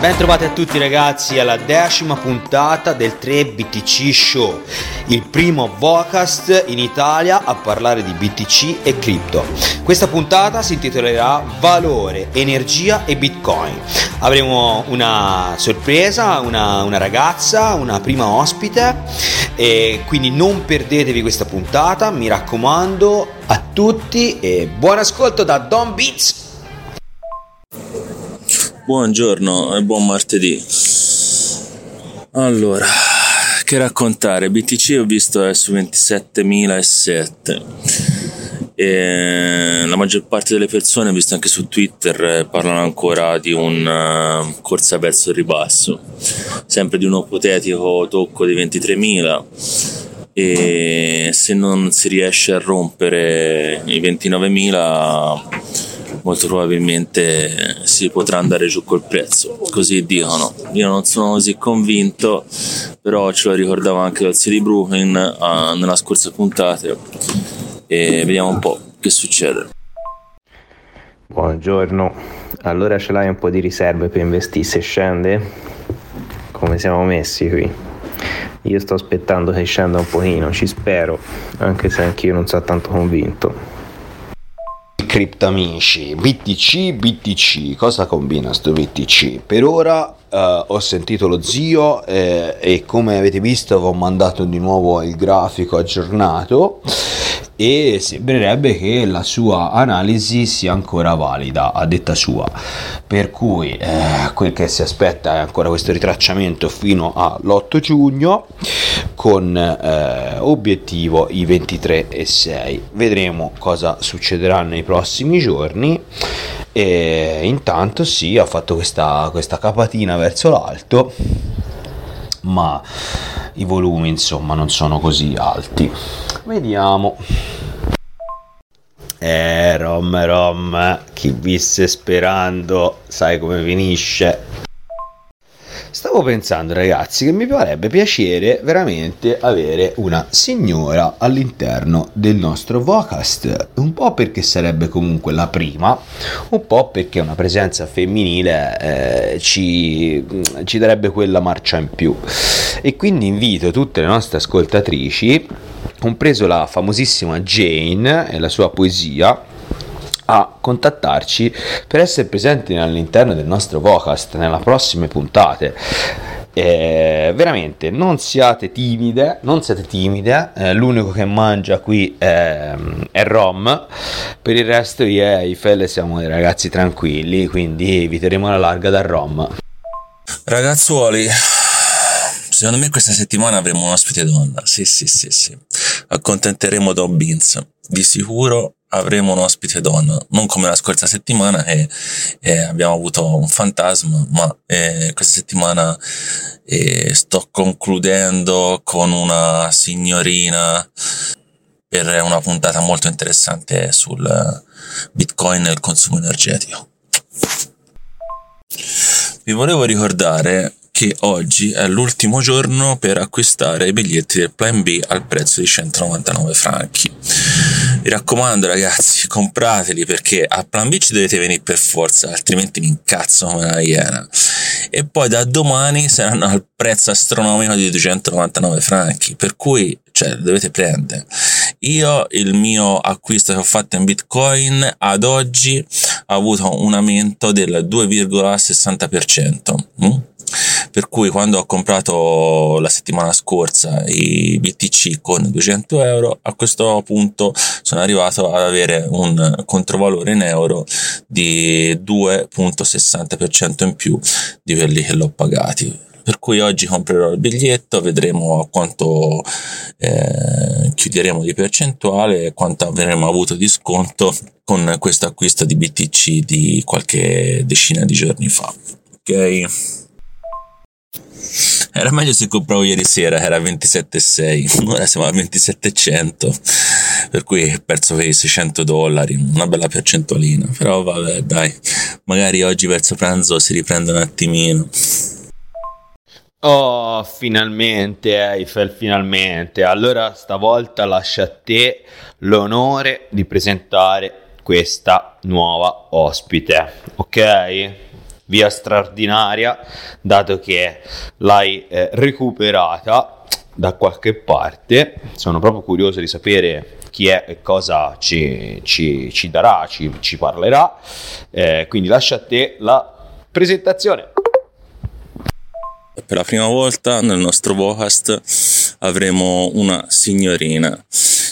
Ben trovati a tutti ragazzi alla 10ª puntata del 3 BTC Show, il primo podcast in Italia a parlare di BTC e cripto. Questa puntata si intitolerà Valore, Energia e Bitcoin. Avremo una sorpresa, una ragazza, una prima ospite, e quindi non perdetevi questa puntata, mi raccomando a tutti, e buon ascolto da Don Beats. Buongiorno e buon martedì. Allora, che raccontare? BTC ho visto è su 27.007 e la maggior parte delle persone, visto anche su Twitter, parlano ancora di un corsa verso il ribasso, sempre di un ipotetico tocco di 23.000, e se non si riesce a rompere i 29.000 molto probabilmente si potrà andare giù col prezzo, così dicono. Io non sono così convinto, però ce lo ricordavo anche dal zio di Brooklyn nella scorsa puntata, e vediamo un po' che succede. Buongiorno, allora ce l'hai un po' di riserve per investire se scende? Come siamo messi qui? Io sto aspettando che scenda un pochino, ci spero, anche se anch'io non sono tanto convinto. Criptamici, BTC, cosa combina sto BTC? Per ora ho sentito lo zio e come avete visto vi ho mandato di nuovo il grafico aggiornato e sembrerebbe che la sua analisi sia ancora valida a detta sua, per cui quel che si aspetta è ancora questo ritracciamento fino all'8 giugno con obiettivo i 23,6. Vedremo cosa succederà nei prossimi giorni, e intanto sì, ha fatto questa capatina verso l'alto, ma i volumi insomma non sono così alti. Vediamo. Rom, chi visse sperando sai come finisce. Stavo pensando ragazzi che mi farebbe piacere veramente avere una signora all'interno del nostro Vocast, un po' perché sarebbe comunque la prima, un po' perché una presenza femminile ci darebbe quella marcia in più, e quindi invito tutte le nostre ascoltatrici, compreso la famosissima Jane e la sua poesia, a contattarci per essere presenti all'interno del nostro Vocast nelle prossime puntate. Veramente non siate timide, l'unico che mangia qui è Rom, per il resto io e Eiffel siamo dei ragazzi tranquilli, quindi eviteremo la larga da Rom. Ragazzuoli, secondo me questa settimana avremo un ospite donna, sì, accontenteremo Don Beans, di sicuro avremo un ospite donna, non come la scorsa settimana che abbiamo avuto un fantasma, ma questa settimana sto concludendo con una signorina per una puntata molto interessante sul Bitcoin e il consumo energetico. Vi volevo ricordare che oggi è l'ultimo giorno per acquistare i biglietti del Plan B al prezzo di 199 franchi. Vi raccomando ragazzi, comprateli, perché a Plan B ci dovete venire per forza, altrimenti mi incazzo come una iena. E poi da domani saranno al prezzo astronomico di 299 franchi, per cui dovete prendere. Io il mio acquisto che ho fatto in Bitcoin ad oggi ha avuto un aumento del 2,60%. Per cui quando ho comprato la settimana scorsa i BTC con 200 euro, a questo punto sono arrivato ad avere un controvalore in euro di 2,60% in più di quelli che l'ho pagati. Per cui oggi comprerò il biglietto, vedremo a quanto chiuderemo di percentuale e quanto avremo avuto di sconto con questo acquisto di BTC di qualche decina di giorni fa. Ok? Era meglio se compravo ieri sera, era 27,6, ora siamo a 27,100, per cui ho perso quei $600, una bella percentualina, però vabbè dai, magari oggi verso pranzo si riprende un attimino. Oh, finalmente Eiffel, finalmente. Allora stavolta lascia a te l'onore di presentare questa nuova ospite, ok? via straordinaria, dato che l'hai recuperata da qualche parte. Sono proprio curioso di sapere chi è e cosa ci darà, ci parlerà, quindi lascio a te la presentazione. Per la prima volta nel nostro podcast avremo una signorina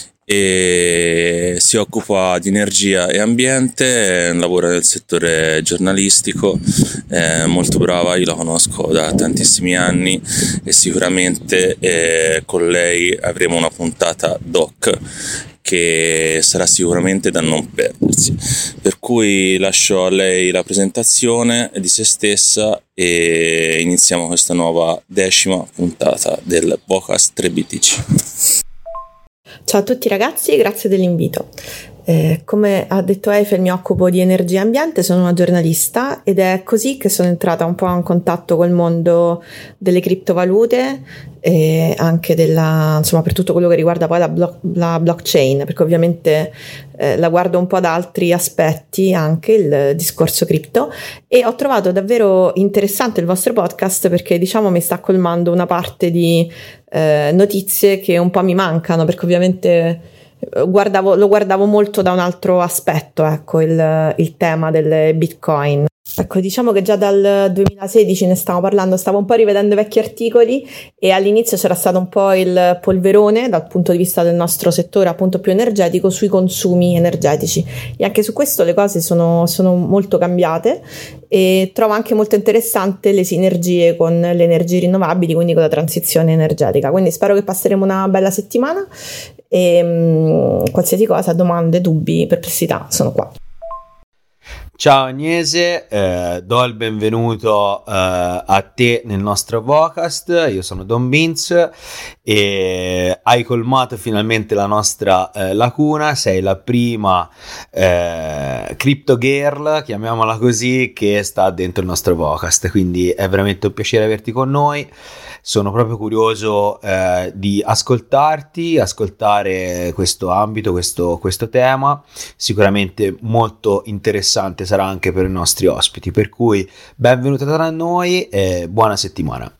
e si occupa di energia e ambiente, lavora nel settore giornalistico, è molto brava, io la conosco da tantissimi anni e sicuramente con lei avremo una puntata doc che sarà sicuramente da non perdersi, per cui lascio a lei la presentazione di se stessa e iniziamo questa nuova 10ª puntata del podcast 3BTC. Ciao a tutti ragazzi, grazie dell'invito. Come ha detto Eiffel, mi occupo di energia e ambiente, sono una giornalista ed è così che sono entrata un po' in contatto col mondo delle criptovalute e anche per tutto quello che riguarda poi la blockchain, perché ovviamente la guardo un po' da altri aspetti, anche il discorso cripto, e ho trovato davvero interessante il vostro podcast perché mi sta colmando una parte di notizie che un po' mi mancano, perché ovviamente lo guardavo molto da un altro aspetto, ecco, il tema del Bitcoin. Ecco, che già dal 2016 ne stavo parlando, stavo un po' rivedendo vecchi articoli e all'inizio c'era stato un po' il polverone dal punto di vista del nostro settore appunto più energetico sui consumi energetici, e anche su questo le cose sono molto cambiate e trovo anche molto interessante le sinergie con le energie rinnovabili, quindi con la transizione energetica. Quindi spero che passeremo una bella settimana e qualsiasi cosa, domande, dubbi, perplessità, sono qua. Ciao Agnese, do il benvenuto a te nel nostro podcast. Io sono Don Vince e hai colmato finalmente la nostra lacuna. Sei la prima crypto girl, chiamiamola così, che sta dentro il nostro podcast, quindi è veramente un piacere averti con noi. Sono proprio curioso di ascoltare questo ambito, questo tema. Sicuramente molto interessante sarà anche per i nostri ospiti, per cui benvenuta da noi e buona settimana.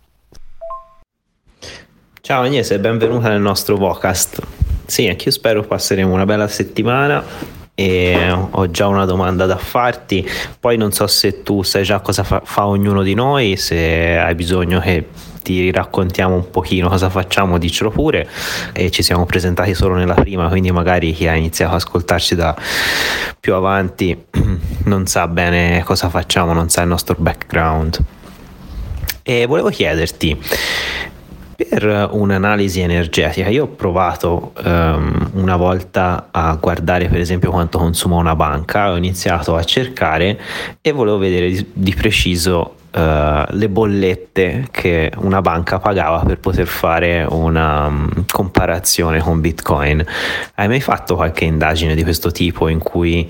Ciao Agnese, benvenuta nel nostro podcast. Sì, anch'io spero passeremo una bella settimana e ho già una domanda da farti. Poi non so se tu sai già cosa fa ognuno di noi, se hai bisogno che ti raccontiamo un pochino cosa facciamo, diccelo pure. E ci siamo presentati solo nella prima, quindi magari chi ha iniziato ad ascoltarci da più avanti non sa bene cosa facciamo, non sa il nostro background. E volevo chiederti, per un'analisi energetica, io ho provato una volta a guardare per esempio quanto consuma una banca, ho iniziato a cercare e volevo vedere di preciso le bollette che una banca pagava per poter fare una comparazione con Bitcoin. Hai mai fatto qualche indagine di questo tipo in cui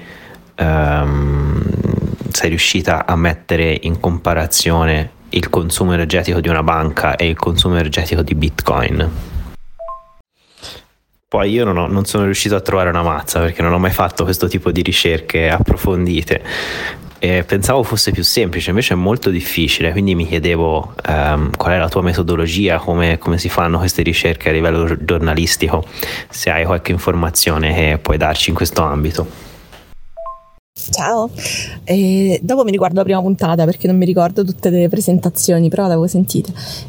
sei riuscita a mettere in comparazione il consumo energetico di una banca e il consumo energetico di Bitcoin? Poi io non sono riuscito a trovare una mazza perché non ho mai fatto questo tipo di ricerche approfondite. Pensavo fosse più semplice, invece è molto difficile, quindi mi chiedevo qual è la tua metodologia, come si fanno queste ricerche a livello giornalistico, se hai qualche informazione che puoi darci in questo ambito. Ciao, dopo mi riguardo la prima puntata perché non mi ricordo tutte le presentazioni, però le avevo sentite.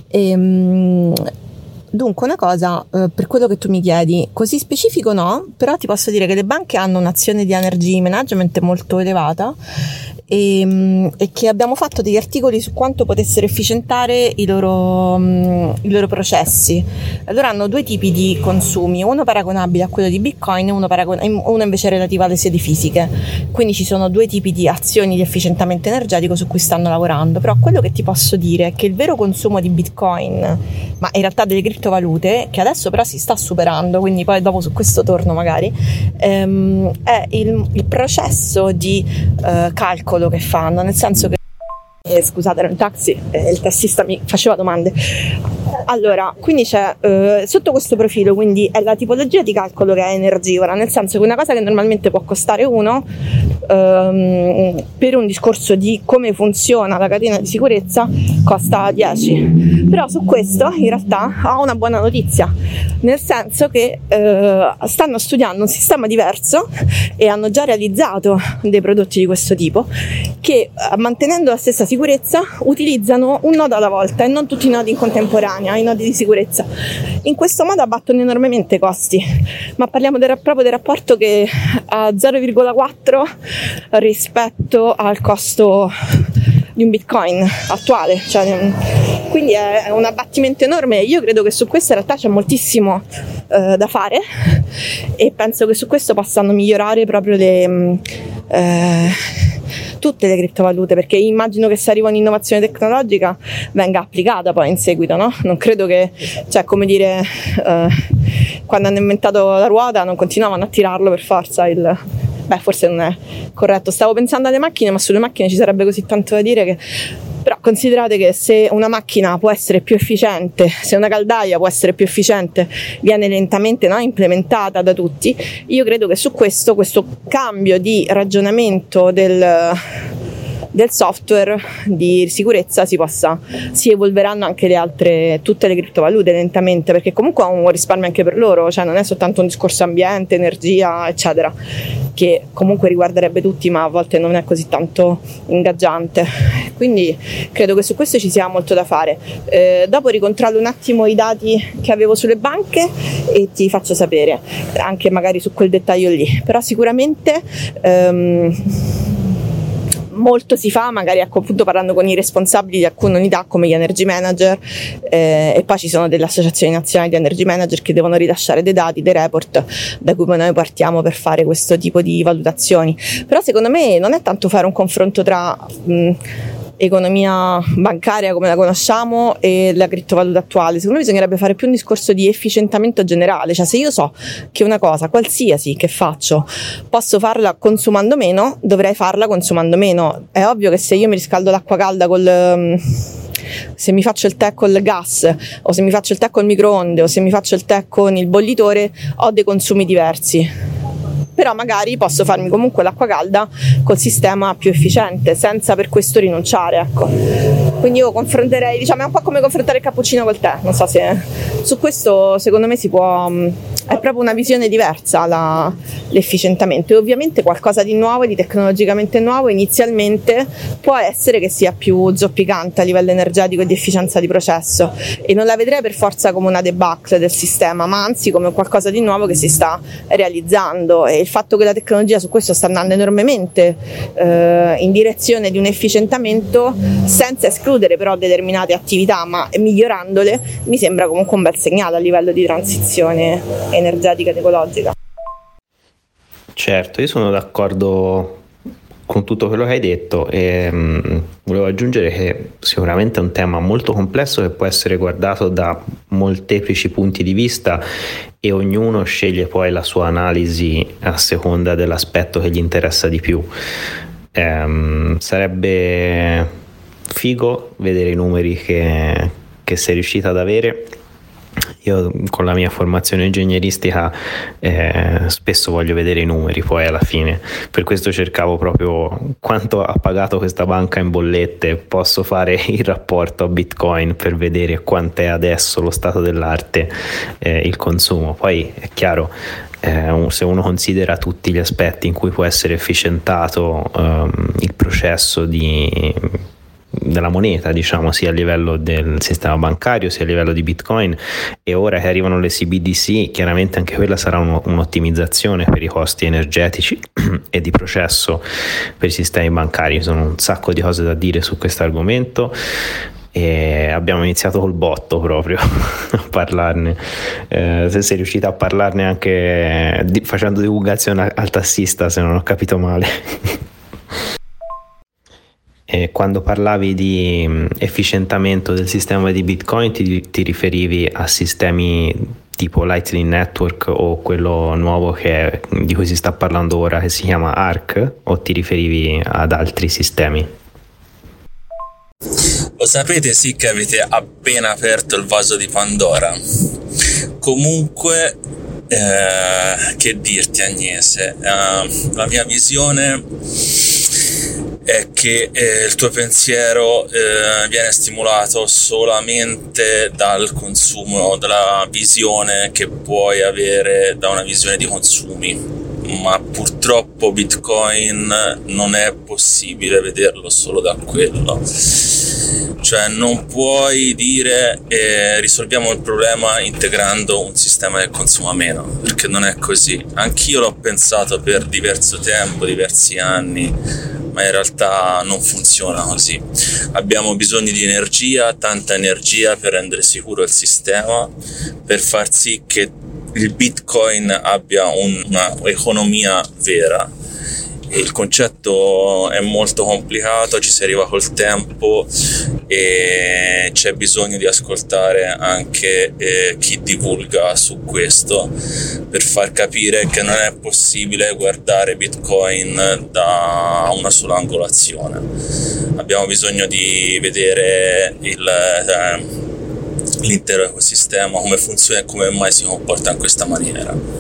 Dunque una cosa, per quello che tu mi chiedi, così specifico no, però ti posso dire che le banche hanno un'azione di energy management molto elevata e che abbiamo fatto degli articoli su quanto potessero efficientare i loro processi. Allora hanno due tipi di consumi, uno paragonabile a quello di Bitcoin e uno invece relativo alle sedi fisiche, quindi ci sono due tipi di azioni di efficientamento energetico su cui stanno lavorando. Però quello che ti posso dire è che il vero consumo di Bitcoin, ma in realtà delle criptovalute, che adesso però si sta superando, quindi poi dopo su questo torno magari, è il processo di calcolo che fanno, nel senso che scusate, ero in taxi e il tassista mi faceva domande. Allora, quindi c'è sotto questo profilo, quindi è la tipologia di calcolo che è energivora, nel senso che una cosa che normalmente può costare 1 per un discorso di come funziona la catena di sicurezza costa 10. Però su questo in realtà ho una buona notizia, nel senso che stanno studiando un sistema diverso e hanno già realizzato dei prodotti di questo tipo che, mantenendo la stessa sicurezza, utilizzano un nodo alla volta e non tutti i nodi in contemporanea, i nodi di sicurezza. In questo modo abbattono enormemente i costi, ma parliamo proprio del rapporto che a 0,4 rispetto al costo di un bitcoin attuale, quindi è un abbattimento enorme. Io credo che su questo in realtà c'è moltissimo da fare e penso che su questo possano migliorare proprio tutte le criptovalute, perché immagino che se arriva un'innovazione tecnologica venga applicata poi in seguito, no? Non credo che, come dire, quando hanno inventato la ruota non continuavano a tirarlo per forza forse non è corretto. Stavo pensando alle macchine, ma sulle macchine ci sarebbe così tanto da dire che... Però considerate che se una macchina può essere più efficiente, se una caldaia può essere più efficiente, viene lentamente, no, implementata da tutti, io credo che su questo cambio di ragionamento del software di sicurezza si evolveranno anche tutte le criptovalute lentamente, perché comunque ha un risparmio anche per loro, non è soltanto un discorso ambiente, energia, eccetera, che comunque riguarderebbe tutti, ma a volte non è così tanto ingaggiante. Quindi credo che su questo ci sia molto da fare. Dopo ricontrollo un attimo i dati che avevo sulle banche e ti faccio sapere anche magari su quel dettaglio lì, però sicuramente molto si fa, magari appunto parlando con i responsabili di alcune unità come gli energy manager, e poi ci sono delle associazioni nazionali di energy manager che devono rilasciare dei dati, dei report da cui poi noi partiamo per fare questo tipo di valutazioni. Però secondo me non è tanto fare un confronto tra economia bancaria come la conosciamo e la criptovaluta attuale. Secondo me bisognerebbe fare più un discorso di efficientamento generale, se io so che una cosa qualsiasi che faccio posso farla consumando meno, dovrei farla consumando meno. È ovvio che se io mi riscaldo l'acqua calda se mi faccio il tè col gas, o se mi faccio il tè col microonde, o se mi faccio il tè con il bollitore, ho dei consumi diversi. Però magari posso farmi comunque l'acqua calda col sistema più efficiente senza per questo rinunciare, ecco. Quindi io confronterei, è un po' come confrontare il cappuccino col tè, non so se su questo secondo me si può, è proprio una visione diversa l'efficientamento, e ovviamente qualcosa di nuovo, di tecnologicamente nuovo inizialmente può essere che sia più zoppicante a livello energetico e di efficienza di processo, e non la vedrei per forza come una debacle del sistema, ma anzi come qualcosa di nuovo che si sta realizzando. E il fatto che la tecnologia su questo sta andando enormemente in direzione di un efficientamento, senza escludere però determinate attività, ma migliorandole, mi sembra comunque un bel segnale a livello di transizione energetica ed ecologica. Certo, io sono d'accordo con tutto quello che hai detto e volevo aggiungere che sicuramente è un tema molto complesso che può essere guardato da molteplici punti di vista e ognuno sceglie poi la sua analisi a seconda dell'aspetto che gli interessa di più. Sarebbe figo vedere i numeri che sei riuscita ad avere. Io con la mia formazione ingegneristica spesso voglio vedere i numeri poi alla fine, per questo cercavo proprio quanto ha pagato questa banca in bollette, posso fare il rapporto a Bitcoin per vedere quant'è adesso lo stato dell'arte, il consumo. Poi è chiaro, se uno considera tutti gli aspetti in cui può essere efficientato il processo della moneta, sia a livello del sistema bancario sia a livello di Bitcoin, e ora che arrivano le CBDC chiaramente anche quella sarà un'ottimizzazione per i costi energetici e di processo per i sistemi bancari. Ci sono un sacco di cose da dire su questo argomento e abbiamo iniziato col botto proprio a parlarne. Se sei riuscita a parlarne anche facendo divulgazione al tassista, se non ho capito male. E quando parlavi di efficientamento del sistema di Bitcoin ti riferivi a sistemi tipo Lightning Network o quello nuovo di cui si sta parlando ora che si chiama ARC, o ti riferivi ad altri sistemi? Lo sapete sì che avete appena aperto il vaso di Pandora. Comunque Che dirti, Agnese? La mia visione è che il tuo pensiero viene stimolato solamente dal consumo, dalla visione che puoi avere da una visione di consumi, ma purtroppo Bitcoin non è possibile vederlo solo da quello. Cioè non puoi dire risolviamo il problema integrando un sistema che consuma meno, perché non è così. Anch'io l'ho pensato per diverso tempo, diversi anni, ma in realtà non funziona così. Abbiamo bisogno di energia, tanta energia, per rendere sicuro il sistema, per far sì che il Bitcoin abbia un'economia vera. Il concetto è molto complicato, ci si arriva col tempo e c'è bisogno di ascoltare anche chi divulga su questo, per far capire che non è possibile guardare Bitcoin da una sola angolazione. Abbiamo bisogno di vedere l'intero ecosistema, come funziona e come mai si comporta in questa maniera.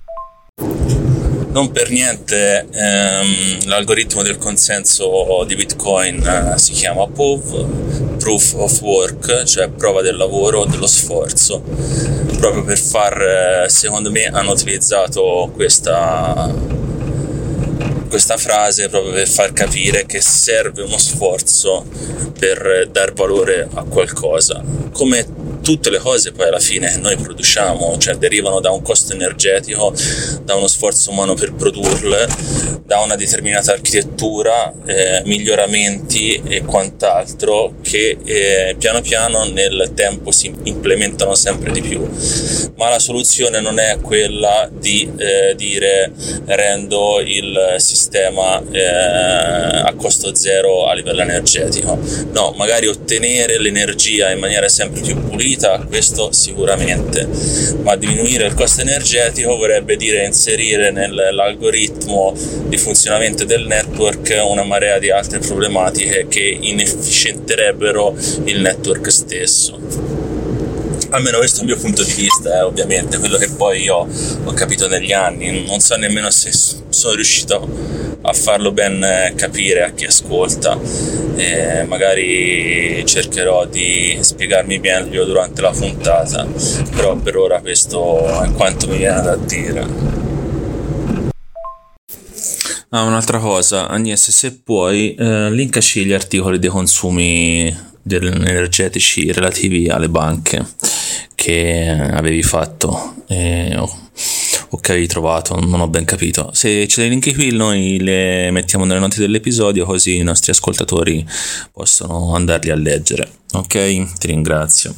Non per niente l'algoritmo del consenso di Bitcoin si chiama POW, Proof of Work, cioè prova del lavoro, dello sforzo, proprio per secondo me hanno utilizzato questa frase proprio per far capire che serve uno sforzo per dar valore a qualcosa, come tutte le cose poi alla fine noi produciamo, cioè derivano da un costo energetico, da uno sforzo umano per produrle, da una determinata architettura, miglioramenti e quant'altro che piano piano nel tempo si implementano sempre di più. Ma la soluzione non è quella di dire rendo il sistema a costo zero a livello energetico. No, magari ottenere l'energia in maniera sempre più pulita, questo sicuramente, ma diminuire il costo energetico vorrebbe dire inserire nell'algoritmo di funzionamento del network una marea di altre problematiche che inefficienterebbero il network stesso. Almeno questo è il mio punto di vista, ovviamente, quello che poi io ho capito negli anni. Non so nemmeno se sono riuscito a farlo ben capire a chi ascolta, magari cercherò di spiegarmi meglio durante la puntata, però per ora questo è quanto mi viene da dire. Un'altra cosa, Agnese, se puoi linkaci gli articoli dei consumi energetici relativi alle banche che avevi fatto o che avevi trovato, non ho ben capito. Se ce le linki qui noi le mettiamo nelle note dell'episodio, così i nostri ascoltatori possono andarli a leggere. Ok? Ti ringrazio.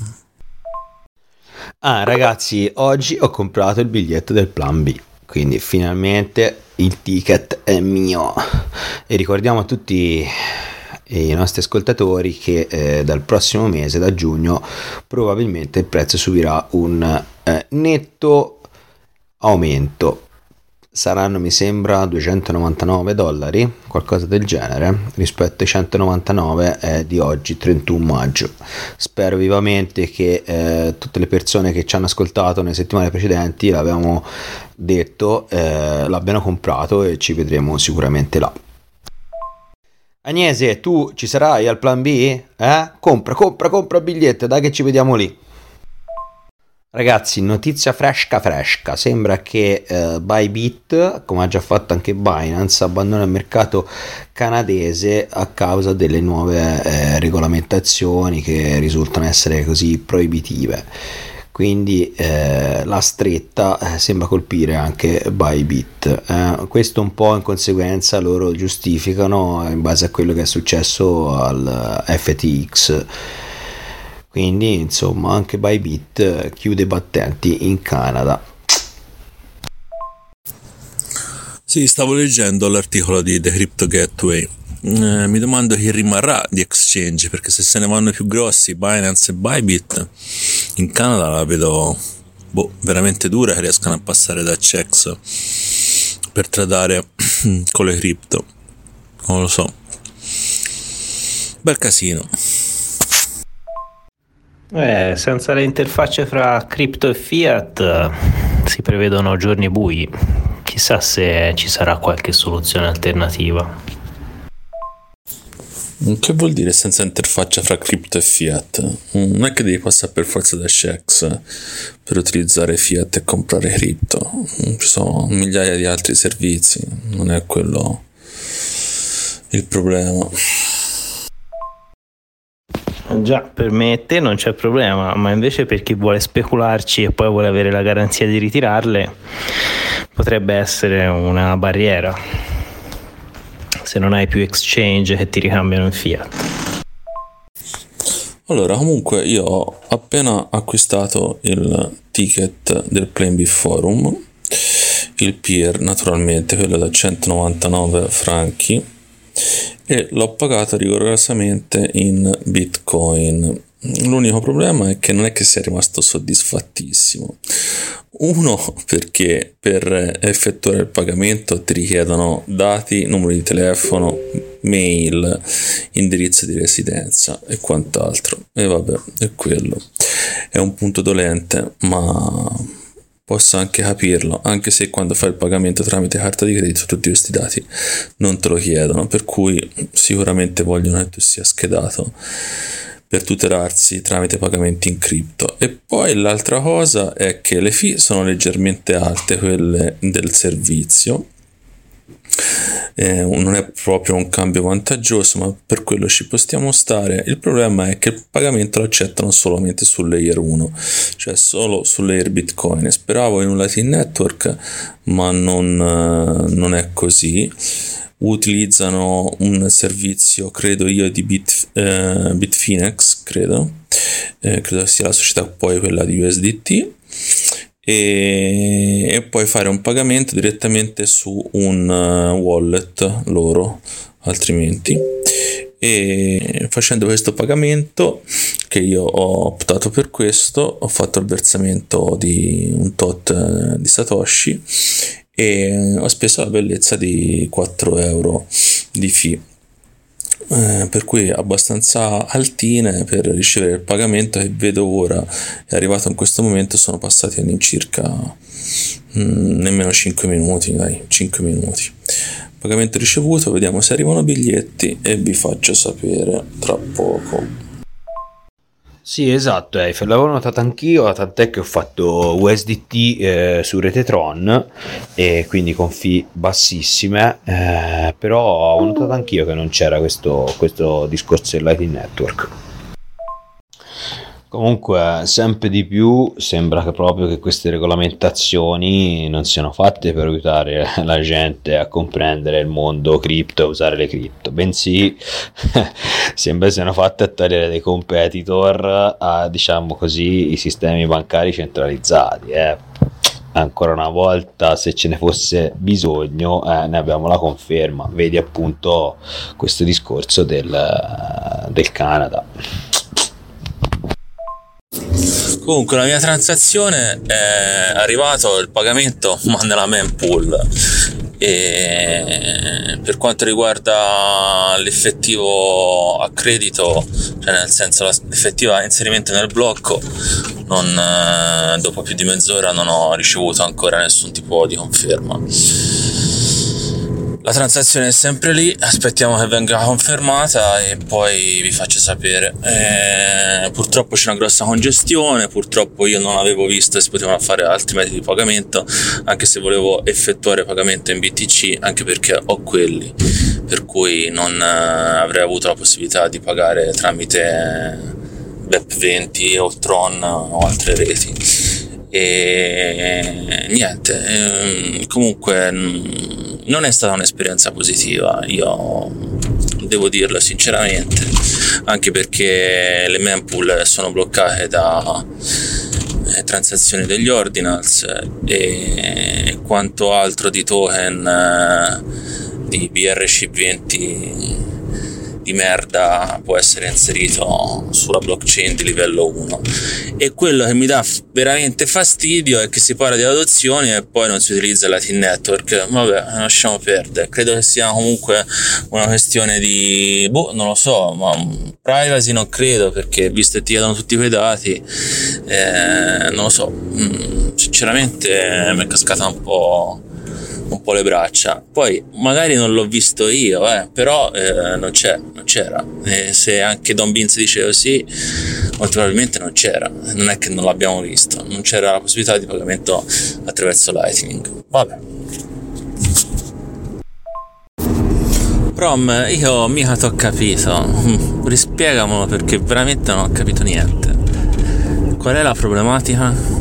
Ragazzi, oggi ho comprato il biglietto del Plan B, quindi finalmente il ticket è mio. E ricordiamo a tutti i nostri ascoltatori che dal prossimo mese, da giugno, probabilmente il prezzo subirà un netto aumento. Saranno, mi sembra, $299, qualcosa del genere, rispetto ai 199 di oggi, 31 maggio. Spero vivamente che tutte le persone che ci hanno ascoltato nelle settimane precedenti, l'abbiamo detto, l'abbiano comprato e ci vedremo sicuramente là. Agnese, tu ci sarai al Plan B? Compra biglietto, dai che ci vediamo lì. Ragazzi, notizia fresca, sembra che Bybit, come ha già fatto anche Binance, abbandona il mercato canadese a causa delle nuove regolamentazioni che risultano essere così proibitive. Quindi la stretta sembra colpire anche Bybit. Questo un po' in conseguenza loro giustificano in base a quello che è successo al FTX. Quindi insomma anche Bybit chiude i battenti in Canada. Sì, stavo leggendo l'articolo di The Crypto Gateway. Mi domando chi rimarrà di exchange, perché se se ne vanno i più grossi, Binance e Bybit, in Canada la vedo veramente dura che riescano a passare da checks per tradare con le cripto. Non lo so. Bel casino. Senza le interfacce fra cripto e fiat si prevedono giorni bui, chissà se ci sarà qualche soluzione alternativa. Che vuol dire senza interfaccia fra cripto e fiat? Non è che devi passare per forza da Shex per utilizzare fiat e comprare cripto. Ci sono migliaia di altri servizi, non è quello il problema. Già, per me e te non c'è problema, ma invece per chi vuole specularci e poi vuole avere la garanzia di ritirarle, potrebbe essere una barriera, se non hai più exchange che ti ricambiano in fiat. Allora, comunque io ho appena acquistato il ticket del PlaneB Forum, il peer naturalmente, quello da 199 franchi, e l'ho pagato rigorosamente in Bitcoin. L'unico problema è che non è che sia rimasto soddisfattissimo. Uno, perché per effettuare il pagamento ti richiedono dati, numero di telefono, mail, indirizzo di residenza e quant'altro. E vabbè, è quello. È un punto dolente, ma posso anche capirlo, anche se quando fai il pagamento tramite carta di credito tutti questi dati non te lo chiedono, per cui sicuramente vogliono che tu sia schedato per tutelarsi tramite pagamenti in cripto. E poi l'altra cosa è che le fee sono leggermente alte, quelle del servizio. Non è proprio un cambio vantaggioso, ma per quello ci possiamo stare. Il problema è che il pagamento lo accettano solamente sul layer 1, cioè solo sul layer Bitcoin. Speravo in un Lightning Network, ma non è così. Utilizzano un servizio, credo io, di Bitfinex, credo sia la società poi quella di USDT, e puoi fare un pagamento direttamente su un wallet loro, altrimenti. E facendo questo pagamento, che io ho optato per questo, ho fatto il versamento di un tot di Satoshi e ho speso la bellezza di 4 euro di fee, per cui abbastanza altine per ricevere il pagamento che vedo ora è arrivato in questo momento. Sono passati all'incirca nemmeno 5 minuti, dai, 5 minuti. Pagamento ricevuto, vediamo se arrivano biglietti e vi faccio sapere tra poco. Sì, esatto, l'avevo notato anch'io, tant'è che ho fatto USDT su rete Tron, e quindi con fee bassissime, però ho notato anch'io che non c'era questo discorso del Lightning Network. Comunque sempre di più sembra che proprio che queste regolamentazioni non siano fatte per aiutare la gente a comprendere il mondo cripto e usare le cripto, bensì sembra siano fatte a togliere dei competitor a, diciamo così, i sistemi bancari centralizzati. Ancora una volta, se ce ne fosse bisogno, ne abbiamo la conferma. Vedi appunto questo discorso del Canada. Comunque la mia transazione è arrivato il pagamento, ma nella mempool, e per quanto riguarda l'effettivo a credito, cioè nel senso l'effettiva inserimento nel blocco, dopo più di mezz'ora non ho ricevuto ancora nessun tipo di conferma. La transazione è sempre lì, aspettiamo che venga confermata e poi vi faccio sapere. Purtroppo c'è una grossa congestione, purtroppo io non avevo visto che si potevano fare altri metodi di pagamento, anche se volevo effettuare pagamento in BTC, anche perché ho quelli, per cui non avrei avuto la possibilità di pagare tramite BEP20 o Tron o altre reti. E niente, comunque non è stata un'esperienza positiva, io devo dirlo sinceramente, anche perché le mempool sono bloccate da transazioni degli ordinals e quanto altro di token di BRC20 di merda può essere inserito sulla blockchain di livello 1. E quello che mi dà veramente fastidio è che si parla di adozioni e poi non si utilizza il Lightning Network. Vabbè, lasciamo perdere. Credo che sia comunque una questione di non lo so, ma privacy non credo, perché visto che ti chiedono tutti quei dati, non lo so, sinceramente mi è cascata un po' le braccia. Poi magari non l'ho visto io, però non c'era. Se anche Don Beans dice così, molto probabilmente non c'era. Non è che non l'abbiamo visto, non c'era la possibilità di pagamento attraverso Lightning. Vabbè. Rom, io mica t'ho capito. Rispiegamelo, perché veramente non ho capito niente. Qual è la problematica?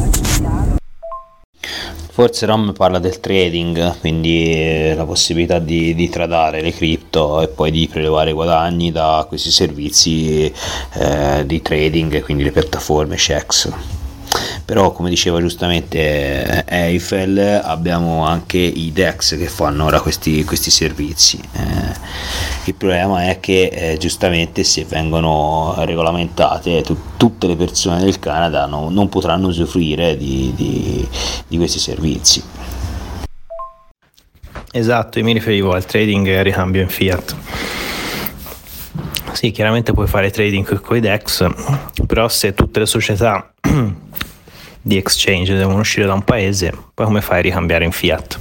Forse Rom parla del trading, quindi la possibilità di tradare le cripto e poi di prelevare guadagni da questi servizi di trading, quindi le piattaforme CEX. Però, come diceva giustamente Eiffel, abbiamo anche i DEX che fanno ora questi servizi. Il problema è che giustamente, se vengono regolamentate, tutte le persone del Canada non potranno usufruire di questi servizi. Esatto, io mi riferivo al trading e al ricambio in fiat. Sì, chiaramente puoi fare trading con i DEX, però se tutte le società di exchange devono uscire da un paese, poi come fai a ricambiare in fiat?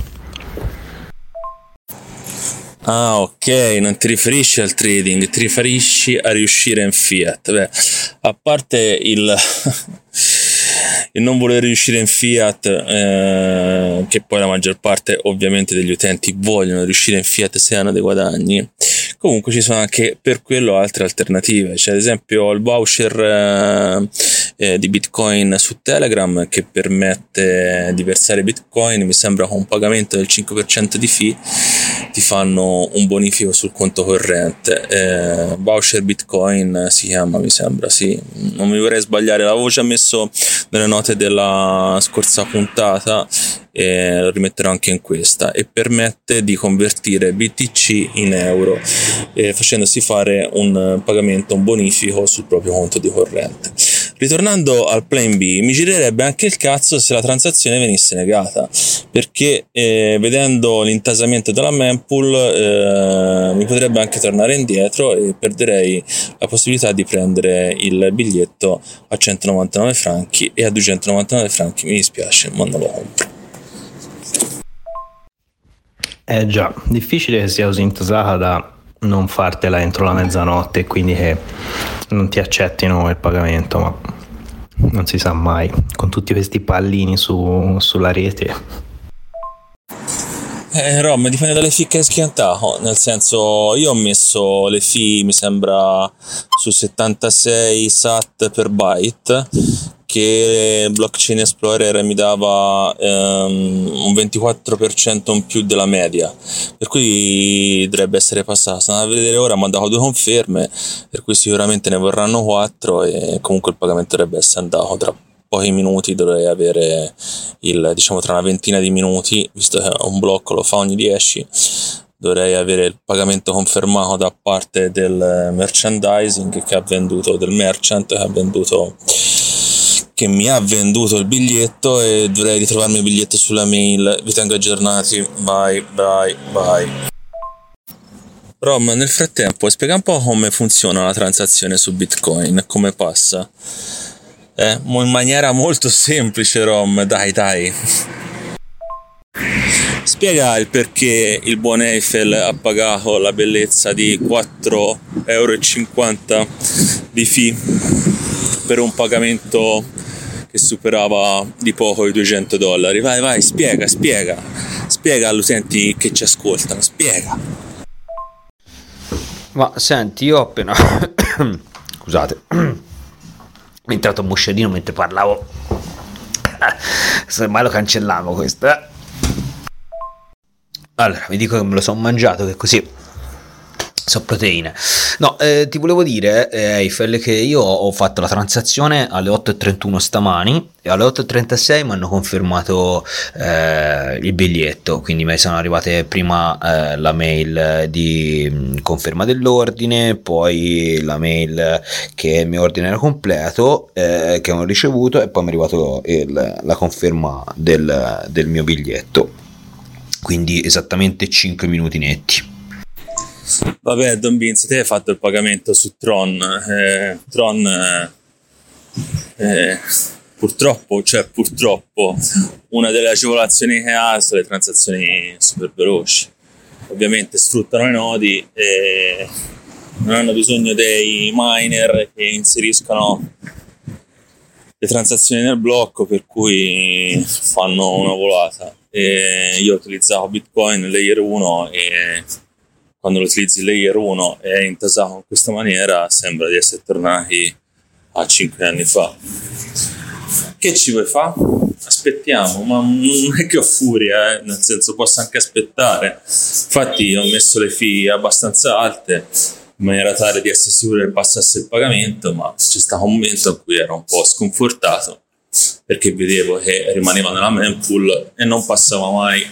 Ah, ok, non ti riferisci al trading, ti riferisci a riuscire in fiat. Beh, a parte il non voler riuscire in fiat, che poi la maggior parte ovviamente degli utenti vogliono riuscire in fiat se hanno dei guadagni, comunque ci sono anche per quello altre alternative. C'è ad esempio il voucher di Bitcoin su Telegram, che permette di versare Bitcoin. Mi sembra con un pagamento del 5% di fee ti fanno un bonifico sul conto corrente. Voucher Bitcoin si chiama, mi sembra, sì, non mi vorrei sbagliare, l'avevo già messo nelle note della scorsa puntata e lo rimetterò anche in questa, e permette di convertire BTC in euro, facendosi fare un pagamento, un bonifico sul proprio conto di corrente. Ritornando al plan B, mi girerebbe anche il cazzo se la transazione venisse negata, perché vedendo l'intasamento della mempool mi potrebbe anche tornare indietro e perderei la possibilità di prendere il biglietto a 199 franchi, e a 299 franchi mi dispiace, ma non lo compro. Già, difficile che sia così intasata da non fartela entro la mezzanotte e quindi che non ti accettino il pagamento, ma non si sa mai con tutti questi pallini sulla rete. Rom, dipende dalle fee che hai schiantato, nel senso, io ho messo le fee, mi sembra, su 76 sat per byte, che Blockchain Explorer mi dava un 24% in più della media, per cui dovrebbe essere passata. Sono andato a vedere ora, mi ha dato 2 conferme, per cui sicuramente ne vorranno 4, e comunque il pagamento dovrebbe essere andato tra pochi minuti. Dovrei avere tra una ventina di minuti, visto che un blocco lo fa ogni 10, dovrei avere il pagamento confermato da parte del merchandising che ha venduto, del merchant che mi ha venduto il biglietto, e dovrei ritrovarmi il biglietto sulla mail. Vi tengo aggiornati. Bye. Rom, nel frattempo spiega un po' come funziona la transazione su Bitcoin, come passa. In maniera molto semplice, Rom, dai. Spiega il perché il buon Eiffel ha pagato la bellezza di 4,50 € di fee per un pagamento che superava di poco i $200. Vai, spiega agli utenti che ci ascoltano, spiega. Ma senti, io ho appena scusate, mi è entrato un moscerino mentre parlavo, semmai lo cancelliamo questo. Allora, vi dico che me lo sono mangiato, che così so proteine. No, ti volevo dire, Eiffel, che io ho fatto la transazione alle 8:31 stamani, e alle 8:36 mi hanno confermato il biglietto, quindi mi sono arrivate prima la mail di conferma dell'ordine, poi la mail che il mio ordine era completo, che ho ricevuto, e poi mi è arrivato la conferma del mio biglietto, quindi esattamente 5 minuti netti. Vabbè, Don Beans, te hai fatto il pagamento su Tron. Tron purtroppo una delle agevolazioni che ha sono le transazioni super veloci. Ovviamente sfruttano i nodi e non hanno bisogno dei miner che inseriscono le transazioni nel blocco, per cui fanno una volata. E io utilizzavo Bitcoin Layer 1 e quando lo utilizzi Layer 1 e intasato in questa maniera sembra di essere tornati a 5 anni fa. Che ci vuoi fare? Aspettiamo, ma non è che ho furia, nel senso posso anche aspettare. Infatti ho messo le fee abbastanza alte in maniera tale di essere sicuro che passasse il pagamento, ma c'è stato un momento in cui ero un po' sconfortato perché vedevo che rimaneva nella mempool e non passava mai.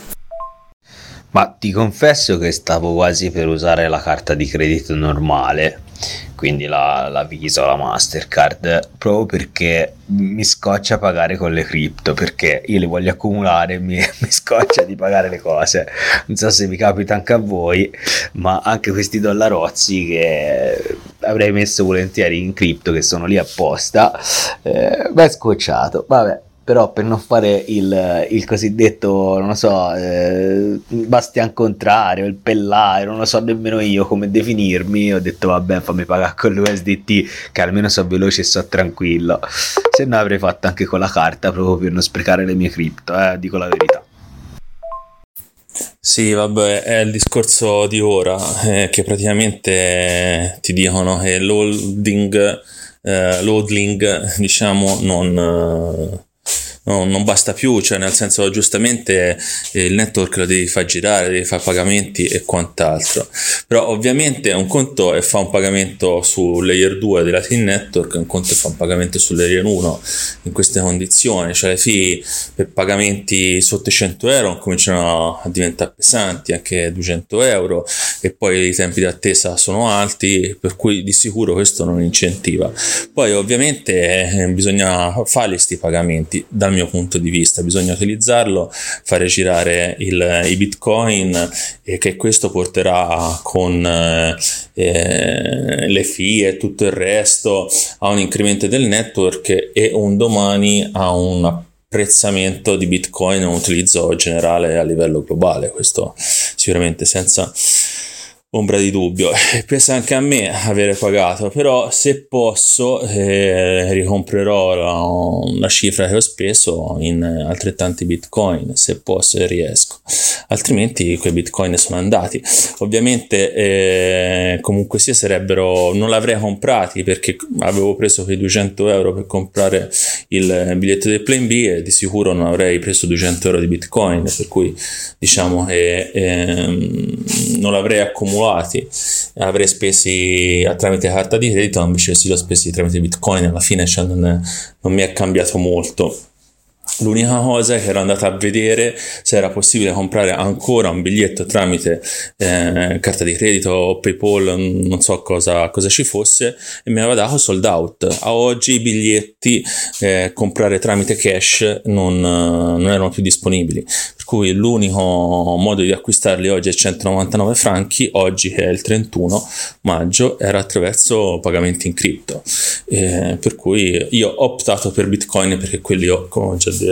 Ma ti confesso che stavo quasi per usare la carta di credito normale, quindi la Visa o la Mastercard, proprio perché mi scoccia pagare con le cripto, perché io le voglio accumulare, mi scoccia di pagare le cose. Non so se vi capita anche a voi, ma anche questi dollarozzi che avrei messo volentieri in cripto, che sono lì apposta, mi è scocciato. Vabbè, però per non fare il cosiddetto, non lo so, bastian contrario, il pellare, non lo so nemmeno io come definirmi, ho detto vabbè, fammi pagare con l'USDT che almeno so veloce e so tranquillo, se no avrei fatto anche con la carta proprio per non sprecare le mie cripto, dico la verità. Sì, vabbè, è il discorso di ora, che praticamente ti dicono che l'holding, diciamo, non basta più, cioè nel senso giustamente il network lo devi far girare, devi fare pagamenti e quant'altro, però ovviamente un conto è fare un pagamento su layer 2 dei Lightning Network, un conto è fare un pagamento su layer 1 in queste condizioni, cioè le fee per pagamenti sotto i 100 euro cominciano a diventare pesanti, anche 200 euro, e poi i tempi di attesa sono alti, per cui di sicuro questo non incentiva. Poi ovviamente bisogna farli sti pagamenti, dal mio punto di vista bisogna utilizzarlo, fare girare i bitcoin, e che questo porterà con le fee e tutto il resto a un incremento del network e un domani a un apprezzamento di bitcoin e un utilizzo generale a livello globale. Questo sicuramente senza ombra di dubbio. Pensa anche a me avere pagato, però se posso ricomprerò la cifra che ho speso in altrettanti bitcoin, se posso e riesco, altrimenti quei bitcoin sono andati. Ovviamente comunque sia non l'avrei comprati, perché avevo preso quei 200 euro per comprare il biglietto del Plan B e di sicuro non avrei preso 200 euro di bitcoin, per cui diciamo che non l'avrei accumulato, avrei spesi tramite carta di credito, invece sì, l'ho spesi tramite bitcoin, alla fine cioè, non mi è cambiato molto. L'unica cosa è che ero andato a vedere se era possibile comprare ancora un biglietto tramite carta di credito o PayPal, non so cosa ci fosse, e mi aveva dato sold out. A oggi i biglietti comprare tramite cash non erano più disponibili, per cui l'unico modo di acquistarli oggi è 199 franchi, oggi che è il 31 maggio era attraverso pagamenti in cripto, per cui io ho optato per bitcoin perché quelli come ho già detto.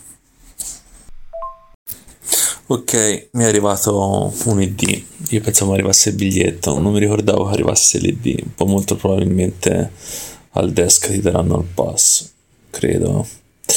Ok, mi è arrivato un ID, io pensavo arrivasse il biglietto, non mi ricordavo che arrivasse l'ID, poi molto probabilmente al desk ti daranno il pass, credo.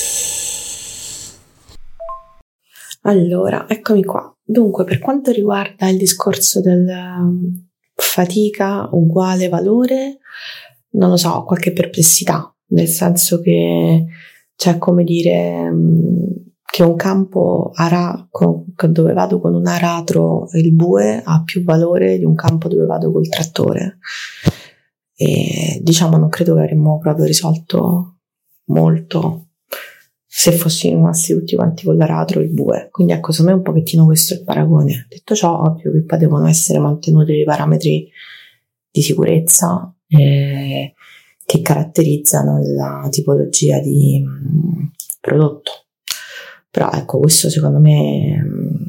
Allora, eccomi qua. Dunque, per quanto riguarda il discorso del fatica uguale valore, non lo so, ho qualche perplessità, nel senso che c'è come dire che un campo dove vado con un aratro il bue ha più valore di un campo dove vado col trattore, e diciamo non credo che avremmo proprio risolto molto se fossimo rimasti tutti quanti con l'aratro il bue. Quindi ecco, secondo me un pochettino questo è il paragone. Detto ciò, ovvio che poi devono essere mantenuti i parametri di sicurezza che caratterizzano la tipologia di prodotto. Però ecco, questo secondo me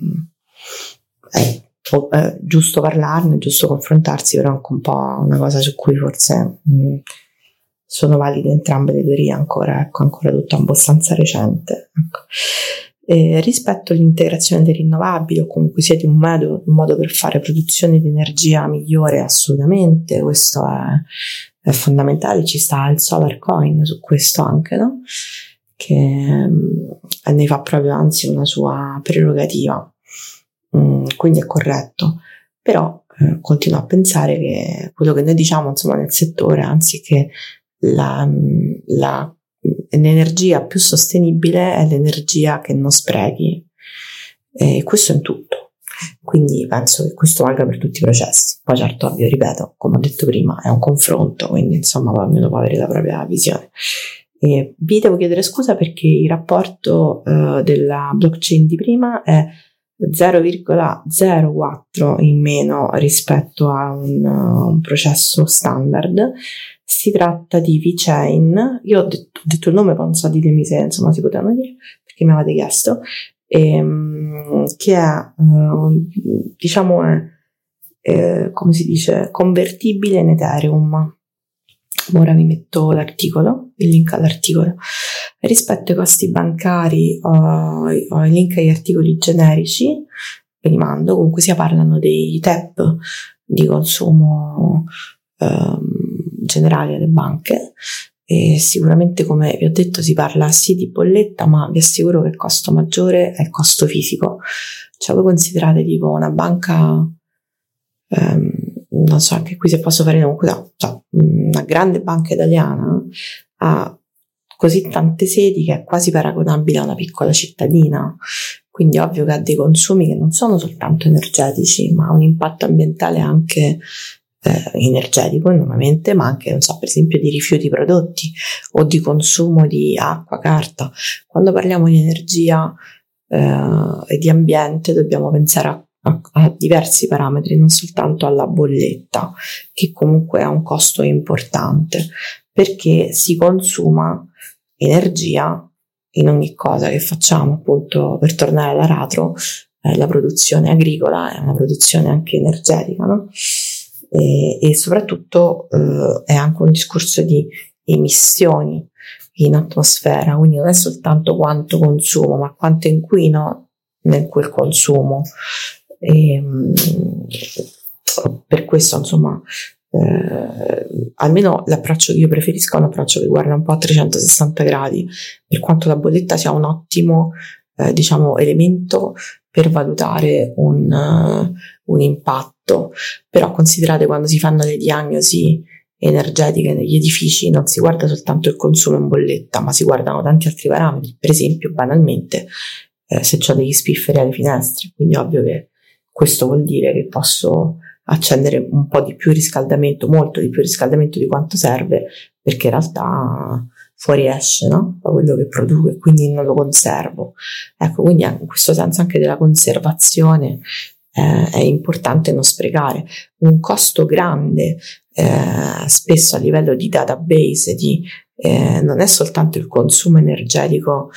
è giusto parlarne, è giusto confrontarsi, però è anche un po' una cosa su cui forse sono valide entrambe le teorie ancora, ecco, ancora tutto abbastanza recente, ecco. Rispetto all'integrazione delle rinnovabili o comunque sia di un modo per fare produzione di energia migliore, assolutamente, questo è fondamentale. Ci sta il Solar Coin su questo anche, no? Che ne fa proprio anzi una sua prerogativa, quindi è corretto, però continuo a pensare che quello che noi diciamo insomma nel settore, anzi che l'energia più sostenibile è l'energia che non sprechi, e questo in tutto, quindi penso che questo valga per tutti i processi. Poi certo, ovvio, ripeto, come ho detto prima, è un confronto, quindi insomma ognuno può avere la propria visione. E vi devo chiedere scusa perché il rapporto della blockchain di prima è 0,04 in meno rispetto a un processo standard. Si tratta di VeChain. Io ho detto il nome, poi non so, ditemi se insomma si potevano dire perché mi avete chiesto, che è diciamo come si dice, convertibile in Ethereum. Ora vi metto l'articolo, il link all'articolo. Rispetto ai costi bancari ho i link agli articoli generici, ve li mando. Comunque sia parlano dei TEP di consumo generali alle banche, e sicuramente, come vi ho detto, si parla sì di bolletta, ma vi assicuro che il costo maggiore è il costo fisico. Cioè voi considerate tipo una banca, non so anche qui se posso fare una grande banca italiana ha così tante sedi che è quasi paragonabile a una piccola cittadina, quindi ovvio che ha dei consumi che non sono soltanto energetici, ma ha un impatto ambientale anche energetico enormemente, ma anche, non so, per esempio di rifiuti prodotti o di consumo di acqua, carta. Quando parliamo di energia e di ambiente dobbiamo pensare a diversi parametri, non soltanto alla bolletta, che comunque ha un costo importante, perché si consuma energia in ogni cosa che facciamo. Appunto, per tornare all'aratro, la produzione agricola è una produzione anche energetica, no? E soprattutto è anche un discorso di emissioni in atmosfera, quindi non è soltanto quanto consumo, ma quanto inquino nel quel consumo. Per questo insomma almeno l'approccio che io preferisco è un approccio che guarda un po' a 360 gradi, per quanto la bolletta sia un ottimo diciamo elemento per valutare un impatto, però considerate, quando si fanno le diagnosi energetiche negli edifici non si guarda soltanto il consumo in bolletta, ma si guardano tanti altri parametri, per esempio banalmente se ho degli spifferi alle finestre, quindi ovvio che questo vuol dire che posso accendere un po' di più riscaldamento, molto di più riscaldamento di quanto serve, perché in realtà fuori esce, no? Quello che produco, e quindi non lo conservo. Ecco, quindi in questo senso anche della conservazione è importante non sprecare. Un costo grande spesso a livello di database non è soltanto il consumo energetico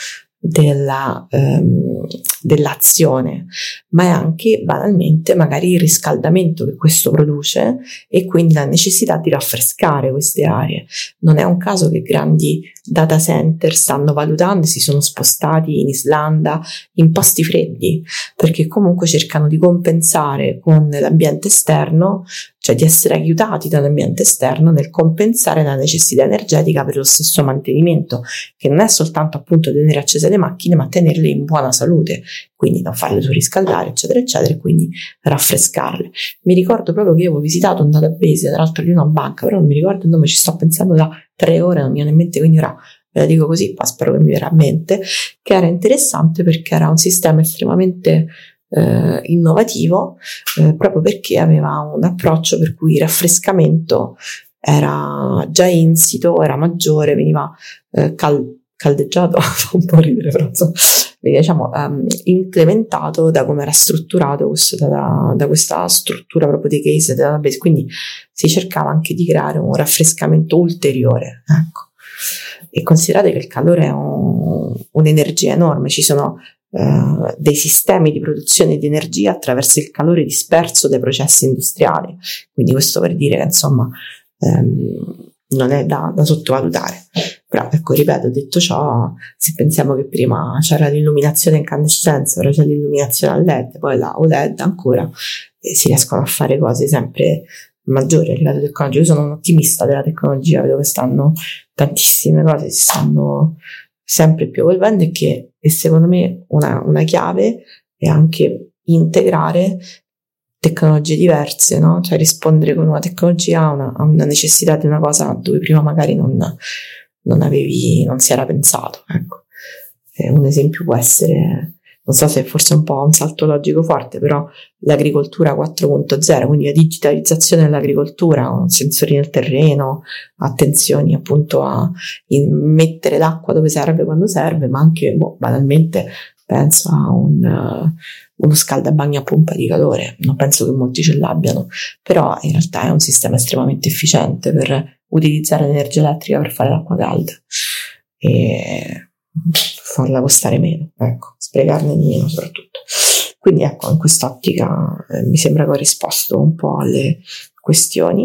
dell'azione, ma è anche banalmente magari il riscaldamento che questo produce e quindi la necessità di raffrescare queste aree. Non è un caso che grandi data center stanno valutando e si sono spostati in Islanda, in posti freddi, perché comunque cercano di compensare con l'ambiente esterno, cioè di essere aiutati dall'ambiente esterno nel compensare la necessità energetica per lo stesso mantenimento, che non è soltanto appunto tenere accese le macchine, ma tenerle in buona salute, quindi non farle surriscaldare, eccetera eccetera, e quindi raffrescarle. Mi ricordo proprio che io avevo visitato un database, tra l'altro di una banca, però non mi ricordo il nome, ci sto pensando da 3 ore, non mi viene in mente, quindi ora ve la dico così, poi spero che mi verrà a mente, che era interessante perché era un sistema estremamente innovativo, proprio perché aveva un approccio per cui il raffrescamento era già insito, era maggiore, veniva caldeggiato, fa un po' ridere, però insomma, diciamo incrementato da come era strutturato questo, da questa struttura proprio dei case del database, quindi si cercava anche di creare un raffrescamento ulteriore, ecco. E considerate che il calore è un'energia enorme, ci sono dei sistemi di produzione di energia attraverso il calore disperso dai processi industriali, quindi questo per dire che insomma non è da sottovalutare. Però ecco, ripeto, detto ciò, se pensiamo che prima c'era l'illuminazione a incandescenza, ora c'è l'illuminazione a LED, poi la OLED ancora, si riescono a fare cose sempre maggiori a livello tecnologico. Io sono un ottimista della tecnologia, vedo che stanno tantissime cose, si stanno sempre più evolvendo, e secondo me una chiave è anche integrare tecnologie diverse, no? Cioè rispondere con una tecnologia a una necessità di una cosa dove prima magari non si era pensato, ecco. Un esempio può essere, non so se forse è un po' un salto logico forte, però l'agricoltura 4.0, quindi la digitalizzazione dell'agricoltura, sensori nel terreno, attenzioni appunto a mettere l'acqua dove serve quando serve, ma anche banalmente penso a uno scaldabagno a pompa di calore. Non penso che molti ce l'abbiano, però in realtà è un sistema estremamente efficiente per utilizzare l'energia elettrica per fare l'acqua calda e farla costare meno, ecco, sprecarne di meno soprattutto. Quindi ecco, in quest'ottica mi sembra che ho risposto un po' alle questioni.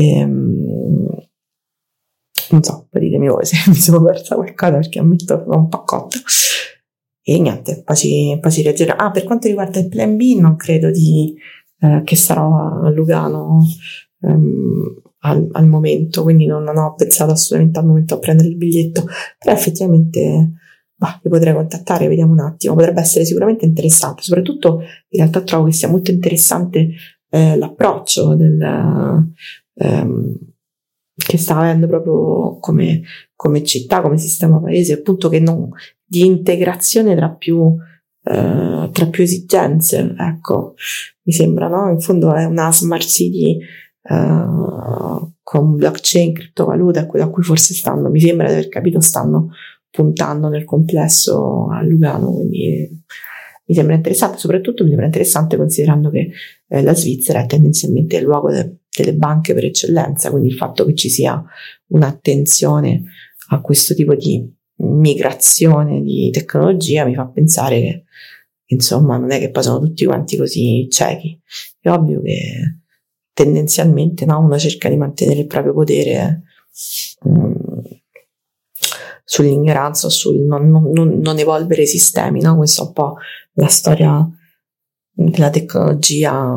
Non so, poi ditemi voi se mi sono persa qualcosa, perché ammetto che sono un po' cotta. E niente, poi si reagirà. Per quanto riguarda il plan B, non credo che sarò a Lugano al momento, quindi non ho pensato assolutamente al momento a prendere il biglietto, però effettivamente li potrei contattare, vediamo un attimo. Potrebbe essere sicuramente interessante, soprattutto in realtà trovo che sia molto interessante l'approccio che sta avendo proprio come città, come sistema paese, appunto, che non di integrazione tra più esigenze, ecco, mi sembra, no? In fondo è una smart city con blockchain, criptovaluta, quello a cui forse mi sembra di aver capito, stanno puntando nel complesso a Lugano, quindi mi sembra interessante. Soprattutto mi sembra interessante considerando che la Svizzera è tendenzialmente il luogo delle banche per eccellenza, quindi il fatto che ci sia un'attenzione a questo tipo di migrazione di tecnologia mi fa pensare che, insomma, non è che poi sono tutti quanti così ciechi. È ovvio che tendenzialmente, no, uno cerca di mantenere il proprio potere sull'ignoranza o sul non evolvere i sistemi, no? Questa è un po' la storia della tecnologia,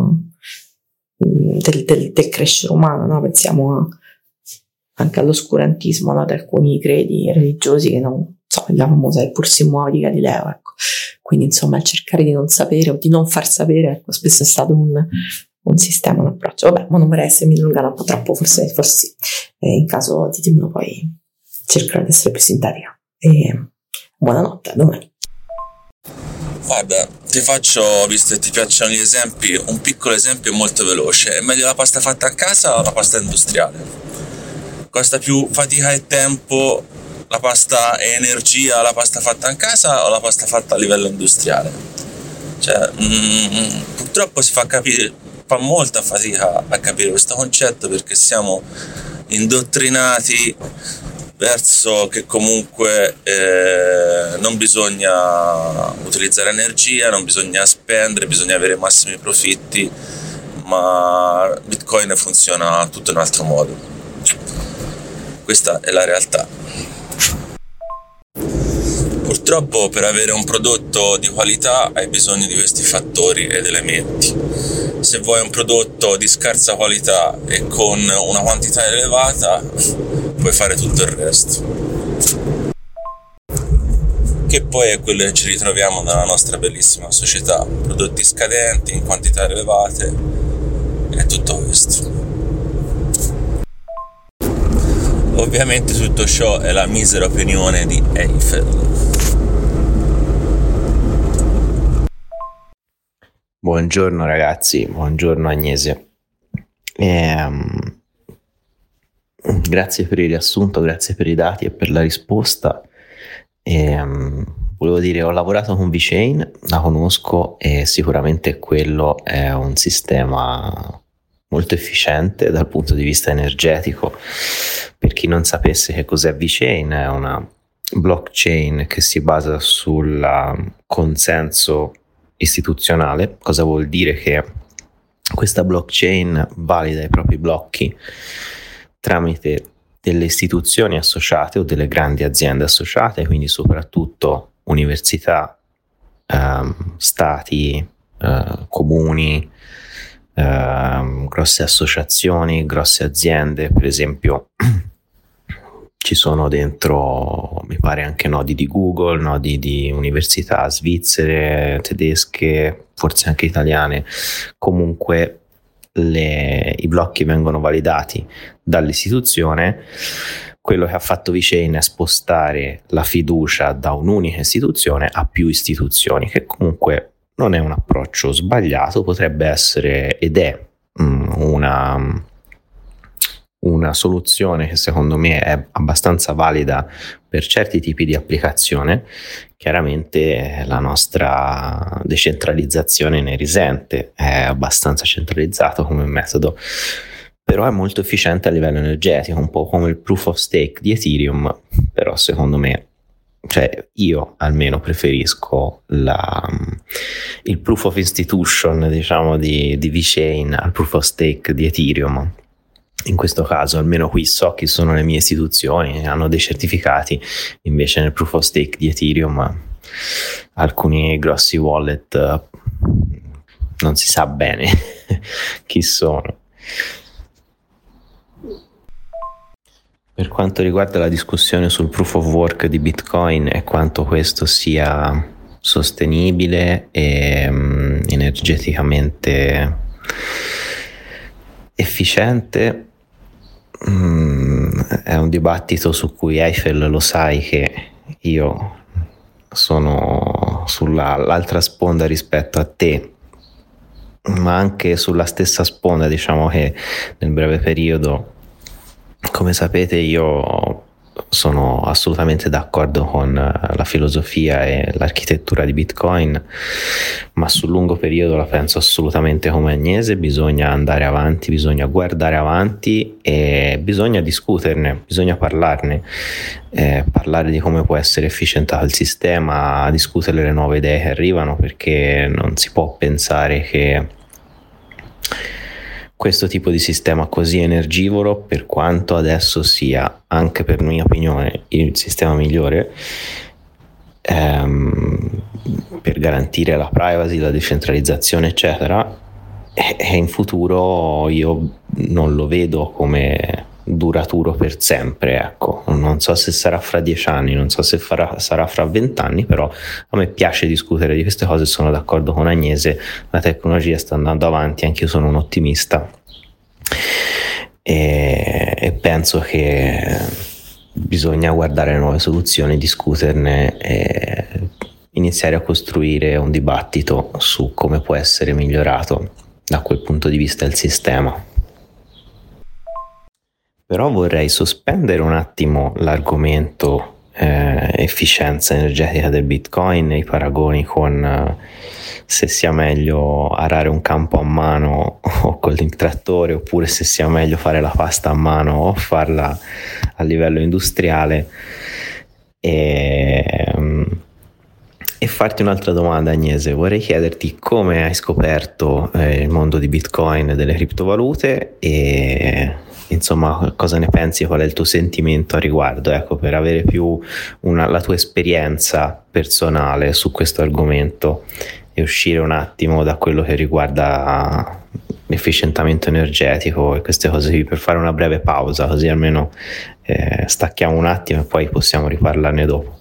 del crescere umano, no? Pensiamo anche all'oscurantismo, no? Di alcuni credi religiosi, che non so, la famosa il pur si muove di Galileo, ecco. Quindi insomma il cercare di non sapere o di non far sapere, ecco, spesso è stato un sistema, un approccio. Vabbè, ma non vorrei essermi dilungata un po' troppo, forse sì. In caso ditemelo, poi cercherò di essere più sintetica. E buonanotte, a domani. Guarda, ti faccio, visto che ti piacciono gli esempi, un piccolo esempio molto veloce. È meglio la pasta fatta a casa o la pasta industriale? Costa più fatica e tempo la pasta e energia, la pasta fatta a casa o la pasta fatta a livello industriale? Cioè, purtroppo fa molta fatica a capire questo concetto, perché siamo indottrinati verso che comunque non bisogna utilizzare energia, non bisogna spendere, bisogna avere massimi profitti, ma Bitcoin funziona tutto in un altro modo. Questa è la realtà. Purtroppo per avere un prodotto di qualità hai bisogno di questi fattori ed elementi. Se vuoi un prodotto di scarsa qualità e con una quantità elevata, puoi fare tutto il resto. Che poi è quello che ci ritroviamo nella nostra bellissima società: prodotti scadenti in quantità elevate e tutto questo. Ovviamente tutto ciò è la misera opinione di Eiffel. Buongiorno ragazzi, buongiorno Agnese. Grazie per il riassunto, grazie per i dati e per la risposta. Volevo dire, ho lavorato con VeChain, la conosco e sicuramente quello è un sistema molto efficiente dal punto di vista energetico. Per chi non sapesse che cos'è VeChain, è una blockchain che si basa sul consenso istituzionale. Cosa vuol dire? Che questa blockchain valida i propri blocchi tramite delle istituzioni associate o delle grandi aziende associate, quindi soprattutto università, stati, comuni, grosse associazioni, grosse aziende. Per esempio ci sono dentro, mi pare, anche nodi di Google, nodi di università svizzere, tedesche, forse anche italiane. Comunque i blocchi vengono validati dall'istituzione. Quello che ha fatto VeChain è spostare la fiducia da un'unica istituzione a più istituzioni, che comunque non è un approccio sbagliato, potrebbe essere ed è una soluzione che secondo me è abbastanza valida per certi tipi di applicazione. Chiaramente la nostra decentralizzazione ne risente, è abbastanza centralizzato come metodo, però è molto efficiente a livello energetico, un po' come il proof of stake di Ethereum. Però secondo me, cioè io almeno preferisco il proof of institution, diciamo, di VeChain al proof of stake di Ethereum. In questo caso almeno qui so chi sono le mie istituzioni, hanno dei certificati. Invece nel proof of stake di Ethereum alcuni grossi wallet non si sa bene chi sono. Per quanto riguarda la discussione sul proof of work di Bitcoin e quanto questo sia sostenibile e energeticamente efficiente, è un dibattito su cui, Eiffel, lo sai che io sono sull'altra sponda rispetto a te, ma anche sulla stessa sponda, diciamo che nel breve periodo, come sapete, io sono assolutamente d'accordo con la filosofia e l'architettura di Bitcoin, ma sul lungo periodo la penso assolutamente come Agnese. Bisogna andare avanti, bisogna guardare avanti e bisogna discuterne, bisogna parlarne, parlare di come può essere efficientato il sistema, discutere le nuove idee che arrivano, perché non si può pensare che questo tipo di sistema così energivoro, per quanto adesso sia, anche per mia opinione, il sistema migliore per garantire la privacy, la decentralizzazione, eccetera, e in futuro io non lo vedo come duraturo per sempre, ecco. Non so se sarà fra 10 anni, non so se sarà fra 20 anni, però a me piace discutere di queste cose. Sono d'accordo con Agnese, la tecnologia sta andando avanti, anche io sono un ottimista e penso che bisogna guardare le nuove soluzioni, discuterne e iniziare a costruire un dibattito su come può essere migliorato da quel punto di vista il sistema. Però vorrei sospendere un attimo l'argomento efficienza energetica del Bitcoin e i paragoni con se sia meglio arare un campo a mano o con il trattore, oppure se sia meglio fare la pasta a mano o farla a livello industriale, e farti un'altra domanda, Agnese. Vorrei chiederti come hai scoperto il mondo di Bitcoin e delle criptovalute, e insomma cosa ne pensi, qual è il tuo sentimento a riguardo, ecco, per avere più la tua esperienza personale su questo argomento e uscire un attimo da quello che riguarda l'efficientamento energetico e queste cose qui, per fare una breve pausa, così almeno stacchiamo un attimo e poi possiamo riparlarne dopo.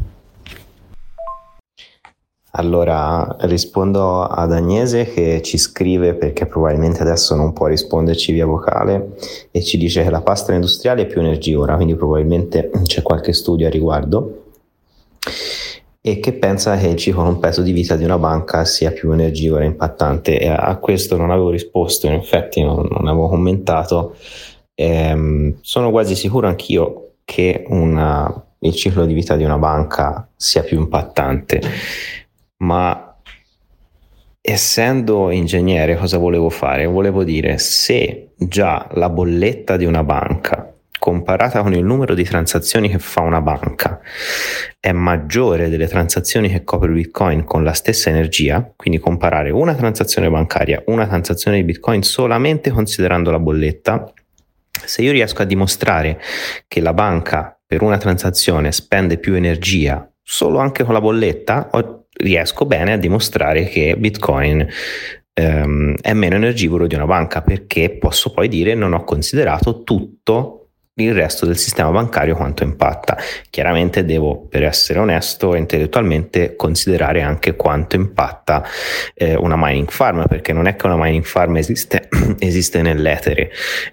Allora rispondo ad Agnese, che ci scrive, perché probabilmente adesso non può risponderci via vocale, e ci dice che la pasta industriale è più energivora, quindi probabilmente c'è qualche studio a riguardo, e che pensa che il ciclo completo di vita di una banca sia più energivoro e impattante. E a questo non avevo risposto, in effetti non avevo commentato. Sono quasi sicuro anch'io che il ciclo di vita di una banca sia più impattante, ma essendo ingegnere cosa volevo fare? Volevo dire, se già la bolletta di una banca comparata con il numero di transazioni che fa una banca è maggiore delle transazioni che copre il Bitcoin con la stessa energia, quindi comparare una transazione bancaria, una transazione di Bitcoin solamente considerando la bolletta, Se io riesco a dimostrare che la banca per una transazione spende più energia solo anche con la bolletta, riesco bene a dimostrare che Bitcoin è meno energivoro di una banca, perché posso poi dire non ho considerato tutto il resto del sistema bancario quanto impatta. Chiaramente devo, per essere onesto intellettualmente, considerare anche quanto impatta una mining farm, perché non è che una mining farm esiste nell'etere.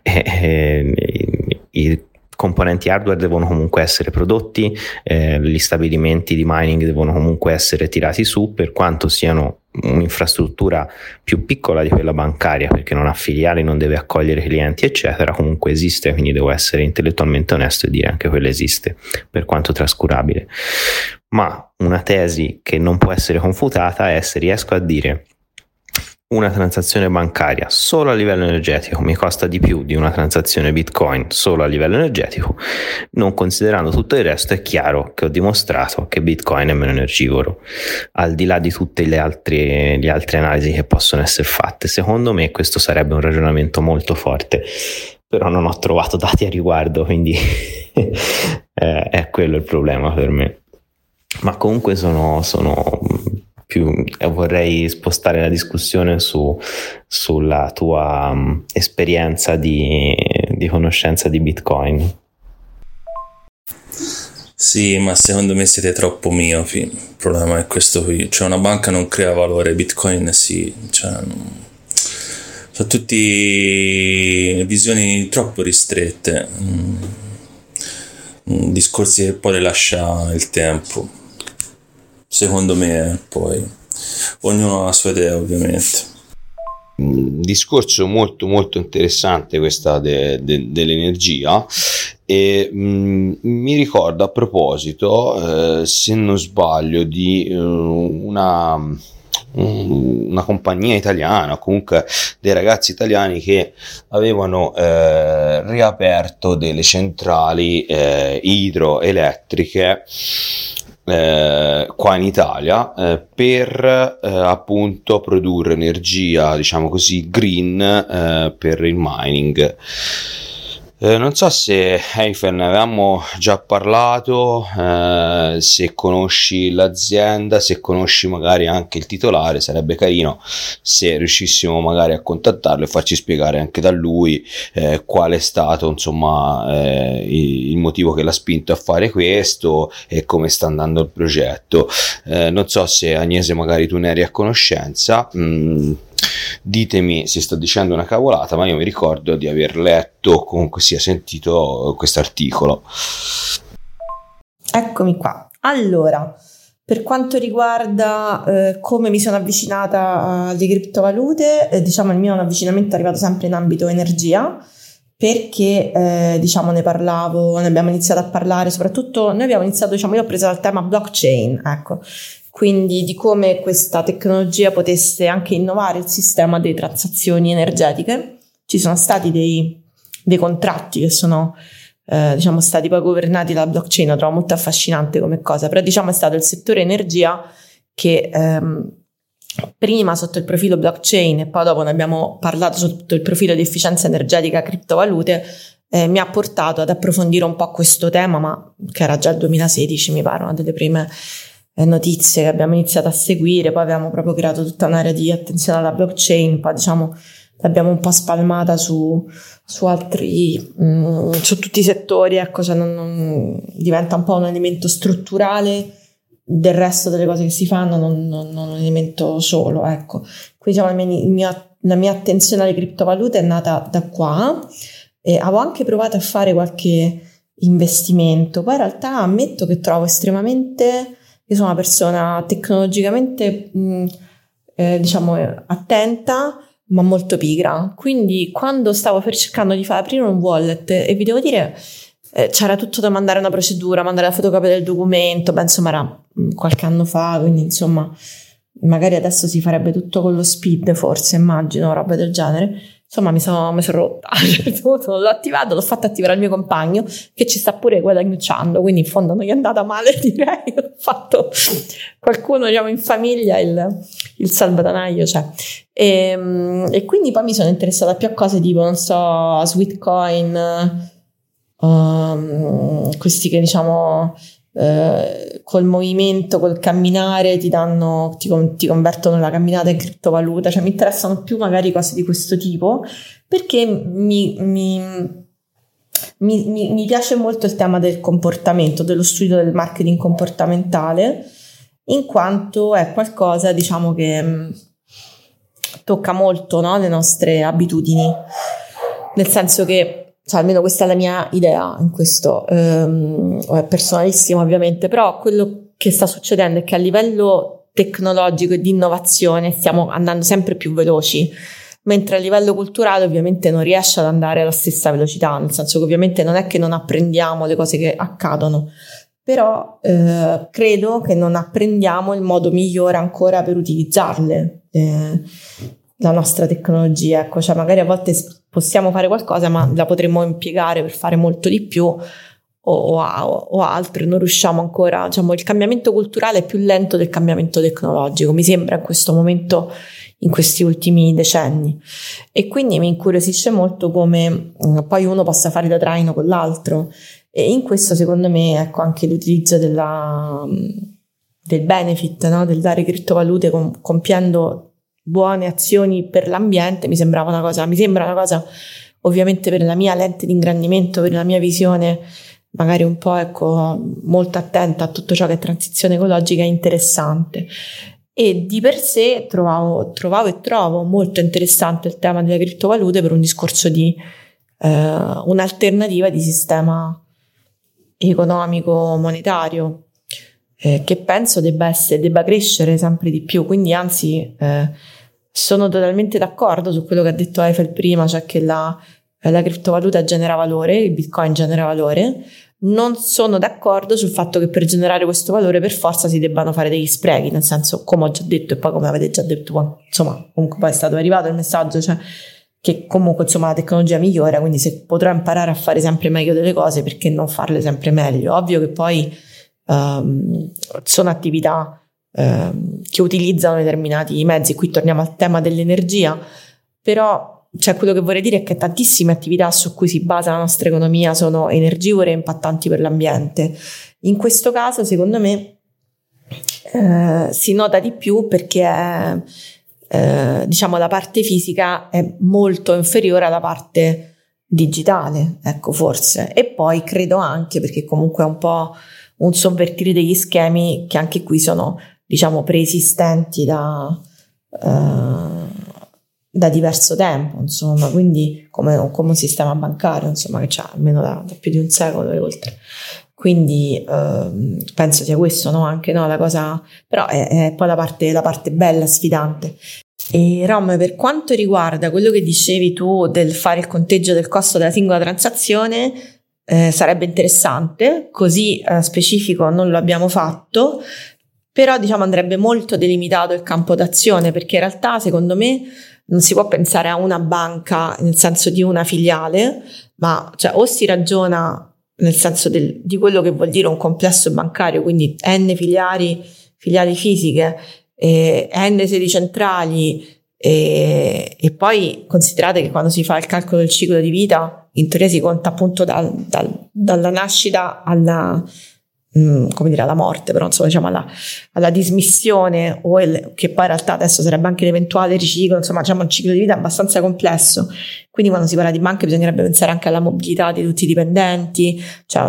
I componenti hardware devono comunque essere prodotti, gli stabilimenti di mining devono comunque essere tirati su, per quanto siano un'infrastruttura più piccola di quella bancaria, perché non ha filiali, non deve accogliere clienti eccetera, comunque esiste, quindi devo essere intellettualmente onesto e dire anche quella esiste, per quanto trascurabile. Ma una tesi che non può essere confutata è se riesco a dire una transazione bancaria solo a livello energetico mi costa di più di una transazione Bitcoin solo a livello energetico, non considerando tutto il resto, è chiaro che ho dimostrato che Bitcoin è meno energivoro, al di là di tutte le altre analisi che possono essere fatte. Secondo me questo sarebbe un ragionamento molto forte, però non ho trovato dati a riguardo, quindi è quello il problema per me. Ma comunque sono vorrei spostare la discussione sulla tua esperienza di conoscenza di Bitcoin. Sì, ma secondo me siete troppo miopi. Il problema è questo qui. Cioè, una banca non crea valore, Bitcoin sì. Cioè, sono tutti visioni troppo ristrette. Discorsi che poi le lascia il tempo. Secondo me, poi ognuno ha la sua idea, ovviamente. Discorso molto molto interessante questa dell'energia, e mi ricordo a proposito, se non sbaglio, di una compagnia italiana, comunque dei ragazzi italiani che avevano riaperto delle centrali idroelettriche qua in Italia, per appunto produrre energia, diciamo così, green, per il mining. Non so se Eiffel ne avevamo già parlato, se conosci l'azienda, se conosci magari anche il titolare, sarebbe carino se riuscissimo magari a contattarlo e farci spiegare anche da lui qual è stato, insomma, il motivo che l'ha spinto a fare questo e come sta andando il progetto. Non so se Agnese magari tu ne eri a conoscenza. Ditemi se sto dicendo una cavolata, ma io mi ricordo di aver letto o comunque sia sentito questo articolo. Eccomi qua. Allora, per quanto riguarda come mi sono avvicinata alle criptovalute, diciamo il mio avvicinamento è arrivato sempre in ambito energia, perché diciamo ne abbiamo iniziato a parlare, soprattutto noi abbiamo iniziato, diciamo, io ho preso dal tema blockchain, ecco, quindi di come questa tecnologia potesse anche innovare il sistema delle transazioni energetiche. Ci sono stati dei contratti che sono diciamo stati poi governati dalla blockchain, lo trovo molto affascinante come cosa, però diciamo è stato il settore energia che prima sotto il profilo blockchain e poi dopo ne abbiamo parlato sotto il profilo di efficienza energetica criptovalute, mi ha portato ad approfondire un po' questo tema, ma che era già il 2016 mi pare, una delle prime notizie che abbiamo iniziato a seguire. Poi abbiamo proprio creato tutta un'area di attenzione alla blockchain, poi diciamo l'abbiamo un po' spalmata su altri, su tutti i settori, ecco, cioè non diventa un po' un elemento strutturale del resto delle cose che si fanno, non un elemento solo, ecco. Quindi diciamo la mia attenzione alle criptovalute è nata da qua, e avevo anche provato a fare qualche investimento, poi in realtà ammetto che trovo estremamente, io sono una persona tecnologicamente diciamo attenta ma molto pigra, quindi quando stavo cercando di fare aprire un wallet, e vi devo dire c'era tutto da mandare, una procedura, mandare la fotocopia del documento, beh, insomma era qualche anno fa, quindi insomma magari adesso si farebbe tutto con lo speed, forse, immagino, roba del genere. Insomma mi sono rotta, l'ho attivato, l'ho fatto attivare al mio compagno che ci sta pure guadagnucciando, quindi in fondo non gli è andata male, direi. Ho fatto qualcuno, diciamo, in famiglia il salvadanaio c'è. E quindi poi mi sono interessata più a cose tipo, non so, Sweetcoin, questi che diciamo col movimento, col camminare ti convertono la camminata in criptovaluta. Cioè mi interessano più magari cose di questo tipo, perché mi piace molto il tema del comportamento, dello studio del marketing comportamentale, in quanto è qualcosa, diciamo, che tocca molto, no, le nostre abitudini, nel senso che, cioè, almeno questa è la mia idea in questo, è personalissimo ovviamente, però quello che sta succedendo è che a livello tecnologico e di innovazione stiamo andando sempre più veloci, mentre a livello culturale ovviamente non riesce ad andare alla stessa velocità, nel senso che ovviamente non è che non apprendiamo le cose che accadono, però credo che non apprendiamo il modo migliore ancora per utilizzarle, la nostra tecnologia, ecco, cioè magari a volte possiamo fare qualcosa ma la potremmo impiegare per fare molto di più o altro, e non riusciamo ancora, diciamo, il cambiamento culturale è più lento del cambiamento tecnologico, mi sembra in questo momento, in questi ultimi decenni, e quindi mi incuriosisce molto come poi uno possa fare da traino con l'altro, e in questo secondo me, ecco, anche l'utilizzo del benefit, no? Del dare criptovalute compiendo buone azioni per l'ambiente mi sembra una cosa ovviamente per la mia lente di ingrandimento, per la mia visione magari un po', ecco, molto attenta a tutto ciò che è transizione ecologica, è interessante. E di per sé trovavo e trovo molto interessante il tema delle criptovalute per un discorso di un'alternativa di sistema economico monetario che penso debba crescere sempre di più, quindi anzi sono totalmente d'accordo su quello che ha detto Eiffel prima, cioè che la criptovaluta genera valore, il Bitcoin genera valore. Non sono d'accordo sul fatto che per generare questo valore per forza si debbano fare degli sprechi, nel senso, come ho già detto e poi come avete già detto, insomma, comunque poi è stato arrivato il messaggio, cioè che comunque, insomma, la tecnologia migliora, quindi se potrò imparare a fare sempre meglio delle cose, perché non farle sempre meglio? Ovvio che poi sono attività che utilizzano determinati mezzi, qui torniamo al tema dell'energia, però cioè quello che vorrei dire è che tantissime attività su cui si basa la nostra economia sono energivore e impattanti per l'ambiente. In questo caso secondo me si nota di più perché diciamo la parte fisica è molto inferiore alla parte digitale, ecco, forse. E poi credo anche perché comunque è un po' un sovvertire degli schemi che anche qui sono, diciamo, preesistenti da diverso tempo, insomma, quindi come un sistema bancario, insomma, che c'ha almeno da più di un secolo e oltre. Quindi penso sia questo, no? Anche no, la cosa, però è poi la parte bella, sfidante. E Rom, per quanto riguarda quello che dicevi tu del fare il conteggio del costo della singola transazione, sarebbe interessante, così specifico non lo abbiamo fatto, però diciamo andrebbe molto delimitato il campo d'azione, perché in realtà secondo me non si può pensare a una banca nel senso di una filiale, ma cioè o si ragiona nel senso di quello che vuol dire un complesso bancario, quindi n filiali fisiche, n sedi centrali, e poi considerate che quando si fa il calcolo del ciclo di vita in teoria si conta appunto dalla nascita alla come dire, alla morte, però insomma diciamo alla dismissione che poi in realtà adesso sarebbe anche l'eventuale riciclo, insomma diciamo un ciclo di vita abbastanza complesso, quindi quando si parla di banche bisognerebbe pensare anche alla mobilità di tutti i dipendenti, cioè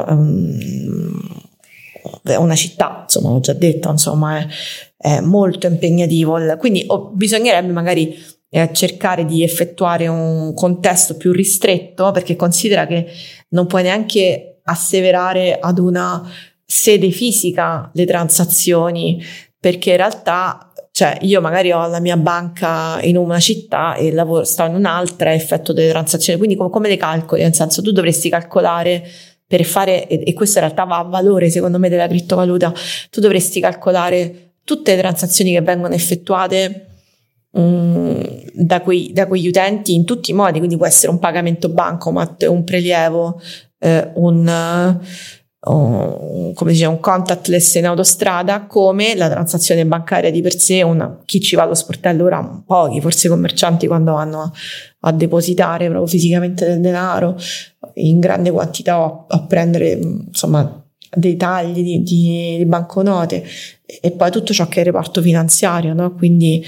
una città, insomma l'ho già detto, insomma è molto impegnativo, quindi bisognerebbe magari cercare di effettuare un contesto più ristretto, perché considera che non puoi neanche asseverare ad una sede fisica le transazioni, perché in realtà cioè io magari ho la mia banca in una città e sto in un'altra e effettuo delle transazioni, quindi come le calcoli? Nel senso, tu dovresti calcolare per fare, e questo in realtà va a valore secondo me della criptovaluta, tu dovresti calcolare tutte le transazioni che vengono effettuate da quegli utenti in tutti i modi, quindi può essere un pagamento bancomat, un prelievo, come dice, un contactless in autostrada, come la transazione bancaria di per sé. Chi ci va allo sportello ora? Pochi, forse i commercianti, quando vanno a depositare proprio fisicamente del denaro in grande quantità o a prendere insomma dei tagli di banconote, e poi tutto ciò che è il reparto finanziario, no? Quindi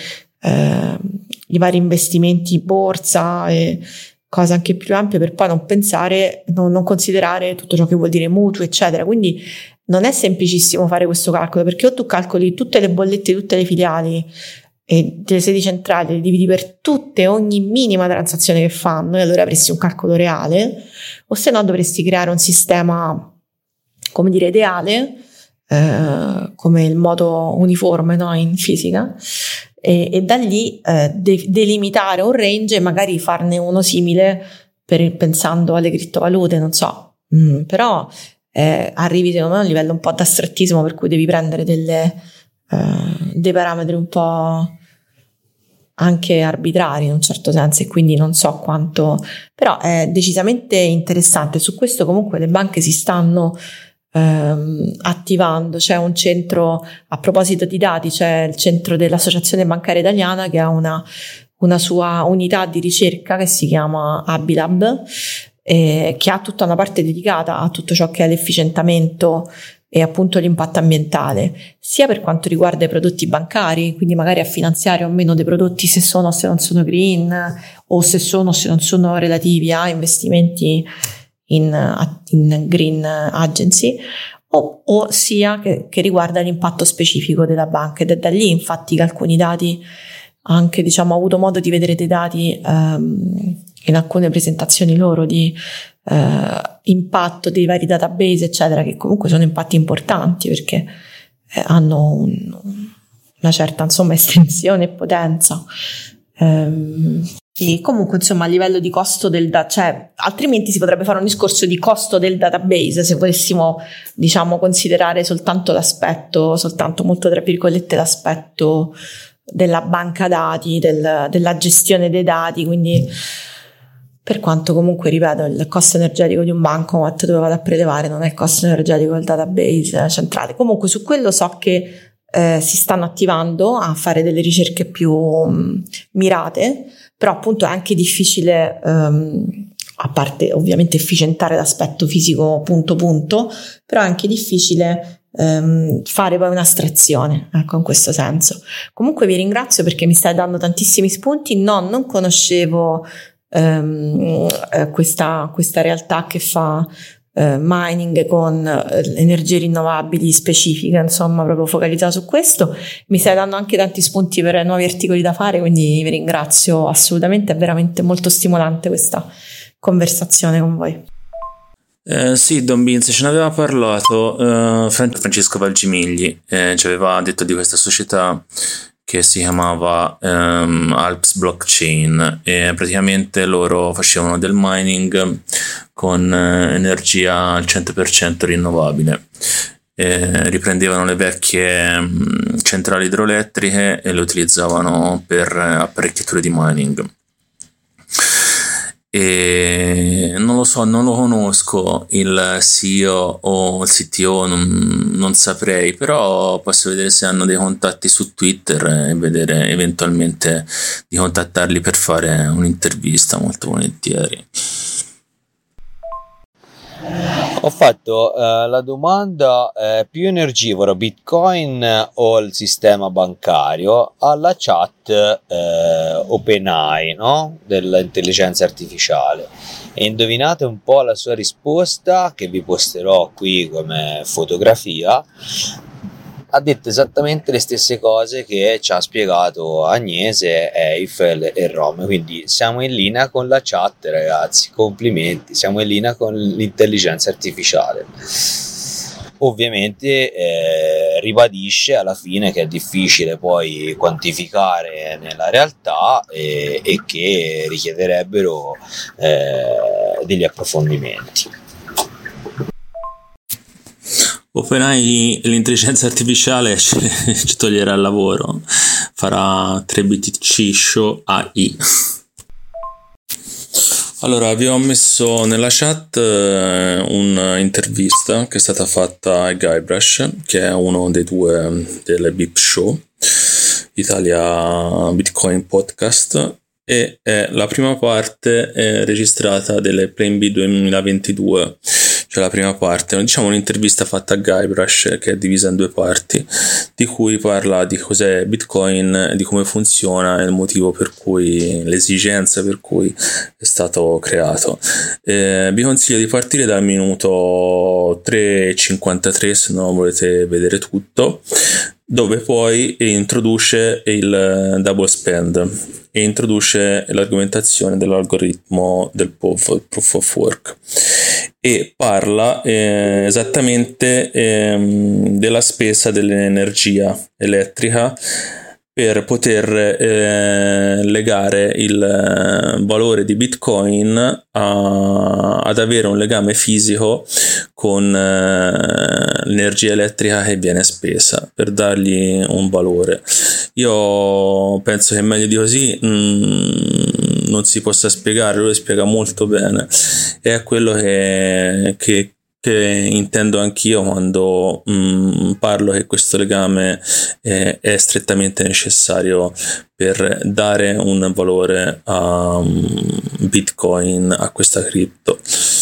i vari investimenti, borsa e cose anche più ampie, per poi non pensare, non considerare tutto ciò che vuol dire mutui, eccetera. Quindi non è semplicissimo fare questo calcolo, perché o tu calcoli tutte le bollette di tutte le filiali e delle sedi centrali, le dividi per tutte, ogni minima transazione che fanno, e allora avresti un calcolo reale, o se no dovresti creare un sistema, come dire, ideale, come il modo uniforme, no, in fisica, e da lì delimitare un range e magari farne uno simile pensando alle criptovalute, non so, però arrivi secondo me a un livello un po' di astrattismo, per cui devi prendere dei parametri un po' anche arbitrari in un certo senso, e quindi non so quanto, però è decisamente interessante. Su questo comunque le banche si stanno attivando. C'è un centro, a proposito di dati, c'è il centro dell'Associazione Bancaria Italiana, che ha una sua unità di ricerca che si chiama Abilab, che ha tutta una parte dedicata a tutto ciò che è l'efficientamento e appunto l'impatto ambientale, sia per quanto riguarda i prodotti bancari, quindi magari a finanziare o meno dei prodotti, se sono o se non sono green, o se sono o se non sono relativi a investimenti in green agency, o sia che riguarda l'impatto specifico della banca. Ed è da lì infatti che alcuni dati, anche diciamo ho avuto modo di vedere dei dati in alcune presentazioni loro di impatto dei vari database eccetera, che comunque sono impatti importanti, perché hanno una certa insomma estensione e potenza. E comunque insomma a livello di costo cioè altrimenti si potrebbe fare un discorso di costo del database se volessimo diciamo considerare soltanto molto tra virgolette l'aspetto della banca dati, della gestione dei dati. Quindi, per quanto comunque ripeto, il costo energetico di un bancomat dove vado a prelevare non è il costo energetico del database centrale. Comunque su quello so che si stanno attivando a fare delle ricerche più mirate, però appunto è anche difficile, a parte ovviamente efficientare l'aspetto fisico punto, però è anche difficile fare poi un'astrazione, ecco, in questo senso. Comunque vi ringrazio perché mi stai dando tantissimi spunti. Non conoscevo questa realtà che fa mining con energie rinnovabili specifiche, insomma proprio focalizzata su questo. Mi stai dando anche tanti spunti per nuovi articoli da fare, quindi vi ringrazio assolutamente, è veramente molto stimolante questa conversazione con voi. Sì, Don Binz ce ne aveva parlato Francesco Valgimigli, ci aveva detto di questa società che si chiamava Alps Blockchain, e praticamente loro facevano del mining con energia al 100% rinnovabile. Riprendevano le vecchie centrali idroelettriche e le utilizzavano per apparecchiature di mining. E non lo so, non lo conosco il CEO o il CTO, non saprei, però posso vedere se hanno dei contatti su Twitter e vedere eventualmente di contattarli per fare un'intervista, molto volentieri. Ho fatto la domanda più energivoro, Bitcoin o il sistema bancario, alla chat OpenAI, no? Dell'intelligenza artificiale, e indovinate un po' la sua risposta, che vi posterò qui come fotografia. Ha detto esattamente le stesse cose che ci ha spiegato Agnese, Eiffel e Rom, quindi siamo in linea con la chat, ragazzi, complimenti, siamo in linea con l'intelligenza artificiale. Ovviamente ribadisce alla fine che è difficile poi quantificare nella realtà e che richiederebbero degli approfondimenti. OpenAI, l'intelligenza artificiale ci toglierà il lavoro, farà 3 BTC show AI. Allora, vi ho messo nella chat un'intervista che è stata fatta a Guybrush, che è uno dei due del BIP Show, Italia Bitcoin Podcast, e la prima parte è registrata delle Plan B 2022, cioè la prima parte, diciamo un'intervista fatta a Guybrush che è divisa in due parti, di cui parla di cos'è Bitcoin, di come funziona e il motivo per cui, l'esigenza per cui è stato creato. Vi consiglio di partire dal minuto 3:53 se non volete vedere tutto, dove poi introduce il double spend e introduce l'argomentazione dell'algoritmo del proof of work e parla esattamente della spesa dell'energia elettrica per poter legare il valore di Bitcoin ad avere un legame fisico con l'energia elettrica che viene spesa, per dargli un valore. Io penso che meglio di così non si possa spiegare, lui spiega molto bene, e è quello che intendo anch'io quando parlo che questo legame è strettamente necessario per dare un valore a Bitcoin, a questa cripto.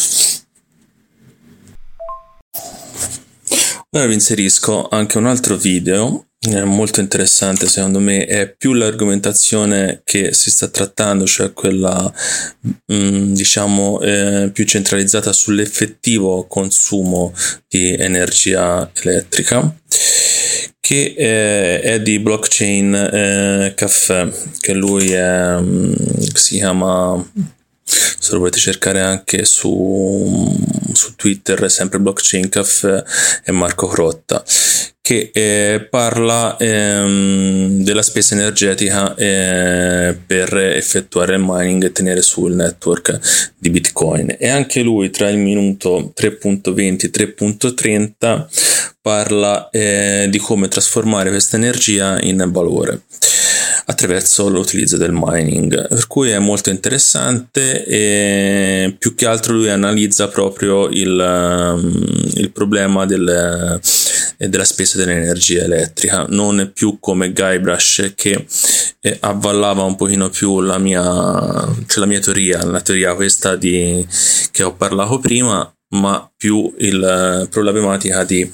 Ora vi inserisco anche un altro video molto interessante, secondo me è più l'argomentazione che si sta trattando, cioè quella diciamo più centralizzata sull'effettivo consumo di energia elettrica, che è di Blockchain Café, che lui si chiama, se lo volete cercare anche su Twitter, sempre Blockchain Café, e Marco Crotta, che parla della spesa energetica per effettuare il mining e tenere sul network di Bitcoin, e anche lui tra il minuto 3.20 e 3.30 parla di come trasformare questa energia in valore attraverso l'utilizzo del mining, per cui è molto interessante. E più che altro lui analizza proprio il problema della spesa dell'energia elettrica, non è più come Guybrush che avvallava un pochino più la mia teoria, la teoria questa che ho parlato prima, ma più la problematica di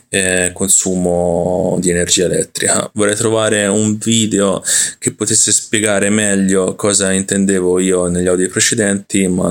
consumo di energia elettrica. Vorrei trovare un video che potesse spiegare meglio cosa intendevo io negli audio precedenti, ma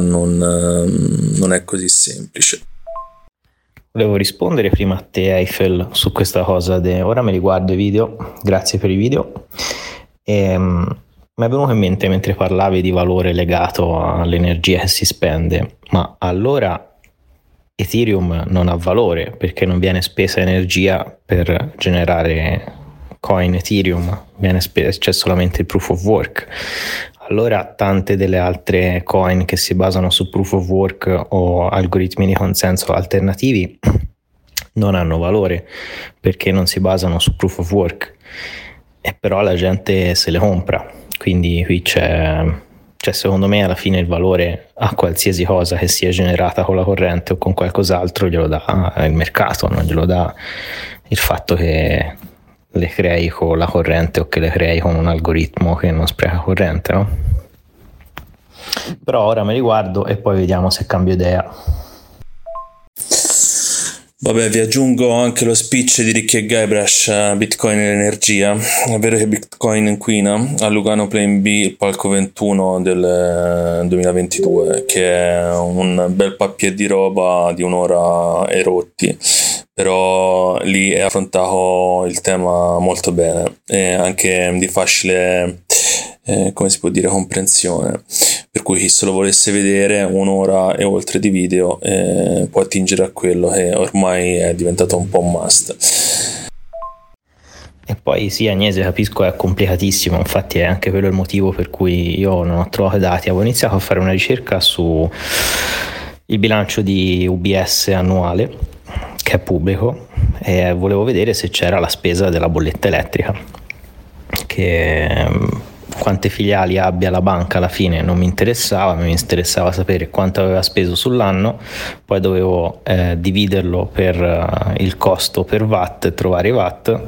non è così semplice. Volevo rispondere prima a te, Eiffel, su questa cosa. Ora me li guardo i video, grazie per i video. Mi è venuto in mente mentre parlavi di valore legato all'energia che si spende, ma allora Ethereum non ha valore perché non viene spesa energia per generare coin Ethereum, c'è solamente il proof of work. Allora tante delle altre coin che si basano su proof of work o algoritmi di consenso alternativi non hanno valore perché non si basano su proof of work, e però la gente se le compra. Quindi qui c'è secondo me alla fine il valore a qualsiasi cosa che sia generata con la corrente o con qualcos'altro glielo dà il mercato, non glielo dà il fatto che le crei con la corrente o che le crei con un algoritmo che non spreca corrente, no? Però ora me li guardo e poi vediamo se cambio idea. Vabbè, vi aggiungo anche lo speech di Ricky e Guybrush, Bitcoin e l'energia. È vero che Bitcoin inquina? A Lugano Plan B, il palco 21 del 2022, che è un bel papier di roba di un'ora e rotti, però lì è affrontato il tema molto bene e anche di facile come si può dire comprensione, per cui chi se lo volesse vedere un'ora e oltre di video può attingere a quello che ormai è diventato un po' un must. E poi sì, Agnese, capisco, è complicatissimo, infatti è anche quello il motivo per cui io non ho trovato i dati. Avevo iniziato a fare una ricerca su il bilancio di UBS annuale, che è pubblico, e volevo vedere se c'era la spesa della bolletta elettrica, che quante filiali abbia la banca alla fine non mi interessava sapere quanto aveva speso sull'anno, poi dovevo dividerlo per il costo per watt e trovare i watt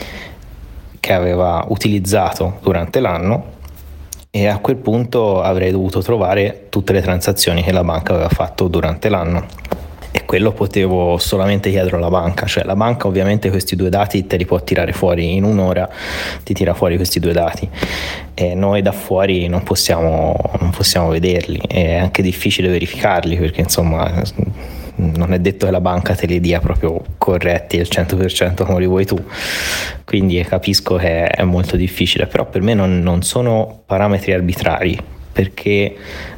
che aveva utilizzato durante l'anno, e a quel punto avrei dovuto trovare tutte le transazioni che la banca aveva fatto durante l'anno, e quello potevo solamente chiedere alla banca. Cioè la banca ovviamente questi due dati te li può tirare fuori in un'ora, ti tira fuori questi due dati, e noi da fuori non possiamo vederli, è anche difficile verificarli, perché insomma non è detto che la banca te li dia proprio corretti al 100% come li vuoi tu, quindi capisco che è molto difficile, però per me non sono parametri arbitrari, perché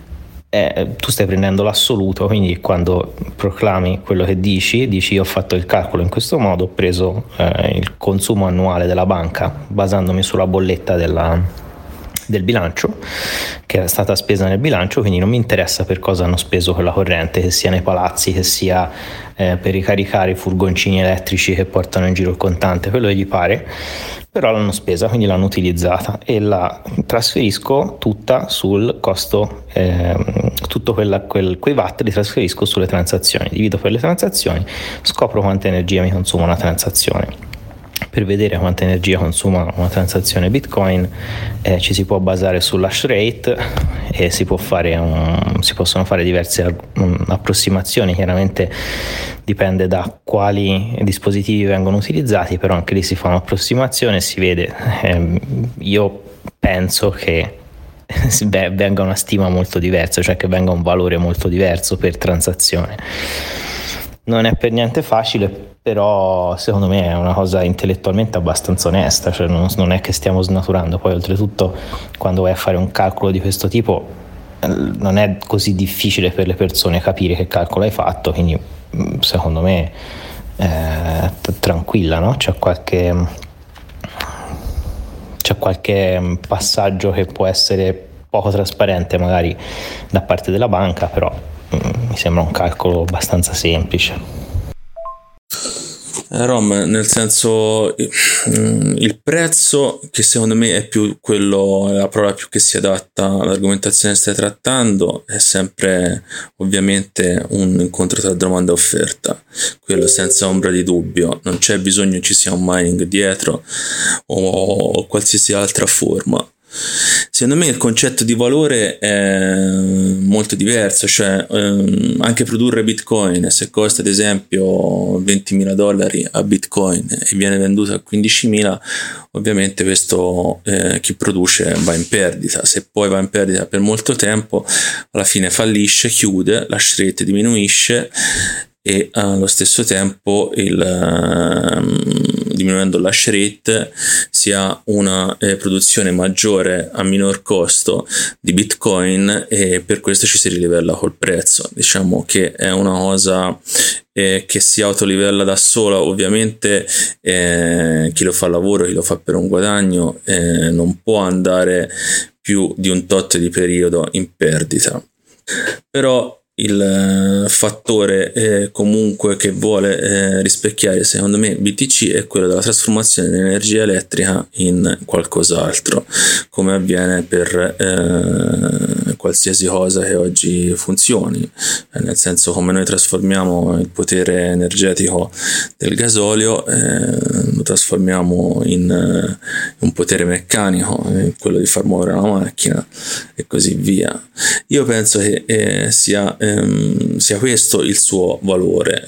tu stai prendendo l'assoluto, quindi quando proclami quello che dici io ho fatto il calcolo in questo modo, ho preso il consumo annuale della banca basandomi sulla bolletta del bilancio che è stata spesa nel bilancio, quindi non mi interessa per cosa hanno speso quella corrente, che sia nei palazzi, che sia per ricaricare i furgoncini elettrici che portano in giro il contante, quello che gli pare, però l'hanno spesa, quindi l'hanno utilizzata e la trasferisco tutta sul costo, tutto quei watt li trasferisco sulle transazioni, divido per le transazioni, scopro quanta energia mi consuma una transazione. Per vedere quanta energia consuma una transazione Bitcoin ci si può basare sull'hash rate e si possono fare diverse approssimazioni, chiaramente dipende da quali dispositivi vengono utilizzati, però anche lì si fa un'approssimazione e si vede. Io penso che venga una stima molto diversa, cioè che venga un valore molto diverso per transazione. Non è per niente facile, però secondo me è una cosa intellettualmente abbastanza onesta, cioè non è che stiamo snaturando. Poi oltretutto quando vai a fare un calcolo di questo tipo non è così difficile per le persone capire che calcolo hai fatto, quindi secondo me tranquilla, no? C'è qualche passaggio che può essere poco trasparente magari da parte della banca, però mi sembra un calcolo abbastanza semplice. Rom, nel senso, il prezzo, che secondo me è più quello, la parola più che si adatta all'argomentazione che stai trattando, è sempre ovviamente un incontro tra domanda e offerta, quello senza ombra di dubbio. Non c'è bisogno ci sia un mining dietro o qualsiasi altra forma. Secondo me il concetto di valore è molto diverso, cioè anche produrre Bitcoin, se costa ad esempio $20.000 a Bitcoin e viene venduto a 15.000, ovviamente questo chi produce va in perdita. Se poi va in perdita per molto tempo, alla fine fallisce, chiude, l'hash rate diminuisce e allo stesso tempo diminuendo l'hash rate si ha una produzione maggiore a minor costo di Bitcoin, e per questo ci si rilivella col prezzo. Diciamo che è una cosa che si autolivella da sola. Ovviamente chi lo fa lavoro, chi lo fa per un guadagno non può andare più di un tot di periodo in perdita, però il fattore comunque che vuole rispecchiare secondo me BTC è quello della trasformazione dell'energia elettrica in qualcos'altro, come avviene per qualsiasi cosa che oggi funzioni, nel senso, come noi trasformiamo il potere energetico del gasolio, lo trasformiamo in un potere meccanico, quello di far muovere una macchina e così via. Io penso che sia questo il suo valore,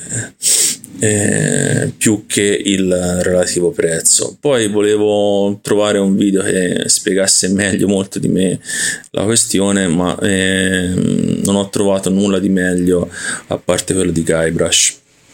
più che il relativo prezzo. Poi volevo trovare un video che spiegasse meglio, molto di me, la questione, ma non ho trovato nulla di meglio a parte quello di Guybrush.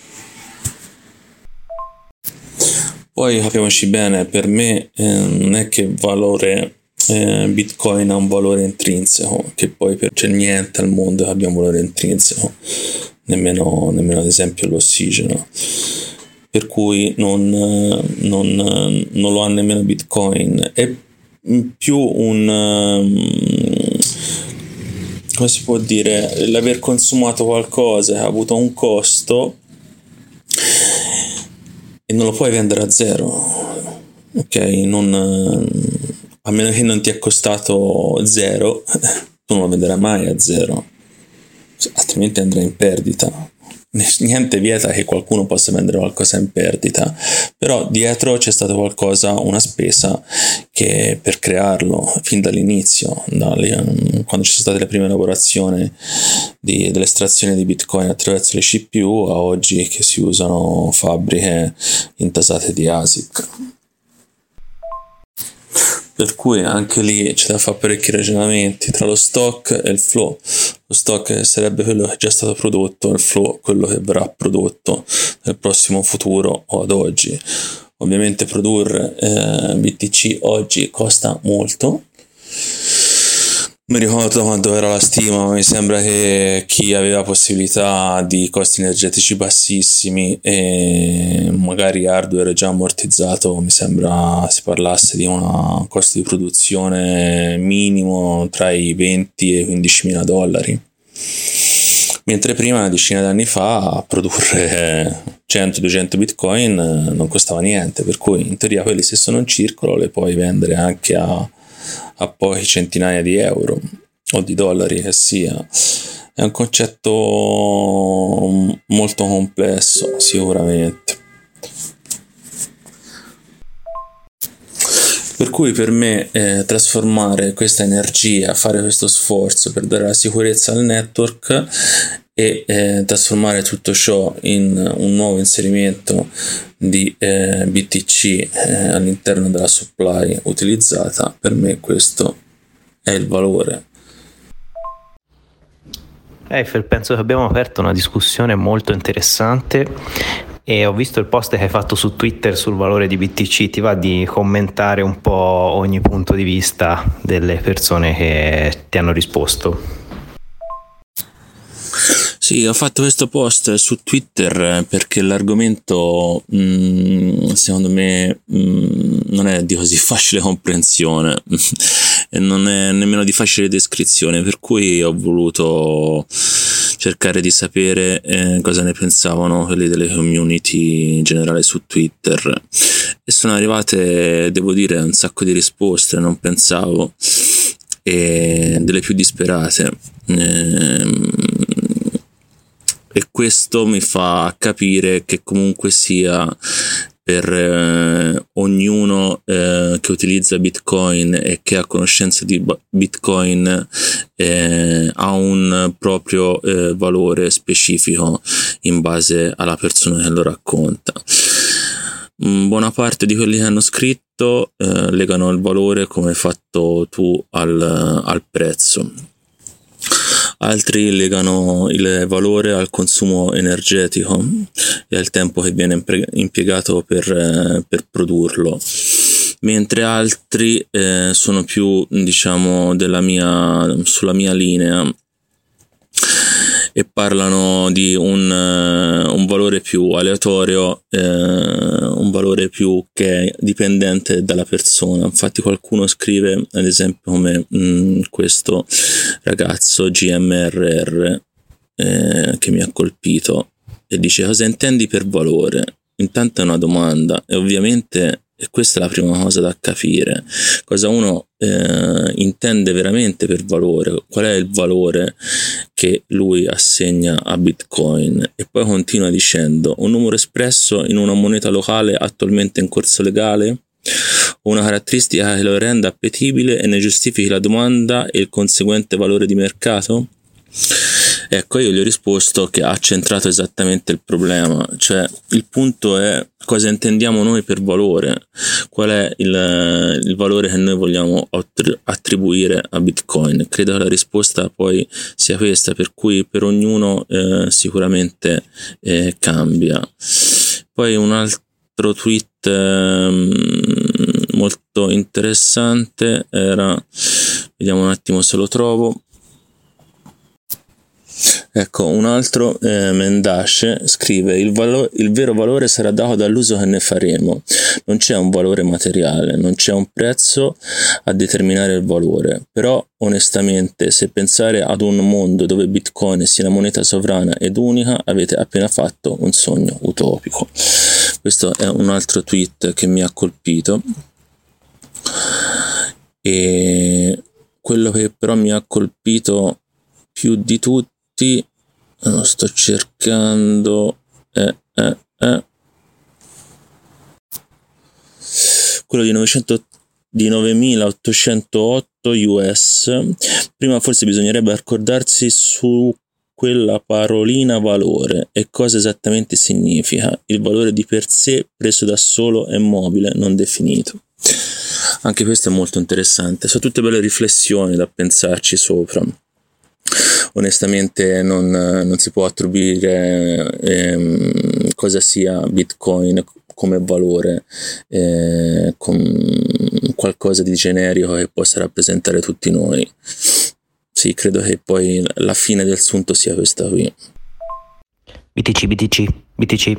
Poi capiamoci bene, per me non è che valore Bitcoin ha un valore intrinseco, che poi c'è niente al mondo che abbia un valore intrinseco, nemmeno ad esempio l'ossigeno, per cui non lo ha nemmeno Bitcoin. È più come si può dire, l'aver consumato qualcosa che ha avuto un costo e non lo puoi vendere a zero, ok? a meno che non ti è costato zero, tu non lo venderai mai a zero, altrimenti andrai in perdita. Niente vieta che qualcuno possa vendere qualcosa in perdita, però dietro c'è stato qualcosa, una spesa che per crearlo fin dall'inizio, quando ci sono state le prime lavorazioni dell'estrazione di Bitcoin attraverso le CPU, a oggi che si usano fabbriche intasate di ASIC. Per cui anche lì c'è da fare parecchi ragionamenti tra lo stock e il flow. Lo stock sarebbe quello che è già stato prodotto, il flow quello che verrà prodotto nel prossimo futuro o ad oggi. Ovviamente produrre BTC oggi costa molto. Mi ricordo quando era la stima, mi sembra che chi aveva possibilità di costi energetici bassissimi e magari hardware già ammortizzato, mi sembra si parlasse di un costo di produzione minimo tra i 20 e i 15 mila dollari. Mentre prima, una decina d'anni fa, produrre 100-200 bitcoin non costava niente, per cui in teoria quelli, se sono in circolo, le puoi vendere anche a poche centinaia di euro o di dollari che sia. È un concetto molto complesso, sicuramente. Per cui per me trasformare questa energia, fare questo sforzo per dare la sicurezza al network e trasformare tutto ciò in un nuovo inserimento di BTC all'interno della supply utilizzata, per me questo è il valore. Eiffel, penso che abbiamo aperto una discussione molto interessante e ho visto il post che hai fatto su Twitter sul valore di BTC. Ti va di commentare un po' ogni punto di vista delle persone che ti hanno risposto? Sì, ho fatto questo post su Twitter perché l'argomento secondo me non è di così facile comprensione e non è nemmeno di facile descrizione, per cui ho voluto cercare di sapere cosa ne pensavano quelli delle community in generale su Twitter, e sono arrivate, devo dire, un sacco di risposte, non pensavo, e delle più disperate. E questo mi fa capire che comunque sia per ognuno che utilizza Bitcoin e che ha conoscenza di Bitcoin ha un proprio valore specifico in base alla persona che lo racconta. Buona parte di quelli che hanno scritto legano il valore, come hai fatto tu, al prezzo. Altri legano il valore al consumo energetico e al tempo che viene impiegato per produrlo, mentre altri sono più, diciamo, sulla mia linea e parlano di un valore più aleatorio, un valore più che è dipendente dalla persona. Infatti qualcuno scrive, ad esempio, come questo ragazzo GMRR che mi ha colpito, e dice: cosa intendi per valore? Intanto è una domanda, e ovviamente questa è la prima cosa da capire, cosa uno intende veramente per valore, qual è il valore che lui assegna a Bitcoin. E poi continua dicendo: un numero espresso in una moneta locale attualmente in corso legale, o una caratteristica che lo renda appetibile e ne giustifichi la domanda e il conseguente valore di mercato? Ecco, io gli ho risposto che ha centrato esattamente il problema, cioè il punto è cosa intendiamo noi per valore, qual è il valore che noi vogliamo attribuire a Bitcoin. Credo che la risposta poi sia questa, per cui per ognuno sicuramente cambia. Poi un altro tweet molto interessante era, vediamo un attimo se lo trovo. Ecco, un altro Mendace scrive: il vero valore sarà dato dall'uso che ne faremo. Non c'è un valore materiale, non c'è un prezzo a determinare il valore. Però onestamente, se pensare ad un mondo dove Bitcoin sia la moneta sovrana ed unica, avete appena fatto un sogno utopico. Questo è un altro tweet che mi ha colpito. E quello che però mi ha colpito più di tutti, lo sto cercando, quello di 9.808 US. Prima forse bisognerebbe accordarsi su quella parolina valore e cosa esattamente significa. Il valore di per sé preso da solo è mobile, non definito. Anche questo è molto interessante, sono tutte belle riflessioni da pensarci sopra. Onestamente non si può attribuire cosa sia Bitcoin come valore, con qualcosa di generico che possa rappresentare tutti noi. Sì, credo che poi la fine del sunto sia questa qui. BTC.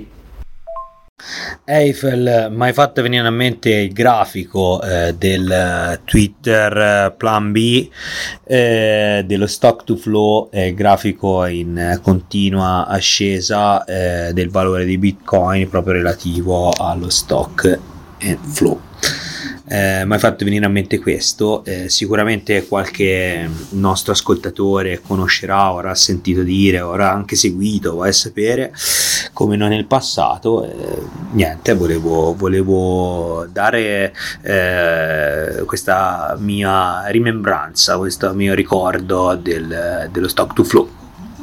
Eiffel, mi hai fatto venire a mente il grafico del Twitter Plan B dello stock to flow, grafico in continua ascesa del valore di Bitcoin proprio relativo allo stock and flow. Mi hai fatto venire a mente questo. Sicuramente qualche nostro ascoltatore conoscerà, avrà sentito dire, avrà anche seguito, vuoi sapere, come non nel passato. Niente, volevo dare questa mia rimembranza, questo mio ricordo dello stock to flow.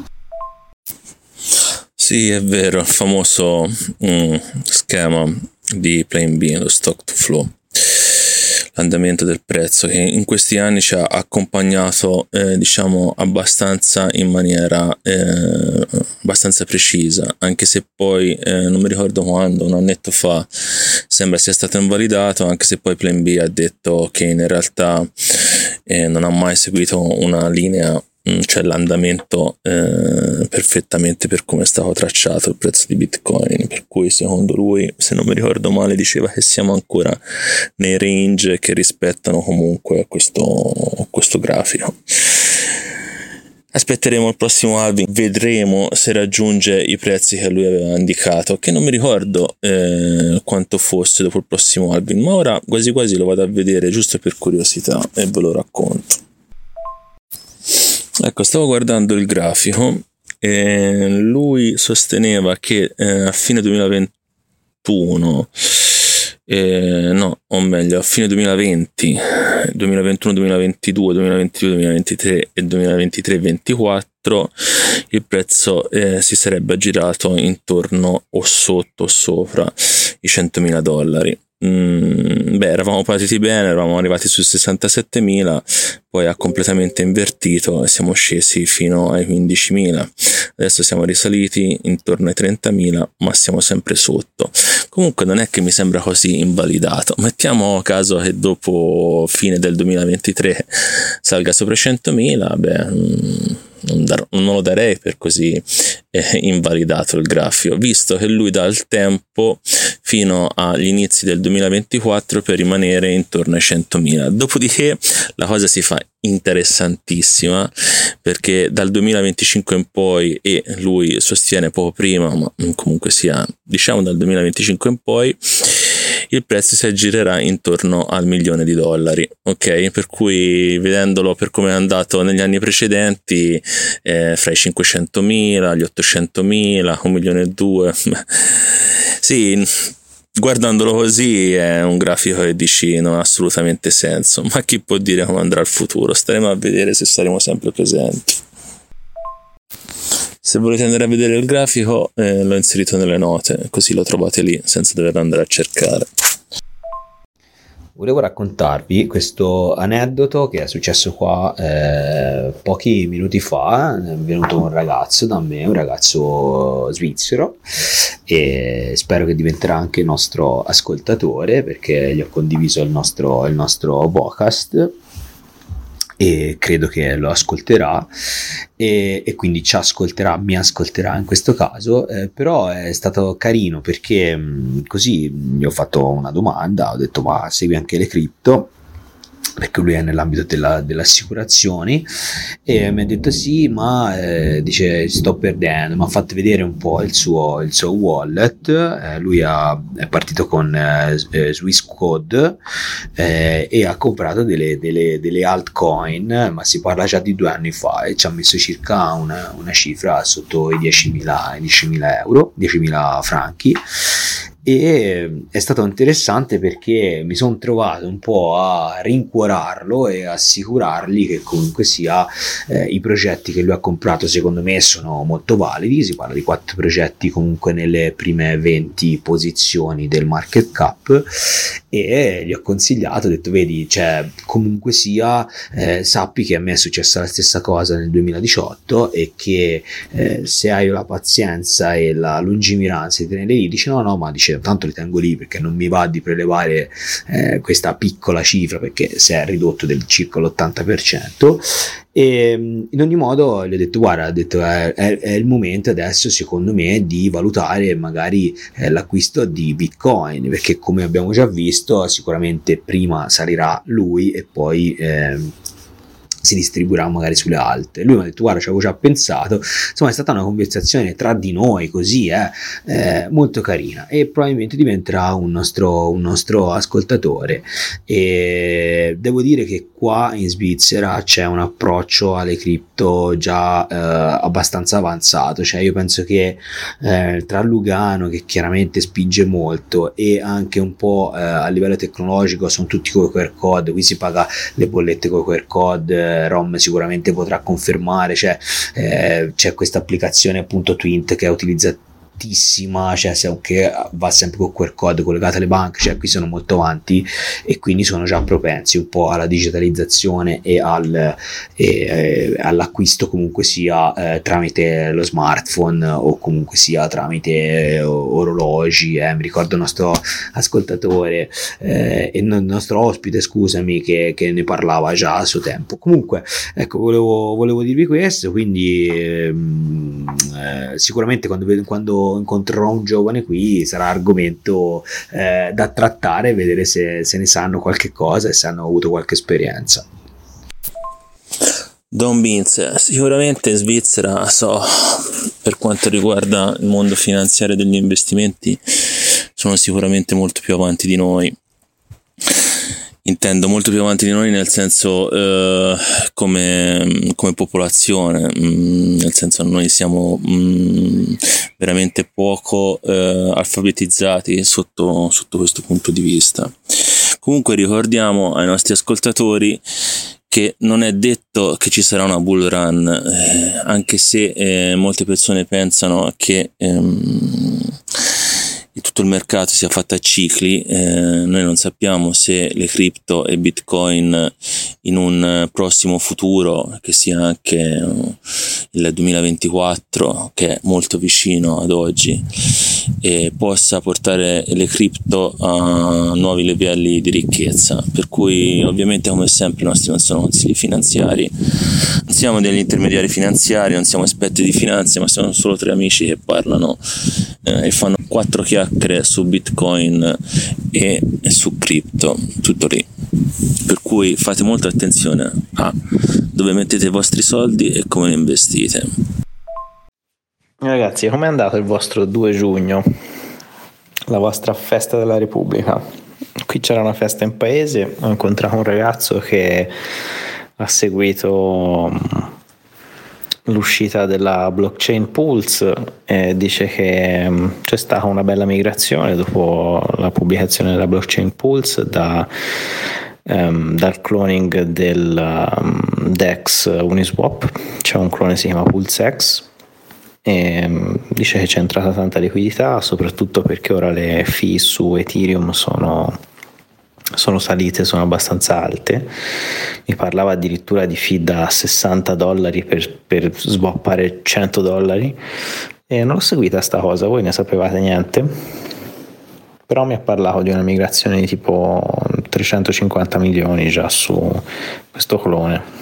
Sì, è vero, il famoso schema di Plan B, lo stock to flow, l'andamento del prezzo che in questi anni ci ha accompagnato diciamo abbastanza in maniera abbastanza precisa, anche se poi non mi ricordo quando, un annetto fa sembra sia stato invalidato, anche se poi Plan B ha detto che in realtà non ha mai seguito una linea, cioè l'andamento perfettamente per come è stato tracciato il prezzo di Bitcoin, per cui secondo lui, se non mi ricordo male, diceva che siamo ancora nei range che rispettano comunque questo grafico. Aspetteremo il prossimo halving, vedremo se raggiunge i prezzi che lui aveva indicato, che non mi ricordo quanto fosse dopo il prossimo halving, ma ora quasi quasi lo vado a vedere giusto per curiosità e ve lo racconto. Ecco, stavo guardando il grafico e lui sosteneva che a fine 2021, o meglio a fine 2020, 2021, 2022, 2022, 2023 e 2023-2024 il prezzo si sarebbe aggirato intorno o sotto o sopra i $100.000. Eravamo partiti bene, eravamo arrivati su 67.000, poi ha completamente invertito e siamo scesi fino ai 15.000. Adesso siamo risaliti intorno ai 30.000, ma siamo sempre sotto. Comunque non è che mi sembra così invalidato. Mettiamo caso che dopo fine del 2023 salga sopra i 100.000, non lo darei per così invalidato il grafico, visto che lui dà il tempo fino agli inizi del 2024 per rimanere intorno ai 100.000. Dopodiché la cosa si fa interessantissima, perché dal 2025 in poi, e lui sostiene poco prima, ma comunque sia, diciamo dal 2025 in poi, il prezzo si aggirerà intorno al $1.000.000, ok? Per cui, vedendolo per come è andato negli anni precedenti, fra i 500.000, gli 800.000, 1.200.000, sì, guardandolo così è un grafico che dici non ha assolutamente senso, ma chi può dire come andrà il futuro? Staremo a vedere se saremo sempre presenti. Se volete andare a vedere il grafico, l'ho inserito nelle note, così lo trovate lì senza dover andare a cercare. Volevo raccontarvi questo aneddoto che è successo qua pochi minuti fa. È venuto un ragazzo da me, un ragazzo svizzero, e spero che diventerà anche nostro ascoltatore, perché gli ho condiviso il nostro podcast e credo che lo ascolterà e quindi mi ascolterà in questo caso, però è stato carino perché così gli ho fatto una domanda, ho detto: ma segui anche le cripto? perché lui è nell'ambito delle assicurazioni, e mi ha detto sì, ma dice sto perdendo, mi ha fatto vedere un po' il suo wallet. Lui è partito con Swissquote e ha comprato delle altcoin, ma si parla già di 2 anni fa, e ci ha messo circa una cifra sotto i 10.000 euro, 10.000 franchi. E è stato interessante perché mi sono trovato un po' a rincuorarlo e assicurargli che comunque sia i progetti che lui ha comprato secondo me sono molto validi. Si parla di 4 progetti comunque nelle prime 20 posizioni del market cap, e gli ho consigliato, ho detto vedi, cioè comunque sia sappi che a me è successa la stessa cosa nel 2018 e che se hai la pazienza e la lungimiranza di tenere lì, dice no ma dice tanto li tengo lì perché non mi va di prelevare questa piccola cifra, perché si è ridotto del circa l'80%. E in ogni modo gli ho detto guarda, è il momento adesso secondo me di valutare magari l'acquisto di Bitcoin, perché come abbiamo già visto sicuramente prima salirà lui e poi si distribuirà magari sulle altre. Lui mi ha detto guarda, ci avevo già pensato. Insomma è stata una conversazione tra di noi così molto carina, e probabilmente diventerà un nostro ascoltatore. E devo dire che qua in Svizzera c'è un approccio alle cripto già abbastanza avanzato, cioè io penso che tra Lugano, che chiaramente spinge molto, e anche un po' a livello tecnologico sono tutti con QR code, qui si paga le bollette con QR code. Rom sicuramente potrà confermare, c'è questa applicazione appunto Twint che è utilizzata, cioè che va sempre con QR code collegata alle banche, cioè qui sono molto avanti e quindi sono già propensi un po' alla digitalizzazione e all'acquisto comunque sia tramite lo smartphone o comunque sia tramite orologi. Mi ricordo il nostro ascoltatore e il nostro ospite, scusami, che ne parlava già a suo tempo. Comunque ecco, volevo dirvi questo, quindi sicuramente quando incontrerò un giovane qui sarà argomento da trattare, vedere se ne sanno qualche cosa e se hanno avuto qualche esperienza. Don Vince, sicuramente in Svizzera, per quanto riguarda il mondo finanziario degli investimenti, sono sicuramente molto più avanti di noi. Intendo molto più avanti di noi nel senso come popolazione, nel senso noi siamo veramente poco alfabetizzati sotto questo punto di vista. Comunque ricordiamo ai nostri ascoltatori che non è detto che ci sarà una bull run, anche se molte persone pensano che tutto il mercato sia fatto a cicli. Noi non sappiamo se le cripto e Bitcoin in un prossimo futuro, che sia anche il 2024, che è molto vicino ad oggi, possa portare le cripto a nuovi livelli di ricchezza. Per cui ovviamente, come sempre, i nostri non sono consigli finanziari, non siamo degli intermediari finanziari, non siamo esperti di finanza, ma siamo solo 3 amici che parlano e fanno 4 chiacchiere su Bitcoin e su cripto, tutto lì. Per cui fate molta attenzione a dove mettete i vostri soldi e come li investite. Ragazzi, com'è andato il vostro 2 giugno? La vostra festa della Repubblica? Qui c'era una festa in paese, ho incontrato un ragazzo che ha seguito l'uscita della blockchain Pulse e dice che c'è stata una bella migrazione dopo la pubblicazione della blockchain Pulse dal cloning del DEX Uniswap. C'è un clone che si chiama PulseX e dice che c'è entrata tanta liquidità, soprattutto perché ora le fee su Ethereum sono salite, sono abbastanza alte. Mi parlava addirittura di fee da $60 per swappare $100, e non l'ho seguita sta cosa. Voi ne sapevate niente? Però mi ha parlato di una migrazione di tipo 350 milioni già su questo clone.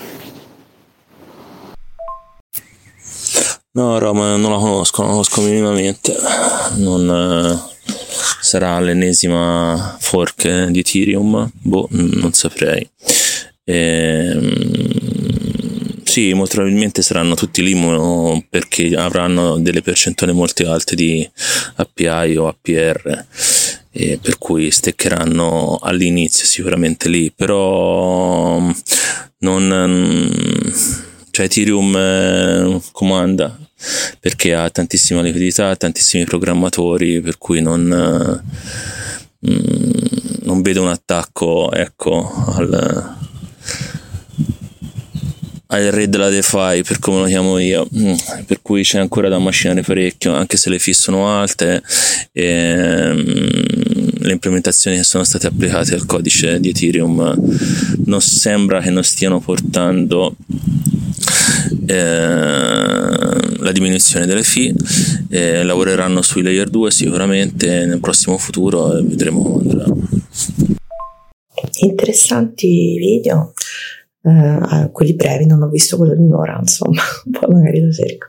No, Roma, non la conosco minimamente. Non sarà l'ennesima fork di Ethereum? Non saprei. Sì, molto probabilmente saranno tutti lì perché avranno delle percentuali molto alte di API o APR, per cui steccheranno all'inizio sicuramente lì, però cioè Ethereum comanda perché ha tantissima liquidità, tantissimi programmatori, per cui non vedo un attacco, ecco, al re della DeFi, per come lo chiamo io, per cui c'è ancora da macinare parecchio, anche se le fee sono alte e le implementazioni che sono state applicate al codice di Ethereum non sembra che non stiano portando la diminuzione delle fee. Lavoreranno sui layer 2 sicuramente nel prossimo futuro e vedremo come andrà. Interessanti video, quelli brevi, non ho visto quello di un'ora, insomma, poi magari lo cerco.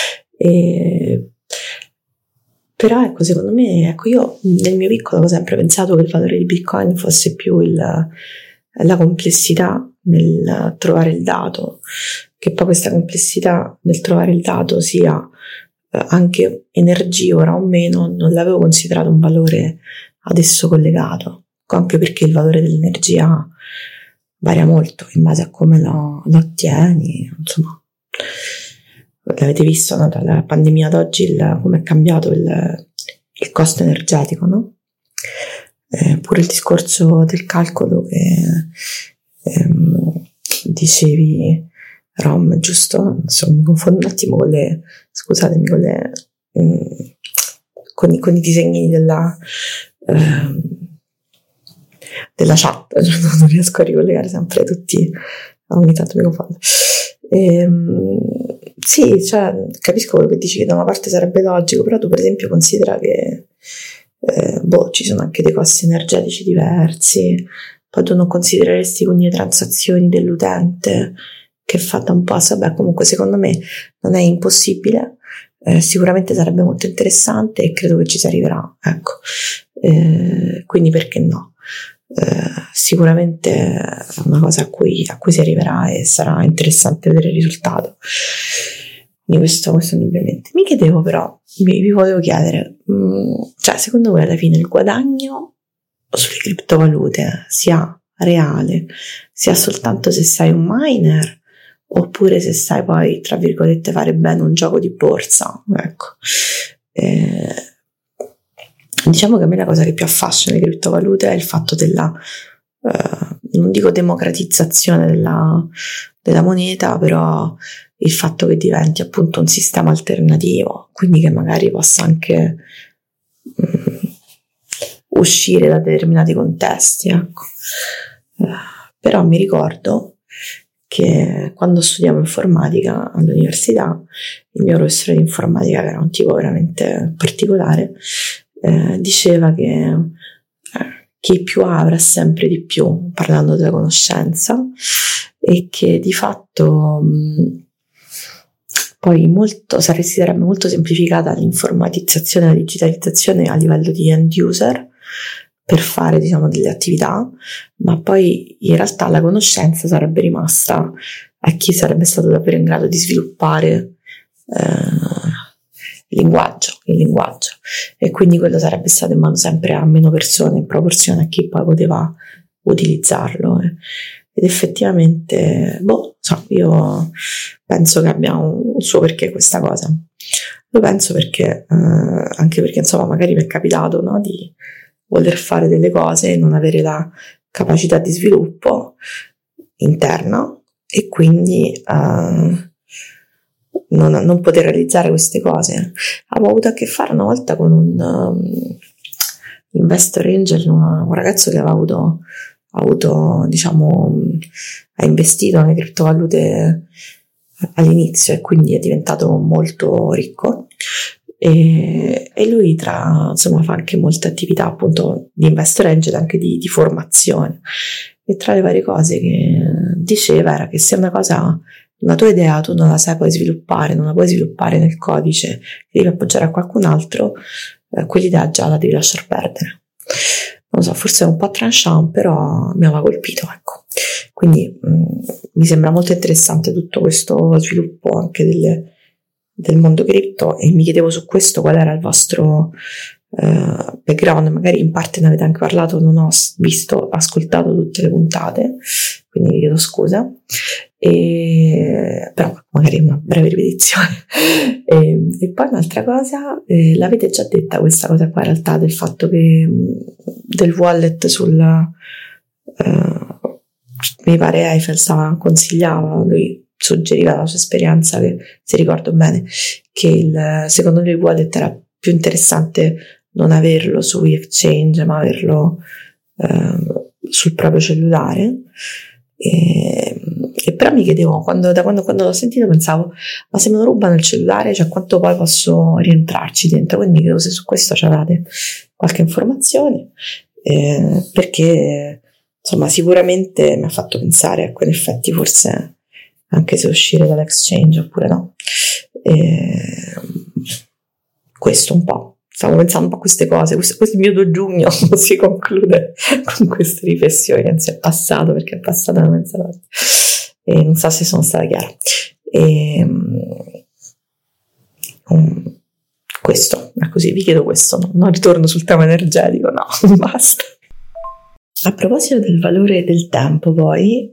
Però ecco, secondo me, ecco, io nel mio piccolo ho sempre pensato che il valore di Bitcoin fosse più la complessità nel trovare il dato, che poi questa complessità nel trovare il dato sia anche energivora o meno, non l'avevo considerato un valore ad esso collegato, anche perché il valore dell'energia varia molto in base a come lo ottieni, insomma. L'avete visto, no? Dalla pandemia ad oggi come è cambiato il costo energetico, no? Pure il discorso del calcolo che dicevi, Rom, giusto? Insomma, mi confondo un attimo scusatemi, con i disegni della chat, cioè, non riesco a ricollegare sempre tutti, ogni tanto mi confondo. Sì, cioè, capisco quello che dici, che da una parte sarebbe logico, però tu per esempio considera che ci sono anche dei costi energetici diversi, poi tu non considereresti quindi le transazioni dell'utente che fa da un passo. Vabbè, comunque secondo me non è impossibile, sicuramente sarebbe molto interessante e credo che ci si arriverà, ecco, quindi perché no? Sicuramente è una cosa a cui si arriverà e sarà interessante vedere il risultato. Quindi questo indubbiamente. Mi chiedevo però, vi volevo chiedere, cioè secondo voi alla fine il guadagno sulle criptovalute sia reale, sia soltanto se sei un miner, oppure se sai poi, tra virgolette, fare bene un gioco di borsa, ecco. Diciamo che a me la cosa che più affascina le criptovalute è il fatto della, non dico democratizzazione della moneta, però il fatto che diventi appunto un sistema alternativo, quindi che magari possa anche uscire da determinati contesti, ecco. Però mi ricordo che quando studiavo informatica all'università, il mio professore di informatica, che era un tipo veramente particolare, diceva che chi più ha avrà sempre di più, parlando della conoscenza, e che di fatto poi si sarebbe molto semplificata l'informatizzazione e la digitalizzazione a livello di end user per fare, diciamo, delle attività, ma poi in realtà la conoscenza sarebbe rimasta a chi sarebbe stato davvero in grado di sviluppare il linguaggio, e quindi quello sarebbe stato in mano sempre a meno persone in proporzione a chi poi poteva utilizzarlo, ed effettivamente io penso che abbia un suo perché questa cosa. Lo penso perché anche perché insomma magari mi è capitato, no, di voler fare delle cose e non avere la capacità di sviluppo interna e quindi non poter realizzare queste cose. Avevo avuto a che fare una volta con un investor angel, un ragazzo che aveva avuto diciamo, ha investito nelle criptovalute all'inizio e quindi è diventato molto ricco, e lui insomma fa anche molte attività appunto di investor angel, anche di formazione, e tra le varie cose che diceva era che se una tua idea tu non la sai poi sviluppare, non la puoi sviluppare nel codice, devi appoggiare a qualcun altro, quell'idea già la devi lasciar perdere. Non lo so, forse è un po' tranchant, però mi aveva colpito, ecco. Quindi mi sembra molto interessante tutto questo sviluppo anche del mondo cripto, e mi chiedevo su questo qual era il vostro background. Magari in parte ne avete anche parlato, non ho ascoltato tutte le puntate, quindi vi chiedo scusa, però magari una breve ripetizione. E poi un'altra cosa, l'avete già detta questa cosa qua in realtà, del fatto che del wallet mi pare Eiffel consigliava, lui suggeriva la sua esperienza, che se ricordo bene, che secondo lui il wallet era più interessante non averlo sui exchange ma averlo sul proprio cellulare. E però mi chiedevo, quando l'ho sentito pensavo, ma se me lo rubano il cellulare, cioè quanto poi posso rientrarci dentro? Quindi mi chiedevo se su questo avete qualche informazione, perché insomma sicuramente mi ha fatto pensare, ecco, in effetti forse anche se uscire dall'exchange oppure no. Questo un po'. Stavo pensando un po' a queste cose. Questo il mio 2 giugno si conclude con queste riflessioni, anzi è passato, perché è passata una mezz'ora e non so se sono stata chiara. Questo è così, vi chiedo questo, non ritorno sul tema energetico, no, basta. A proposito del valore del tempo, poi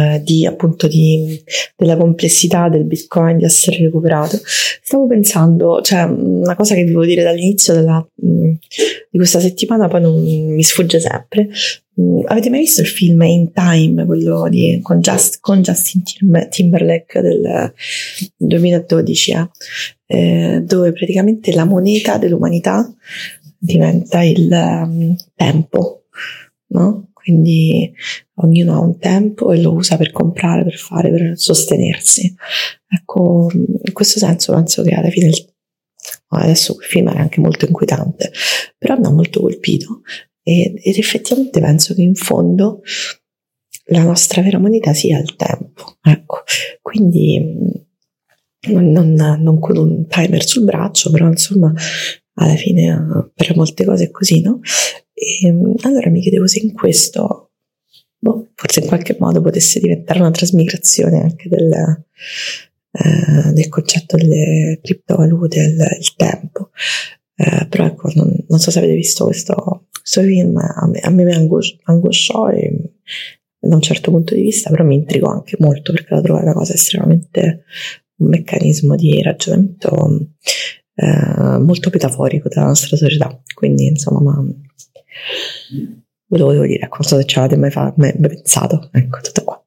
della complessità del Bitcoin, di essere recuperato, stavo pensando, cioè una cosa che vi volevo dire dall'inizio di questa settimana, poi non mi sfugge sempre. Avete mai visto il film In Time, quello con Justin Timberlake del 2012, dove praticamente la moneta dell'umanità diventa il tempo, no? Quindi ognuno ha un tempo e lo usa per comprare, per fare, per sostenersi. Ecco, in questo senso penso che alla fine adesso quel film era anche molto inquietante, però mi ha molto colpito, ed effettivamente penso che in fondo la nostra vera moneta sia il tempo. Ecco, quindi non con un timer sul braccio, però insomma alla fine per molte cose è così, no? E allora mi chiedevo se in questo forse in qualche modo potesse diventare una trasmigrazione anche del concetto delle criptovalute, il tempo. Però ecco, non so se avete visto questo film, a me mi angosciò da un certo punto di vista, però mi intrigò anche molto, perché la trovo una cosa estremamente, un meccanismo di ragionamento molto metaforico della nostra società. Quindi insomma, ve lo volevo dire, non so se ci avete mai pensato, ecco, tutto qua.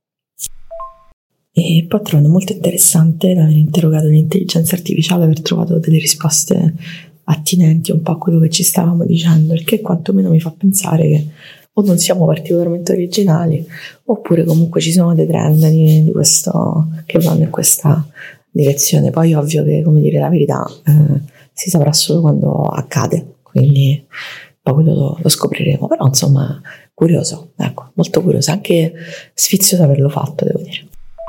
E poi ho trovato molto interessante l'aver interrogato l'intelligenza artificiale, aver trovato delle risposte attinenti un po' a quello che ci stavamo dicendo, perché quantomeno mi fa pensare che o non siamo particolarmente originali, oppure comunque ci sono dei trend di questo che vanno in questa direzione. Poi ovvio che, come dire, la verità si saprà solo quando accade, quindi poi quello lo scopriremo. Però insomma, curioso, ecco, molto curioso, anche sfizioso averlo fatto, devo dire.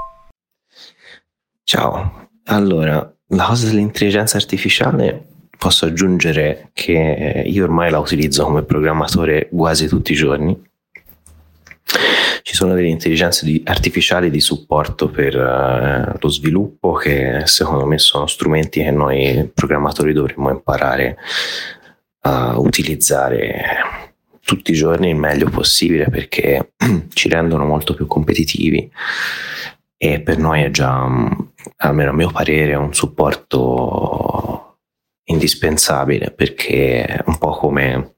Ciao, allora, la cosa dell'intelligenza artificiale, posso aggiungere che io ormai la utilizzo come programmatore quasi tutti i giorni. Ci sono delle intelligenze artificiali di supporto per lo sviluppo, che secondo me sono strumenti che noi programmatori dovremmo imparare a utilizzare tutti i giorni il meglio possibile, perché ci rendono molto più competitivi, e per noi è già, almeno a mio parere, un supporto indispensabile, perché è un po' come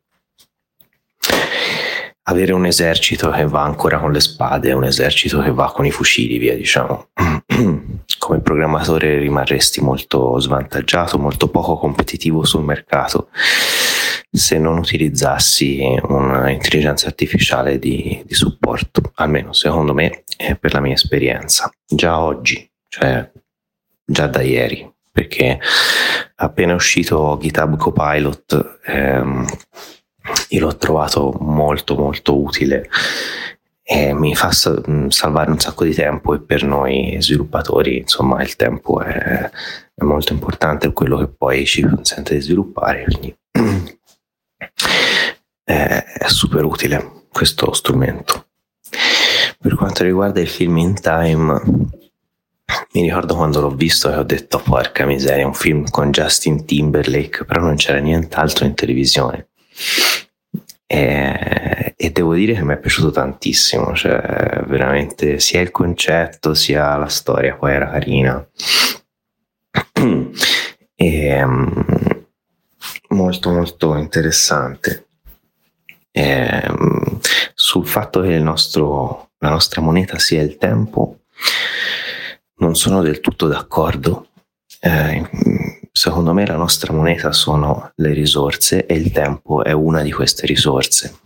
avere un esercito che va ancora con le spade, un esercito che va con i fucili, via, diciamo. Come programmatore rimarresti molto svantaggiato, molto poco competitivo sul mercato, se non utilizzassi un'intelligenza artificiale di supporto, almeno secondo me e per la mia esperienza. Già oggi, cioè già da ieri, perché appena uscito GitHub Copilot, io l'ho trovato molto molto utile e mi fa salvare un sacco di tempo, e per noi sviluppatori insomma il tempo è molto importante, è quello che poi ci consente di sviluppare, quindi è super utile questo strumento. Per quanto quanto riguarda il film In Time, mi ricordo quando l'ho visto e ho detto porca miseria, un film con Justin Timberlake, però non c'era nient'altro in televisione. E devo dire che mi è piaciuto tantissimo, cioè veramente sia il concetto sia la storia poi era carina. E molto molto interessante. Sul fatto che la nostra moneta sia il tempo non sono del tutto d'accordo. Secondo me la nostra moneta sono le risorse e il tempo è una di queste risorse.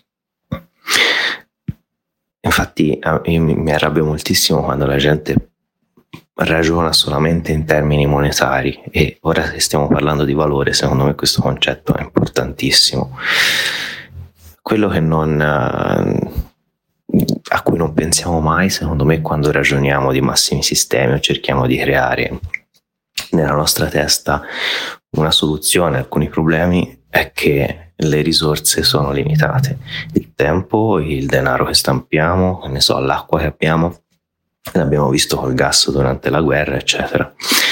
Infatti io mi arrabbio moltissimo quando la gente ragiona solamente in termini monetari, e ora che stiamo parlando di valore, secondo me questo concetto è importantissimo. Quello che a cui non pensiamo mai, secondo me, quando ragioniamo di massimi sistemi o cerchiamo di creare nella nostra testa una soluzione a alcuni problemi, è che le risorse sono limitate. Il tempo, il denaro che stampiamo, che ne so, l'acqua che abbiamo, l'abbiamo visto col gas durante la guerra, eccetera.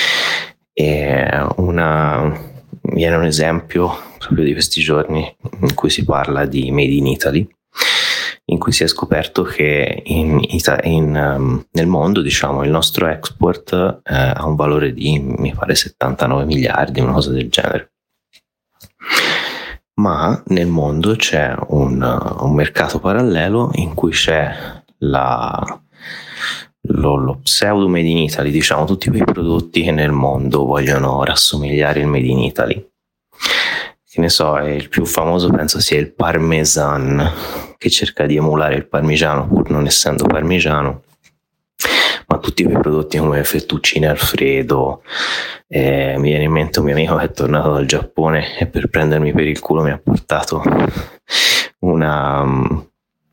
Viene un esempio proprio di questi giorni in cui si parla di Made in Italy, in cui si è scoperto che nel mondo, diciamo, il nostro export ha un valore di, mi pare, 79 miliardi, una cosa del genere. Ma nel mondo c'è un mercato parallelo in cui c'è lo pseudo Made in Italy, diciamo, tutti quei prodotti che nel mondo vogliono rassomigliare il Made in Italy. Che ne so, il più famoso penso sia il Parmesan, che cerca di emulare il parmigiano pur non essendo parmigiano, ma tutti quei prodotti come fettuccine Alfredo. Mi viene in mente un mio amico che è tornato dal Giappone e per prendermi per il culo mi ha portato una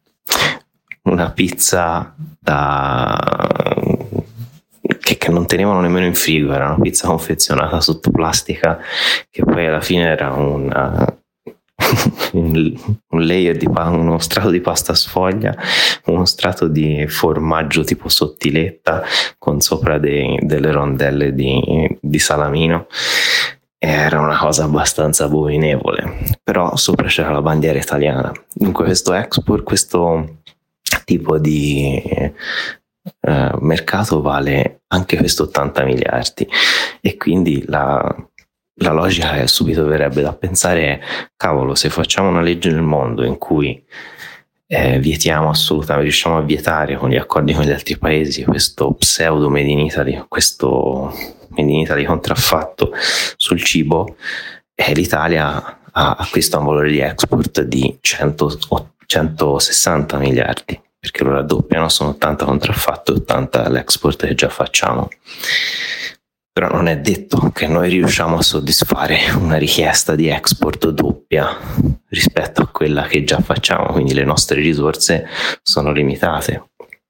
pizza che non tenevano nemmeno in frigo, era una pizza confezionata sotto plastica, che poi alla fine era un layer di uno strato di pasta sfoglia, uno strato di formaggio tipo sottiletta con sopra delle rondelle di salamino. Era una cosa abbastanza abominevole, però sopra c'era la bandiera italiana. Dunque questo export, questo tipo di mercato vale anche questo 80 miliardi, e quindi la logica che subito verrebbe da pensare è: cavolo, se facciamo una legge nel mondo in cui vietiamo assolutamente, riusciamo a vietare con gli accordi con gli altri paesi questo pseudo Made in Italy, questo Made in Italy contraffatto sul cibo, l'Italia acquista un valore di export di 160 miliardi, perché lo raddoppiano, sono 80 contraffatto e 80 l'export che già facciamo. Però non è detto che noi riusciamo a soddisfare una richiesta di export doppia rispetto a quella che già facciamo, quindi le nostre risorse sono limitate.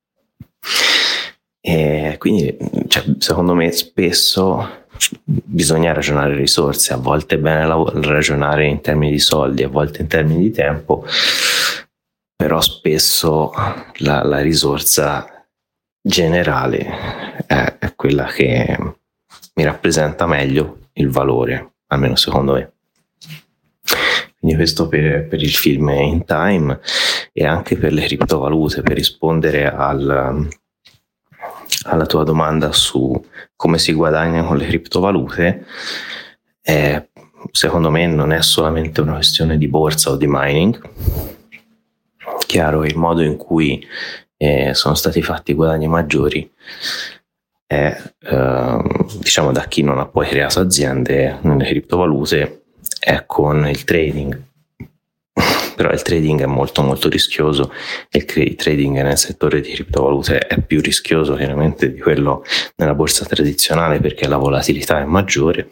E quindi, secondo me, spesso bisogna ragionare risorse, a volte è bene ragionare in termini di soldi, a volte in termini di tempo, però spesso la risorsa generale è quella che mi rappresenta meglio il valore, almeno secondo me. Quindi questo per il film In Time, e anche per le criptovalute, per rispondere alla tua domanda su come si guadagna con le criptovalute. Secondo me non è solamente una questione di borsa o di mining. Chiaro, il modo in cui sono stati fatti i guadagni maggiori è, diciamo, da chi non ha poi creato aziende nelle criptovalute, è con il trading. Però il trading è molto molto rischioso, e il trading nel settore di criptovalute è più rischioso chiaramente di quello nella borsa tradizionale, perché la volatilità è maggiore.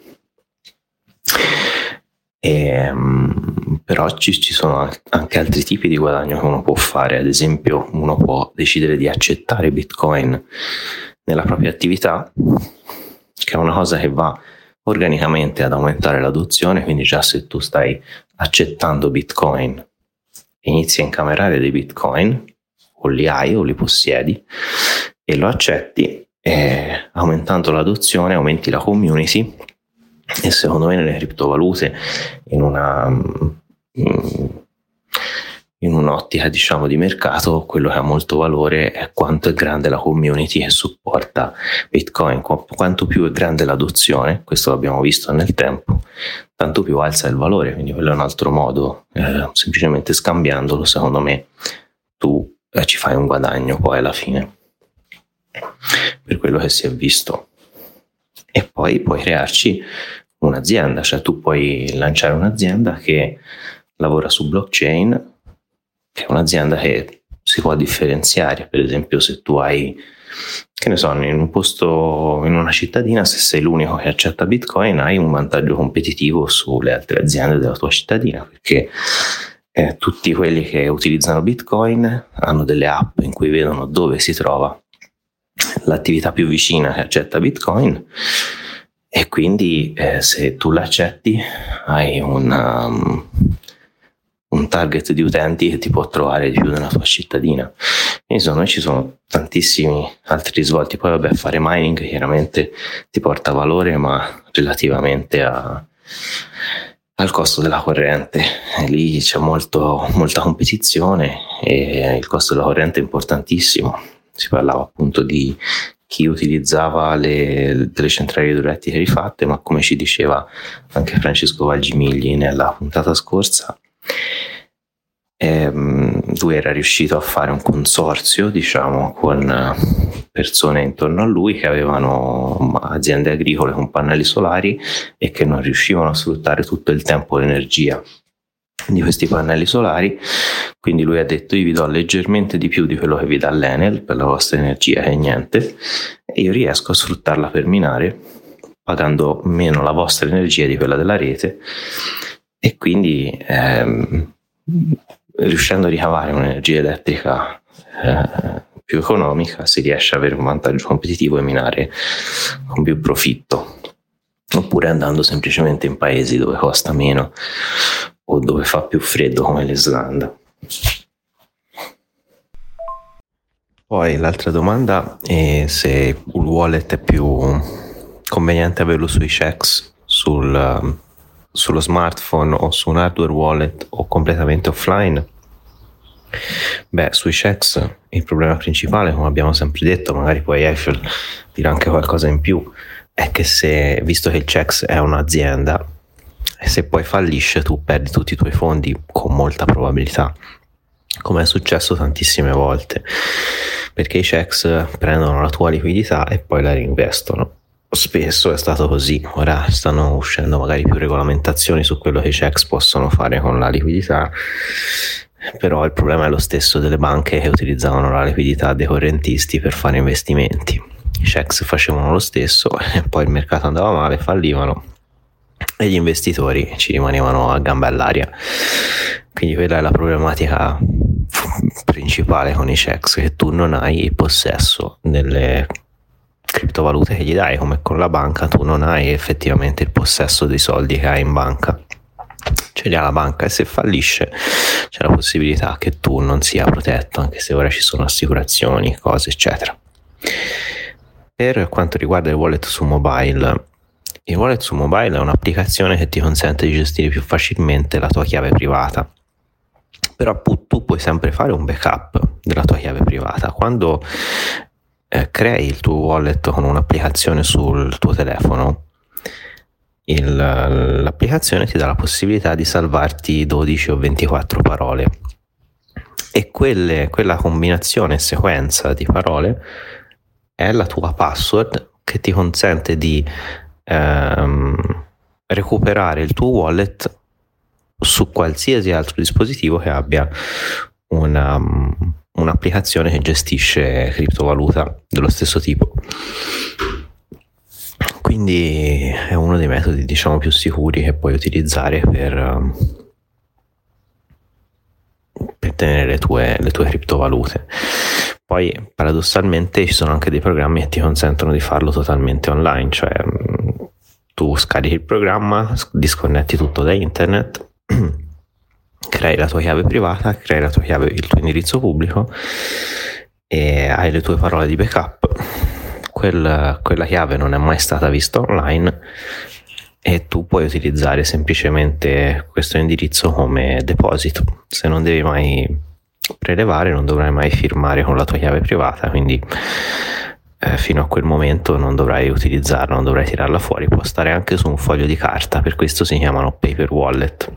Però ci sono anche altri tipi di guadagno che uno può fare. Ad esempio, uno può decidere di accettare Bitcoin nella propria attività, che è una cosa che va organicamente ad aumentare l'adozione. Quindi già se tu stai accettando Bitcoin e inizi a incamerare dei Bitcoin, o li hai o li possiedi e lo accetti, e aumentando l'adozione aumenti la community. E secondo me nelle criptovalute, in un'ottica diciamo di mercato, quello che ha molto valore è quanto è grande la community che supporta Bitcoin. Quanto più è grande l'adozione, questo l'abbiamo visto nel tempo, tanto più alza il valore. Quindi quello è un altro modo, semplicemente scambiandolo, secondo me tu ci fai un guadagno poi alla fine, per quello che si è visto. E poi puoi crearci un'azienda, cioè tu puoi lanciare un'azienda che lavora su blockchain, che è un'azienda che si può differenziare. Per esempio, se tu hai, che ne so, in un posto, in una cittadina, se sei l'unico che accetta Bitcoin, hai un vantaggio competitivo sulle altre aziende della tua cittadina, perché tutti quelli che utilizzano Bitcoin hanno delle app in cui vedono dove si trova l'attività più vicina che accetta Bitcoin, e quindi se tu l'accetti hai un target di utenti che ti può trovare di più nella tua cittadina. Insomma, ci sono tantissimi altri risvolti. Poi vabbè, fare mining chiaramente ti porta valore, ma relativamente al costo della corrente, e lì c'è molta competizione e il costo della corrente è importantissimo. Si parlava appunto di chi utilizzava delle centrali idroelettriche rifatte, ma come ci diceva anche Francesco Valgimigli nella puntata scorsa, lui era riuscito a fare un consorzio, diciamo, con persone intorno a lui che avevano aziende agricole con pannelli solari e che non riuscivano a sfruttare tutto il tempo l'energia di questi pannelli solari. Quindi lui ha detto: io vi do leggermente di più di quello che vi dà l'Enel per la vostra energia, che è niente, e io riesco a sfruttarla per minare pagando meno la vostra energia di quella della rete, e quindi riuscendo a ricavare un'energia elettrica più economica si riesce ad avere un vantaggio competitivo e minare con più profitto, oppure andando semplicemente in paesi dove costa meno o dove fa più freddo come l'Islanda. Poi l'altra domanda è se un wallet è più conveniente averlo sui checks, sullo smartphone o su un hardware wallet o completamente offline. Beh, sui checks il problema principale, come abbiamo sempre detto, magari poi Eiffel dirà anche qualcosa in più, è che visto che il checks è un'azienda, e se poi fallisce tu perdi tutti i tuoi fondi con molta probabilità, come è successo tantissime volte, perché i checks prendono la tua liquidità e poi la reinvestono. Spesso è stato così. Ora stanno uscendo magari più regolamentazioni su quello che i checks possono fare con la liquidità, però il problema è lo stesso delle banche che utilizzavano la liquidità dei correntisti per fare investimenti. I checks facevano lo stesso e poi il mercato andava male, fallivano e gli investitori ci rimanevano a gamba all'aria. Quindi quella è la problematica principale con i checks, che tu non hai il possesso delle criptovalute che gli dai. Come con la banca, tu non hai effettivamente il possesso dei soldi che hai in banca, ce li ha la banca, e se fallisce c'è la possibilità che tu non sia protetto, anche se ora ci sono assicurazioni, cose eccetera. Per quanto riguarda il wallet su mobile è un'applicazione che ti consente di gestire più facilmente la tua chiave privata, però tu puoi sempre fare un backup della tua chiave privata. Quando crei il tuo wallet con un'applicazione sul tuo telefono, l'applicazione ti dà la possibilità di salvarti 12 o 24 parole, e quella combinazione e sequenza di parole è la tua password, che ti consente di recuperare il tuo wallet su qualsiasi altro dispositivo che abbia un'applicazione che gestisce criptovaluta dello stesso tipo. Quindi è uno dei metodi, diciamo, più sicuri che puoi utilizzare per tenere le tue criptovalute. Poi paradossalmente ci sono anche dei programmi che ti consentono di farlo totalmente online, cioè tu scarichi il programma, disconnetti tutto da internet crei la tua chiave privata, crei la tua chiave, il tuo indirizzo pubblico e hai le tue parole di backup. Quella chiave non è mai stata vista online e tu puoi utilizzare semplicemente questo indirizzo come deposito. Se non devi mai prelevare, non dovrai mai firmare con la tua chiave privata, quindi fino a quel momento non dovrai utilizzarla, non dovrai tirarla fuori, può stare anche su un foglio di carta, per questo si chiamano paper wallet.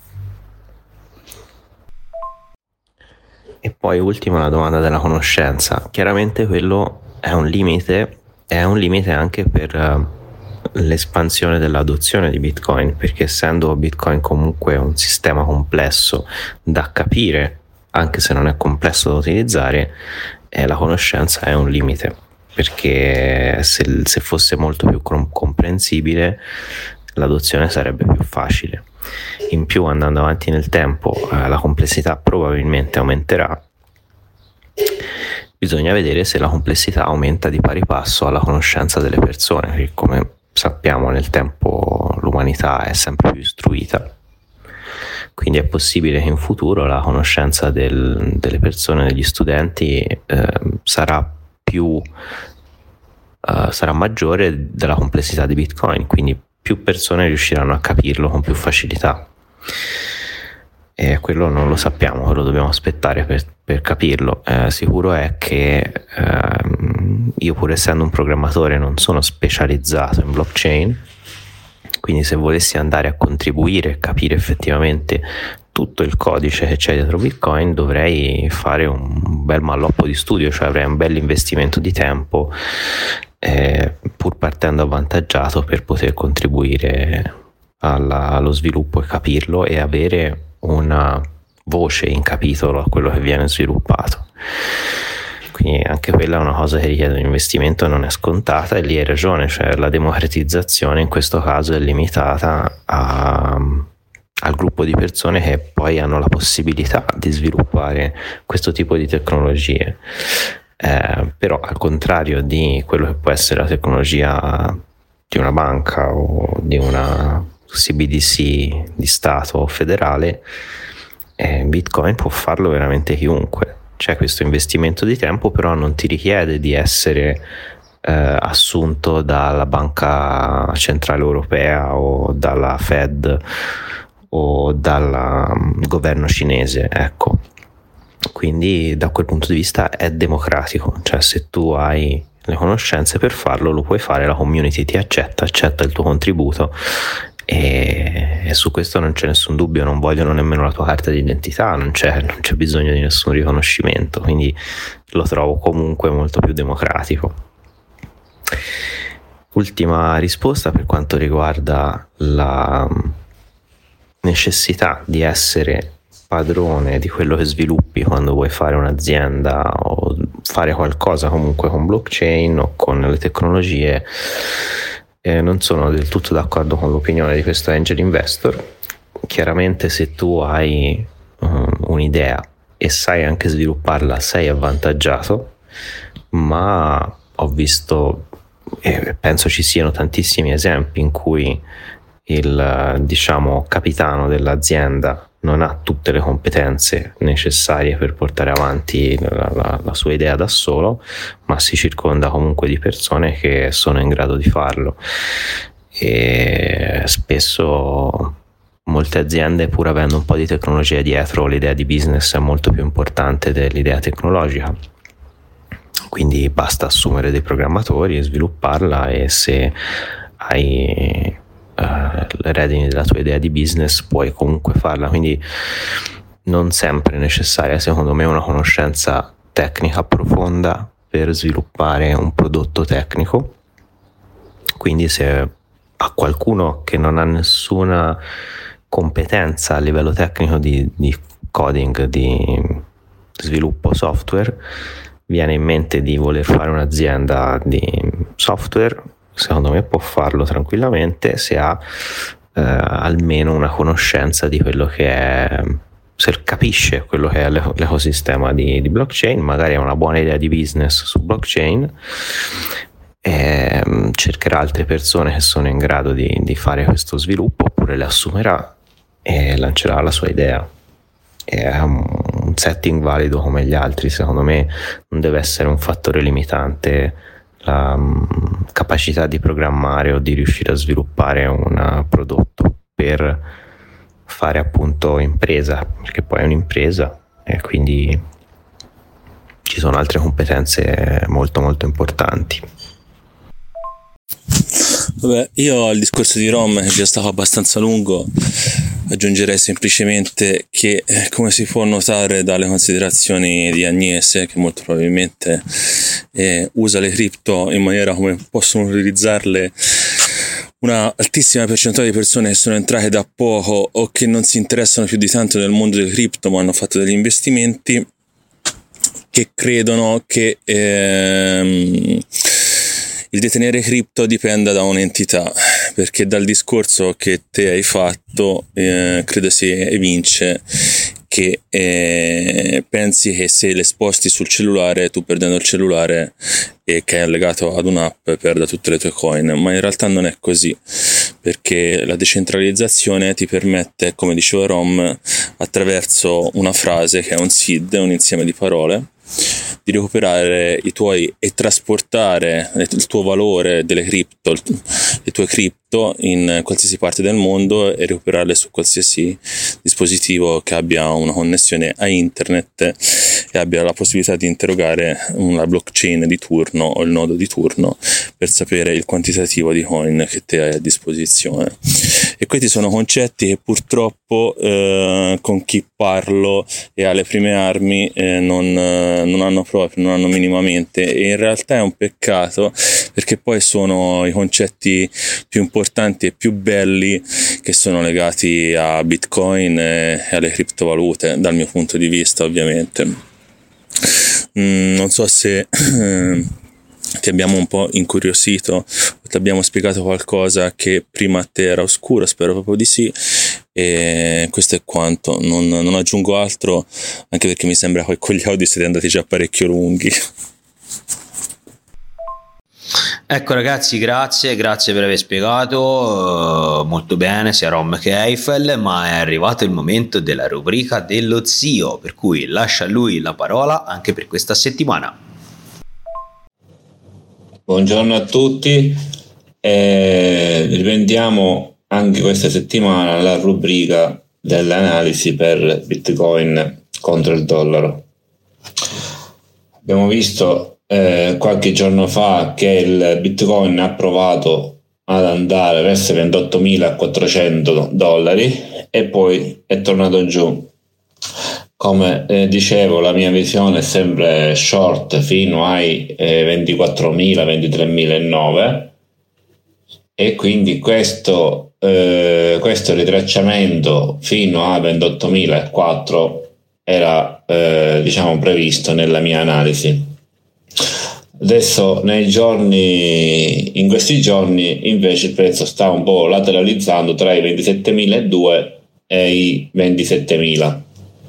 E poi ultima la domanda della conoscenza. Chiaramente quello è un limite anche per l'espansione dell'adozione di Bitcoin, perché essendo Bitcoin comunque un sistema complesso da capire, anche se non è complesso da utilizzare, la conoscenza è un limite, perché se fosse molto più comprensibile l'adozione sarebbe più facile. In più, andando avanti nel tempo, la complessità probabilmente aumenterà. Bisogna vedere se la complessità aumenta di pari passo alla conoscenza delle persone, perché come sappiamo nel tempo l'umanità è sempre più istruita, quindi è possibile che in futuro la conoscenza delle persone, degli studenti sarà maggiore della complessità di Bitcoin, quindi più persone riusciranno a capirlo con più facilità. E quello non lo sappiamo, quello dobbiamo aspettare per capirlo. Sicuro è che io, pur essendo un programmatore, non sono specializzato in blockchain, quindi se volessi andare a contribuire e capire effettivamente tutto il codice che c'è dietro Bitcoin, dovrei fare un bel malloppo di studio, cioè avrei un bel investimento di tempo, pur partendo avvantaggiato, per poter contribuire allo sviluppo e capirlo e avere una voce in capitolo a quello che viene sviluppato. Quindi anche quella è una cosa che richiede un investimento, non è scontata, e lì hai ragione, cioè la democratizzazione in questo caso è limitata al gruppo di persone che poi hanno la possibilità di sviluppare questo tipo di tecnologie. Però al contrario di quello che può essere la tecnologia di una banca o di una CBDC di Stato o federale, Bitcoin può farlo veramente chiunque. C'è questo investimento di tempo, però non ti richiede di essere assunto dalla Banca Centrale Europea o dalla Fed o dal governo cinese, ecco. Quindi da quel punto di vista è democratico, cioè se tu hai le conoscenze per farlo lo puoi fare, la community ti accetta il tuo contributo e su questo non c'è nessun dubbio, non vogliono nemmeno la tua carta d'identità, non c'è bisogno di nessun riconoscimento, quindi lo trovo comunque molto più democratico. Ultima risposta per quanto riguarda la necessità di essere padrone di quello che sviluppi quando vuoi fare un'azienda o fare qualcosa comunque con blockchain o con le tecnologie. Non sono del tutto d'accordo con l'opinione di questo angel investor. Chiaramente se tu hai un'idea e sai anche svilupparla sei avvantaggiato, ma ho visto e penso ci siano tantissimi esempi in cui il capitano dell'azienda non ha tutte le competenze necessarie per portare avanti la sua idea da solo, ma si circonda comunque di persone che sono in grado di farlo, e spesso molte aziende, pur avendo un po' di tecnologia dietro, l'idea di business è molto più importante dell'idea tecnologica, quindi basta assumere dei programmatori e svilupparla, e se hai le redini della tua idea di business puoi comunque farla. Quindi non sempre è necessaria, secondo me, una conoscenza tecnica profonda per sviluppare un prodotto tecnico. Quindi se a qualcuno che non ha nessuna competenza a livello tecnico di coding, di sviluppo software, viene in mente di voler fare un'azienda di software, secondo me può farlo tranquillamente se ha almeno una conoscenza di quello che è, se capisce quello che è l'ecosistema di blockchain, magari ha una buona idea di business su blockchain, e cercherà altre persone che sono in grado di fare questo sviluppo, oppure le assumerà e lancerà la sua idea. è un setting valido come gli altri. Secondo me non deve essere un fattore limitante la capacità di programmare o di riuscire a sviluppare un prodotto per fare appunto impresa, perché poi è un'impresa e quindi ci sono altre competenze molto molto importanti. Vabbè, io al discorso di Rom, che è già stato abbastanza lungo, aggiungerei semplicemente che, come si può notare dalle considerazioni di Agnese, che molto probabilmente usa le cripto in maniera come possono utilizzarle una altissima percentuale di persone che sono entrate da poco o che non si interessano più di tanto nel mondo delle cripto ma hanno fatto degli investimenti, che credono che il detenere cripto dipenda da un'entità, perché dal discorso che te hai fatto credo si evince che pensi che se le sposti sul cellulare, tu perdendo il cellulare e che è legato ad un'app, perda tutte le tue coin, ma in realtà non è così, perché la decentralizzazione ti permette, come diceva Rom, attraverso una frase che è un seed, un insieme di parole, di recuperare i tuoi e trasportare il tuo valore delle cripto, le tue cripto in qualsiasi parte del mondo e recuperarle su qualsiasi dispositivo che abbia una connessione a internet e abbia la possibilità di interrogare una blockchain di turno o il nodo di turno per sapere il quantitativo di coin che te hai a disposizione. E questi sono concetti che purtroppo con chi parlo e ha le prime armi non hanno minimamente, e in realtà è un peccato, perché poi sono i concetti più importanti e più belli che sono legati a Bitcoin e alle criptovalute, dal mio punto di vista ovviamente. Non so se ti abbiamo un po' incuriosito o ti abbiamo spiegato qualcosa che prima a te era oscuro, spero proprio di sì, e questo è quanto, non aggiungo altro, anche perché mi sembra che con gli audio siete andati già parecchio lunghi. Ecco ragazzi, grazie per aver spiegato molto bene sia Rom che Eiffel, ma è arrivato il momento della rubrica dello zio, per cui lascia a lui la parola anche per questa settimana. Buongiorno a tutti, riprendiamo anche questa settimana la rubrica dell'analisi per Bitcoin contro il dollaro. Abbiamo visto qualche giorno fa che il Bitcoin ha provato ad andare verso i $28.400 e poi è tornato giù. Come dicevo, la mia visione è sempre short fino ai 24.000, 23.009, e quindi questo ritracciamento fino a 28.004 era previsto nella mia analisi. Adesso in questi giorni invece il prezzo sta un po' lateralizzando tra i 27.002 e i 27.000.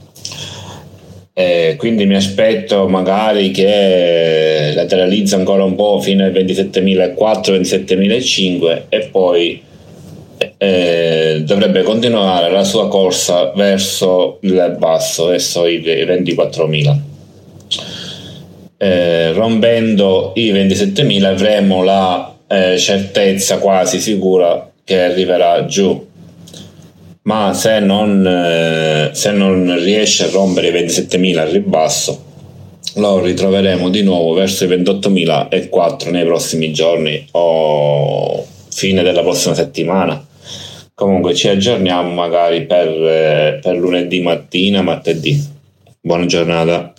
Quindi mi aspetto magari che lateralizza ancora un po' fino ai 27.004, 27.005 e poi dovrebbe continuare la sua corsa verso il basso, verso i 24.000. Rompendo i 27.000 avremo la certezza quasi sicura che arriverà giù, ma se non riesce a rompere i 27.000 al ribasso lo ritroveremo di nuovo verso i 28.004 nei prossimi giorni o fine della prossima settimana. Comunque ci aggiorniamo magari per lunedì mattina, martedì. Buona giornata.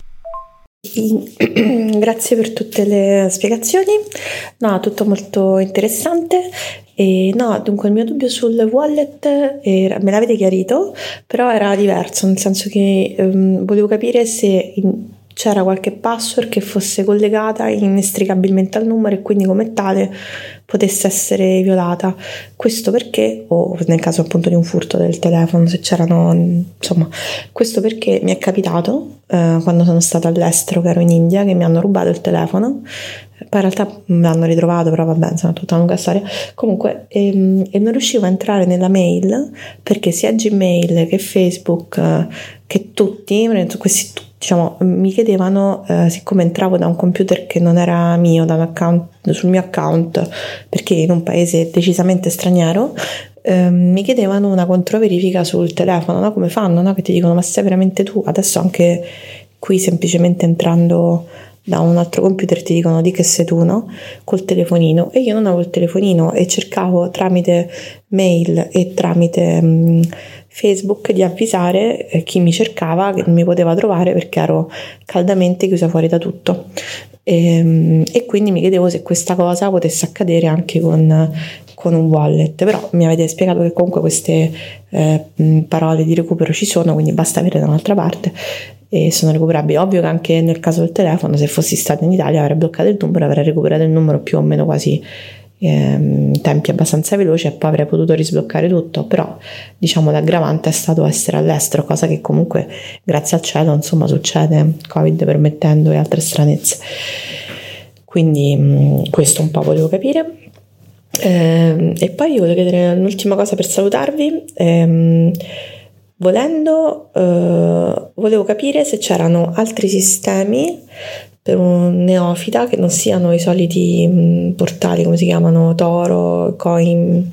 Grazie per tutte le spiegazioni, no, tutto molto interessante. E no, dunque il mio dubbio sul wallet me l'avete chiarito, però era diverso, nel senso che volevo capire se c'era qualche password che fosse collegata inestricabilmente al numero e quindi come tale potesse essere violata. Questo perché, o nel caso appunto di un furto del telefono, se c'erano, insomma, questo perché mi è capitato quando sono stata all'estero, che ero in India, che mi hanno rubato il telefono. Poi in realtà me l'hanno ritrovato, però vabbè, insomma, tutta una lunga storia. Comunque, e non riuscivo a entrare nella mail perché sia Gmail che Facebook che tutti, diciamo, mi chiedevano, siccome entravo da un computer che non era mio, da un account, sul mio account, perché in un paese decisamente straniero, mi chiedevano una controverifica sul telefono, no? Come fanno, no? Che ti dicono: ma sei veramente tu? Adesso anche qui, semplicemente entrando da un altro computer, ti dicono: di che sei tu, no? Col telefonino. E io non avevo il telefonino e cercavo tramite mail e tramite Facebook di avvisare chi mi cercava che non mi poteva trovare, perché ero caldamente chiusa fuori da tutto. E quindi mi chiedevo se questa cosa potesse accadere anche con un wallet, però mi avete spiegato che comunque queste parole di recupero ci sono, quindi basta avere da un'altra parte e sono recuperabili. Ovvio che anche nel caso del telefono, se fossi stata in Italia, avrei bloccato il numero, avrei recuperato il numero più o meno quasi in tempi abbastanza veloci, e poi avrei potuto risbloccare tutto. Però diciamo l'aggravante è stato essere all'estero, cosa che comunque grazie al cielo insomma succede, Covid permettendo, e altre stranezze. Quindi questo un po' volevo capire. E poi io volevo chiedere un'ultima cosa per salutarvi. Volevo capire se c'erano altri sistemi per un neofita che non siano i soliti portali, come si chiamano, Toro, Coins,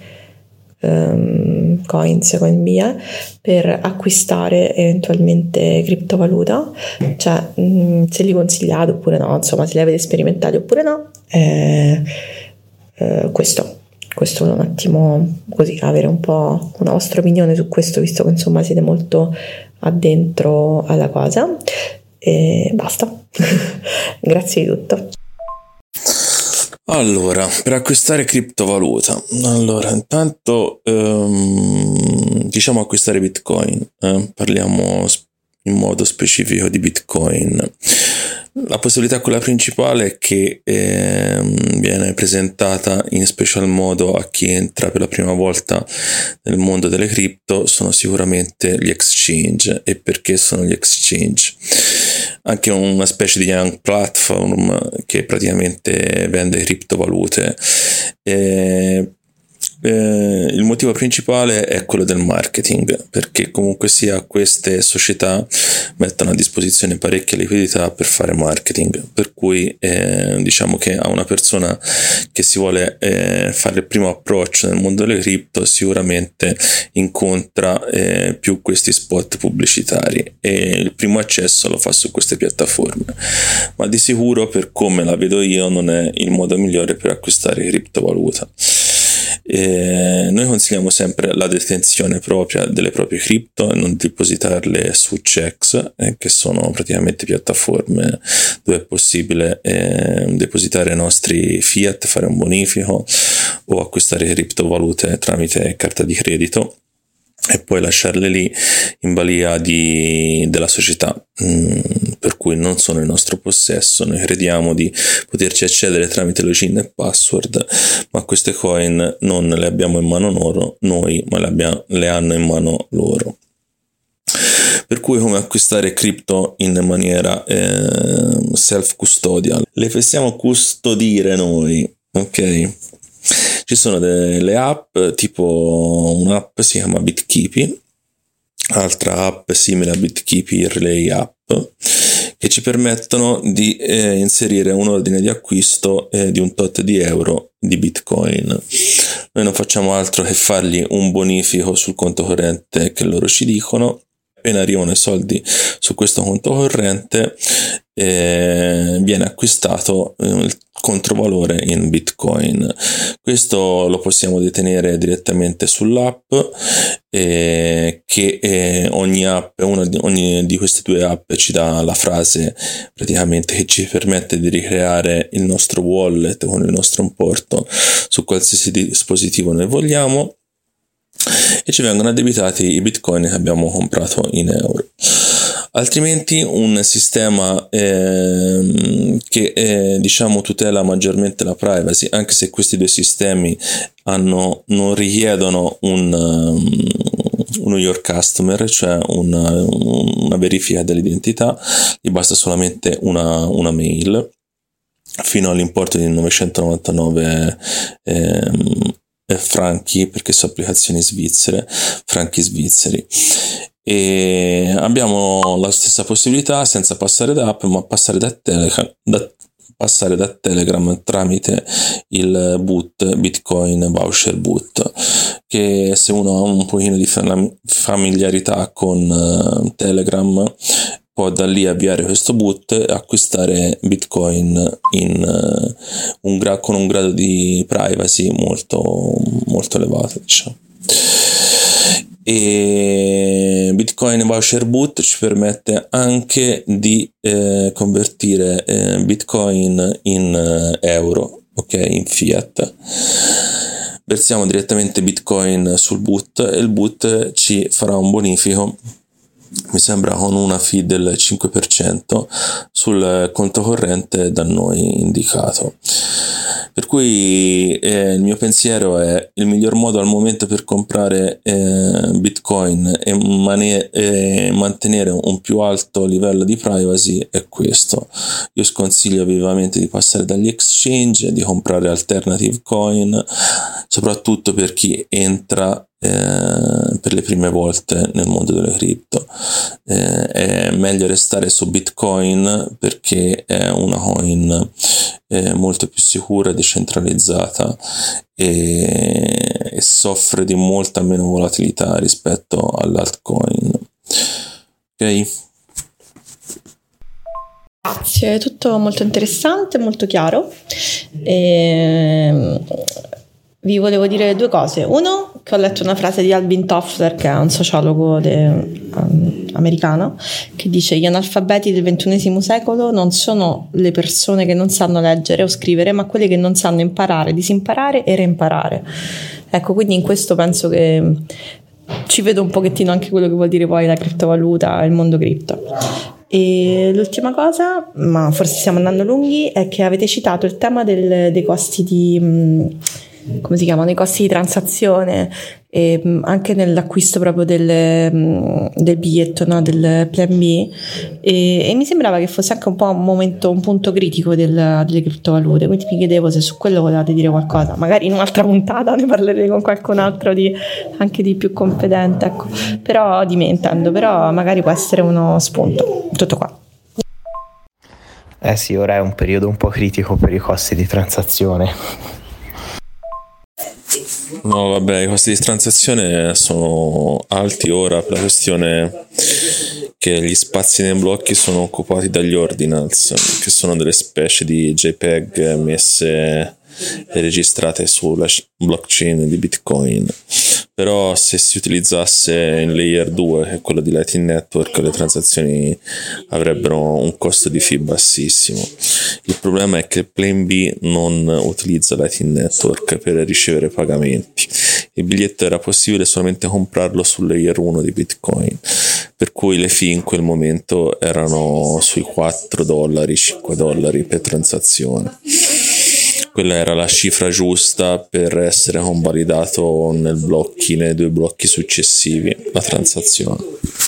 Coinbia, per acquistare eventualmente criptovaluta, cioè se li consigliate oppure no, insomma se li avete sperimentati oppure no. Questo un attimo, così, avere un po' una vostra opinione su questo, visto che insomma siete molto addentro alla cosa. E basta. Grazie di tutto. Allora, per acquistare criptovaluta, intanto diciamo acquistare Bitcoin, parliamo in modo specifico di Bitcoin. La possibilità, quella principale, è che viene presentata in special modo a chi entra per la prima volta nel mondo delle cripto, sono sicuramente gli exchange. E perché sono gli exchange? Anche una specie di young platform che praticamente vende criptovalute. Il motivo principale è quello del marketing, perché comunque sia queste società mettono a disposizione parecchia liquidità per fare marketing, per cui diciamo che a una persona che si vuole fare il primo approccio nel mondo delle cripto sicuramente incontra più questi spot pubblicitari, e il primo accesso lo fa su queste piattaforme, ma di sicuro, per come la vedo io, non è il modo migliore per acquistare criptovaluta. Noi consigliamo sempre la detenzione propria delle proprie cripto e non depositarle su CEX, che sono praticamente piattaforme dove è possibile depositare i nostri fiat, fare un bonifico o acquistare criptovalute tramite carta di credito e poi lasciarle lì in balia della società, per cui non sono in nostro possesso. Noi crediamo di poterci accedere tramite login e password, ma queste coin non le abbiamo in mano noi, ma le hanno in mano loro. Per cui come acquistare cripto in maniera self-custodial? Le possiamo custodire noi, ok? Ci sono delle app, tipo un'app si chiama BitKeepy, altra app simile a BitKeepy, Relay App, che ci permettono di inserire un ordine di acquisto di un tot di euro di Bitcoin. Noi non facciamo altro che fargli un bonifico sul conto corrente che loro ci dicono. Appena arrivano i soldi su questo conto corrente viene acquistato il controvalore in Bitcoin. Questo lo possiamo detenere direttamente sull'app, che ogni di queste due app ci dà la frase praticamente che ci permette di ricreare il nostro wallet con il nostro importo su qualsiasi dispositivo noi vogliamo, e ci vengono addebitati i bitcoin che abbiamo comprato in euro. Altrimenti un sistema che diciamo tutela maggiormente la privacy, anche se questi due sistemi non richiedono uno your customer, cioè una verifica dell'identità, gli basta solamente una mail fino all'importo di 999 franchi, perché sono applicazioni svizzere, franchi svizzeri. E abbiamo la stessa possibilità senza passare da app, ma passare da Telegram tramite il boot Bitcoin Voucher Boot, che se uno ha un pochino di familiarità con Telegram può da lì avviare questo boot e acquistare Bitcoin con un grado di privacy molto, molto elevato, diciamo. E Bitcoin Voucher Boot ci permette anche di convertire Bitcoin in euro, ok, in fiat. Versiamo direttamente Bitcoin sul boot e il boot ci farà un bonifico, mi sembra con una fee del 5% sul conto corrente da noi indicato. Per cui il mio pensiero è: il miglior modo al momento per comprare Bitcoin e mantenere un più alto livello di privacy è questo. Io sconsiglio vivamente di passare dagli exchange, di comprare alternative coin, soprattutto per chi entra per le prime volte nel mondo delle cripto. È meglio restare su Bitcoin perché è una coin molto più sicura, decentralizzata e soffre di molta meno volatilità rispetto all'altcoin. Ok? Grazie, è tutto molto interessante, molto chiaro. Vi volevo dire due cose. Uno, che ho letto una frase di Alvin Toffler, che è un sociologo americano, che dice: gli analfabeti del XXI secolo non sono le persone che non sanno leggere o scrivere, ma quelle che non sanno imparare, disimparare e reimparare. Ecco, quindi in questo penso che ci vedo un pochettino anche quello che vuol dire poi la criptovaluta e il mondo cripto. E l'ultima cosa, ma forse stiamo andando lunghi, è che avete citato il tema dei costi di come si chiamano, i costi di transazione, e anche nell'acquisto proprio del biglietto, no? Del Plan B, e mi sembrava che fosse anche un po' un punto critico delle criptovalute, quindi mi chiedevo se su quello volevate dire qualcosa. Magari in un'altra puntata ne parlerei con qualcun altro anche di più competente, ecco. Però di me intendo, però magari può essere uno spunto. Tutto qua. Sì, ora è un periodo un po' critico per i costi di transazione. No, vabbè, i costi di transazione sono alti ora per la questione che gli spazi nei blocchi sono occupati dagli ordinals, che sono delle specie di JPEG messe e registrate sulla blockchain di Bitcoin. Però se si utilizzasse il layer 2, che è quello di Lightning Network, le transazioni avrebbero un costo di fee bassissimo. Il problema è che Plan B non utilizza Lightning Network per ricevere pagamenti. Il biglietto era possibile solamente comprarlo sul layer 1 di Bitcoin, per cui le fee in quel momento erano sui $4, $5 per transazione. Quella era la cifra giusta per essere convalidato nei 2 blocchi successivi la transazione.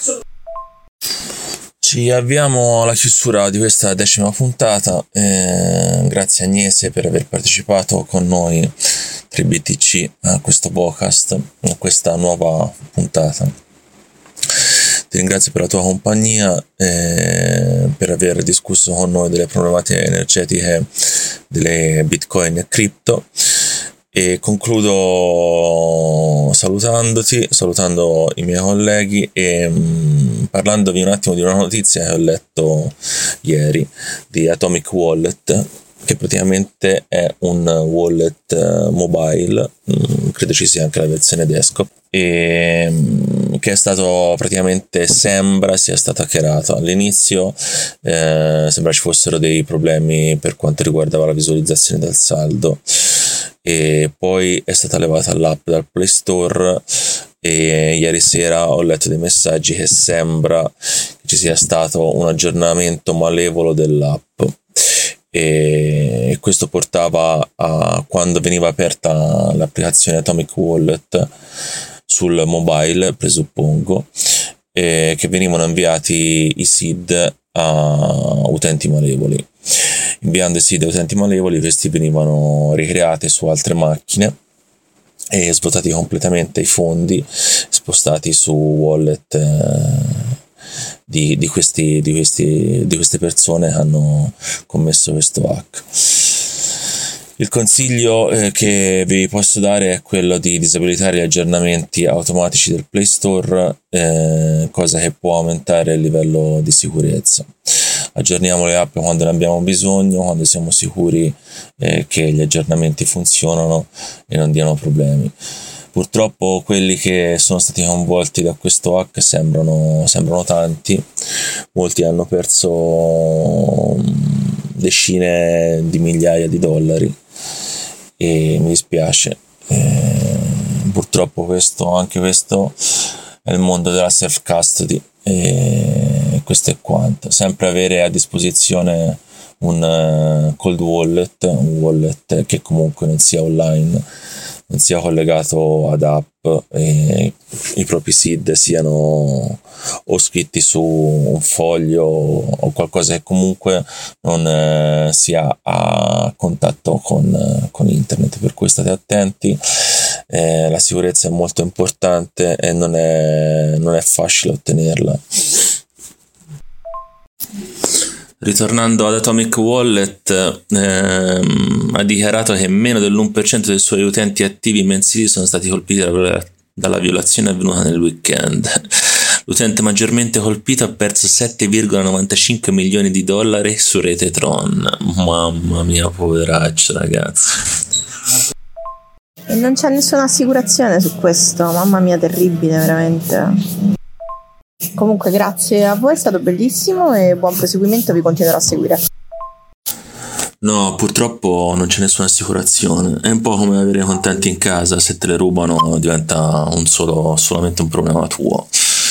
Ci avviamo alla chiusura di questa 10ª puntata. Grazie Agnese per aver partecipato con noi 3BTC a questo podcast, a questa nuova puntata. Ti ringrazio per la tua compagnia, per aver discusso con noi delle problematiche energetiche delle Bitcoin e cripto, e concludo salutando i miei colleghi e parlandovi un attimo di una notizia che ho letto ieri di Atomic Wallet, che praticamente è un wallet mobile, credo ci sia anche la versione desktop, e che è stato sembra sia stato hackerato. All'inizio sembra ci fossero dei problemi per quanto riguardava la visualizzazione del saldo, e poi è stata levata l'app dal Play Store, e ieri sera ho letto dei messaggi che sembra che ci sia stato un aggiornamento malevolo dell'app, e questo portava a, quando veniva aperta l'applicazione Atomic Wallet sul mobile, presuppongo, che venivano inviati i seed a utenti malevoli. Inviando i seed a utenti malevoli, questi venivano ricreati su altre macchine e svuotati completamente i fondi, spostati su wallet di queste persone che hanno commesso questo hack. Il consiglio che vi posso dare è quello di disabilitare gli aggiornamenti automatici del Play Store, cosa che può aumentare il livello di sicurezza. Aggiorniamo le app quando ne abbiamo bisogno, quando siamo sicuri che gli aggiornamenti funzionano e non diano problemi. Purtroppo quelli che sono stati coinvolti da questo hack sembrano tanti, molti hanno perso decine di migliaia di dollari e mi dispiace. Purtroppo anche questo è il mondo della self custody e questo è quanto. Sempre avere a disposizione un cold wallet, un wallet che comunque non sia online, non sia collegato ad app, e i propri SID siano o scritti su un foglio o qualcosa che comunque non sia a contatto con internet, per cui state attenti. La sicurezza è molto importante e non è facile ottenerla. Ritornando ad Atomic Wallet, ha dichiarato che meno dell'1% dei suoi utenti attivi mensili sono stati colpiti dalla violazione avvenuta nel weekend. L'utente maggiormente colpito ha perso 7,95 milioni di dollari su rete Tron. Mamma mia, poveraccio, ragazzi. E non c'è nessuna assicurazione su questo, mamma mia, terribile, veramente. Comunque grazie a voi, è stato bellissimo e buon proseguimento, vi continuerò a seguire. No, purtroppo non c'è nessuna assicurazione. È un po' come avere i contanti in casa, se te le rubano diventa solamente un problema tuo.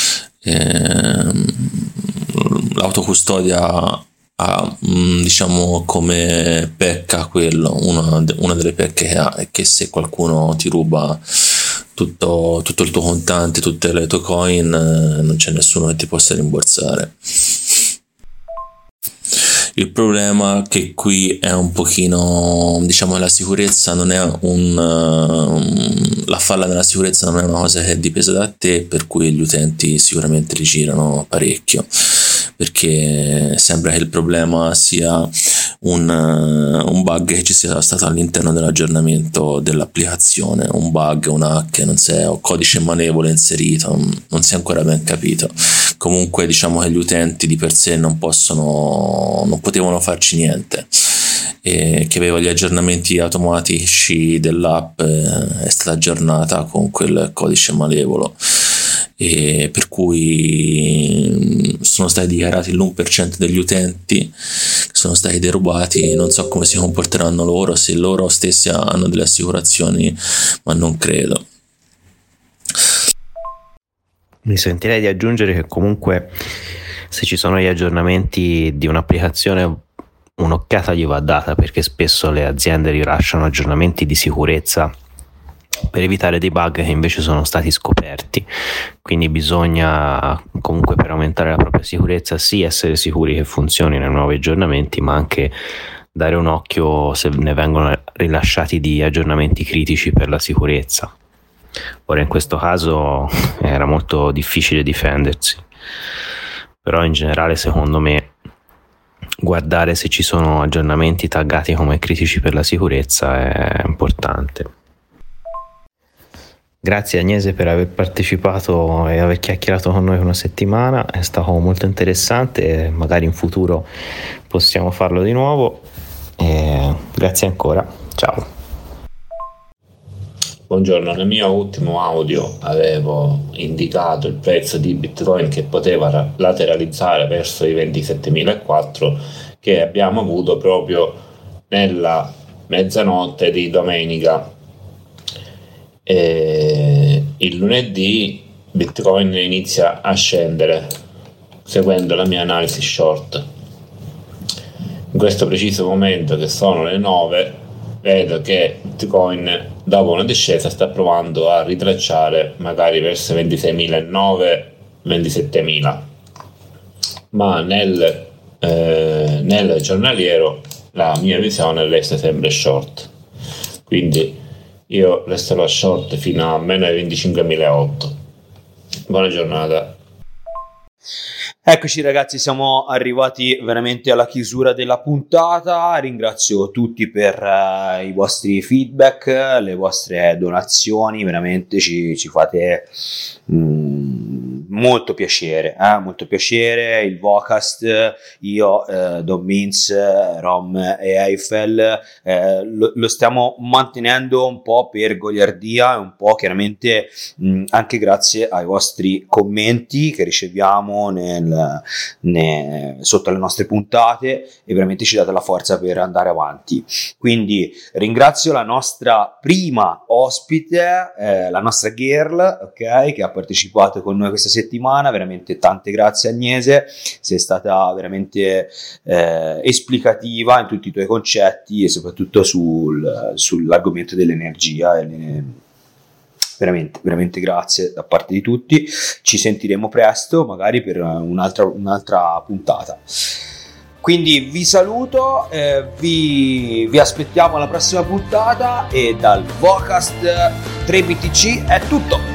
L'autocustodia ha, diciamo, come pecca quello, una delle pecche che ha è che se qualcuno ti ruba tutto il tuo contante, tutte le tue coin, non c'è nessuno che ti possa rimborsare. Il problema è che qui è un pochino, diciamo, la sicurezza non è la falla della sicurezza non è una cosa che è dipesa da te, per cui gli utenti sicuramente li girano parecchio, perché sembra che il problema sia un bug che ci sia stato all'interno dell'aggiornamento dell'applicazione, un bug, un hack, non so, un codice malevolo inserito, non si è ancora ben capito. Comunque diciamo che gli utenti di per sé non potevano farci niente, e che aveva gli aggiornamenti automatici dell'app è stata aggiornata con quel codice malevolo, e per cui sono stati dichiarati l'1% degli utenti che sono stati derubati. Non so come si comporteranno loro, se loro stessi hanno delle assicurazioni, ma non credo. Mi sentirei di aggiungere che comunque se ci sono gli aggiornamenti di un'applicazione un'occhiata gli va data, perché spesso le aziende rilasciano aggiornamenti di sicurezza per evitare dei bug che invece sono stati scoperti. Quindi bisogna comunque, per aumentare la propria sicurezza, sì essere sicuri che funzionino i nuovi aggiornamenti, ma anche dare un occhio se ne vengono rilasciati di aggiornamenti critici per la sicurezza. Ora in questo caso era molto difficile difendersi, però in generale secondo me guardare se ci sono aggiornamenti taggati come critici per la sicurezza è importante. Grazie Agnese per aver partecipato e aver chiacchierato con noi una settimana, è stato molto interessante e magari in futuro possiamo farlo di nuovo. Grazie ancora, ciao. Buongiorno, nel mio ultimo audio avevo indicato il prezzo di Bitcoin che poteva lateralizzare verso i 27.004 che abbiamo avuto proprio nella mezzanotte di domenica. Il lunedì Bitcoin inizia a scendere seguendo la mia analisi short. In questo preciso momento, che sono le 9, vedo che Bitcoin dopo una discesa sta provando a ritracciare magari verso 26.009, 27.000, ma nel giornaliero la mia visione resta sempre short, quindi io resterò short fino a meno ai 25.008. Buona giornata. Eccoci ragazzi, siamo arrivati veramente alla chiusura della puntata. Ringrazio tutti per i vostri feedback, le vostre donazioni, veramente ci fate molto piacere, molto piacere. Il Vocast, io, Don Vince, Rom e Eiffel lo stiamo mantenendo un po' per goliardia e un po' chiaramente anche grazie ai vostri commenti che riceviamo sotto le nostre puntate, e veramente ci date la forza per andare avanti. Quindi ringrazio la nostra prima ospite, la nostra girl, ok, che ha partecipato con noi questa settimana. Veramente tante grazie Agnese, sei stata veramente esplicativa in tutti i tuoi concetti e soprattutto sull'argomento dell'energia. Veramente, veramente grazie da parte di tutti. Ci sentiremo presto, magari per un'altra puntata. Quindi vi saluto, vi aspettiamo alla prossima puntata, e dal Vocast 3BTC è tutto.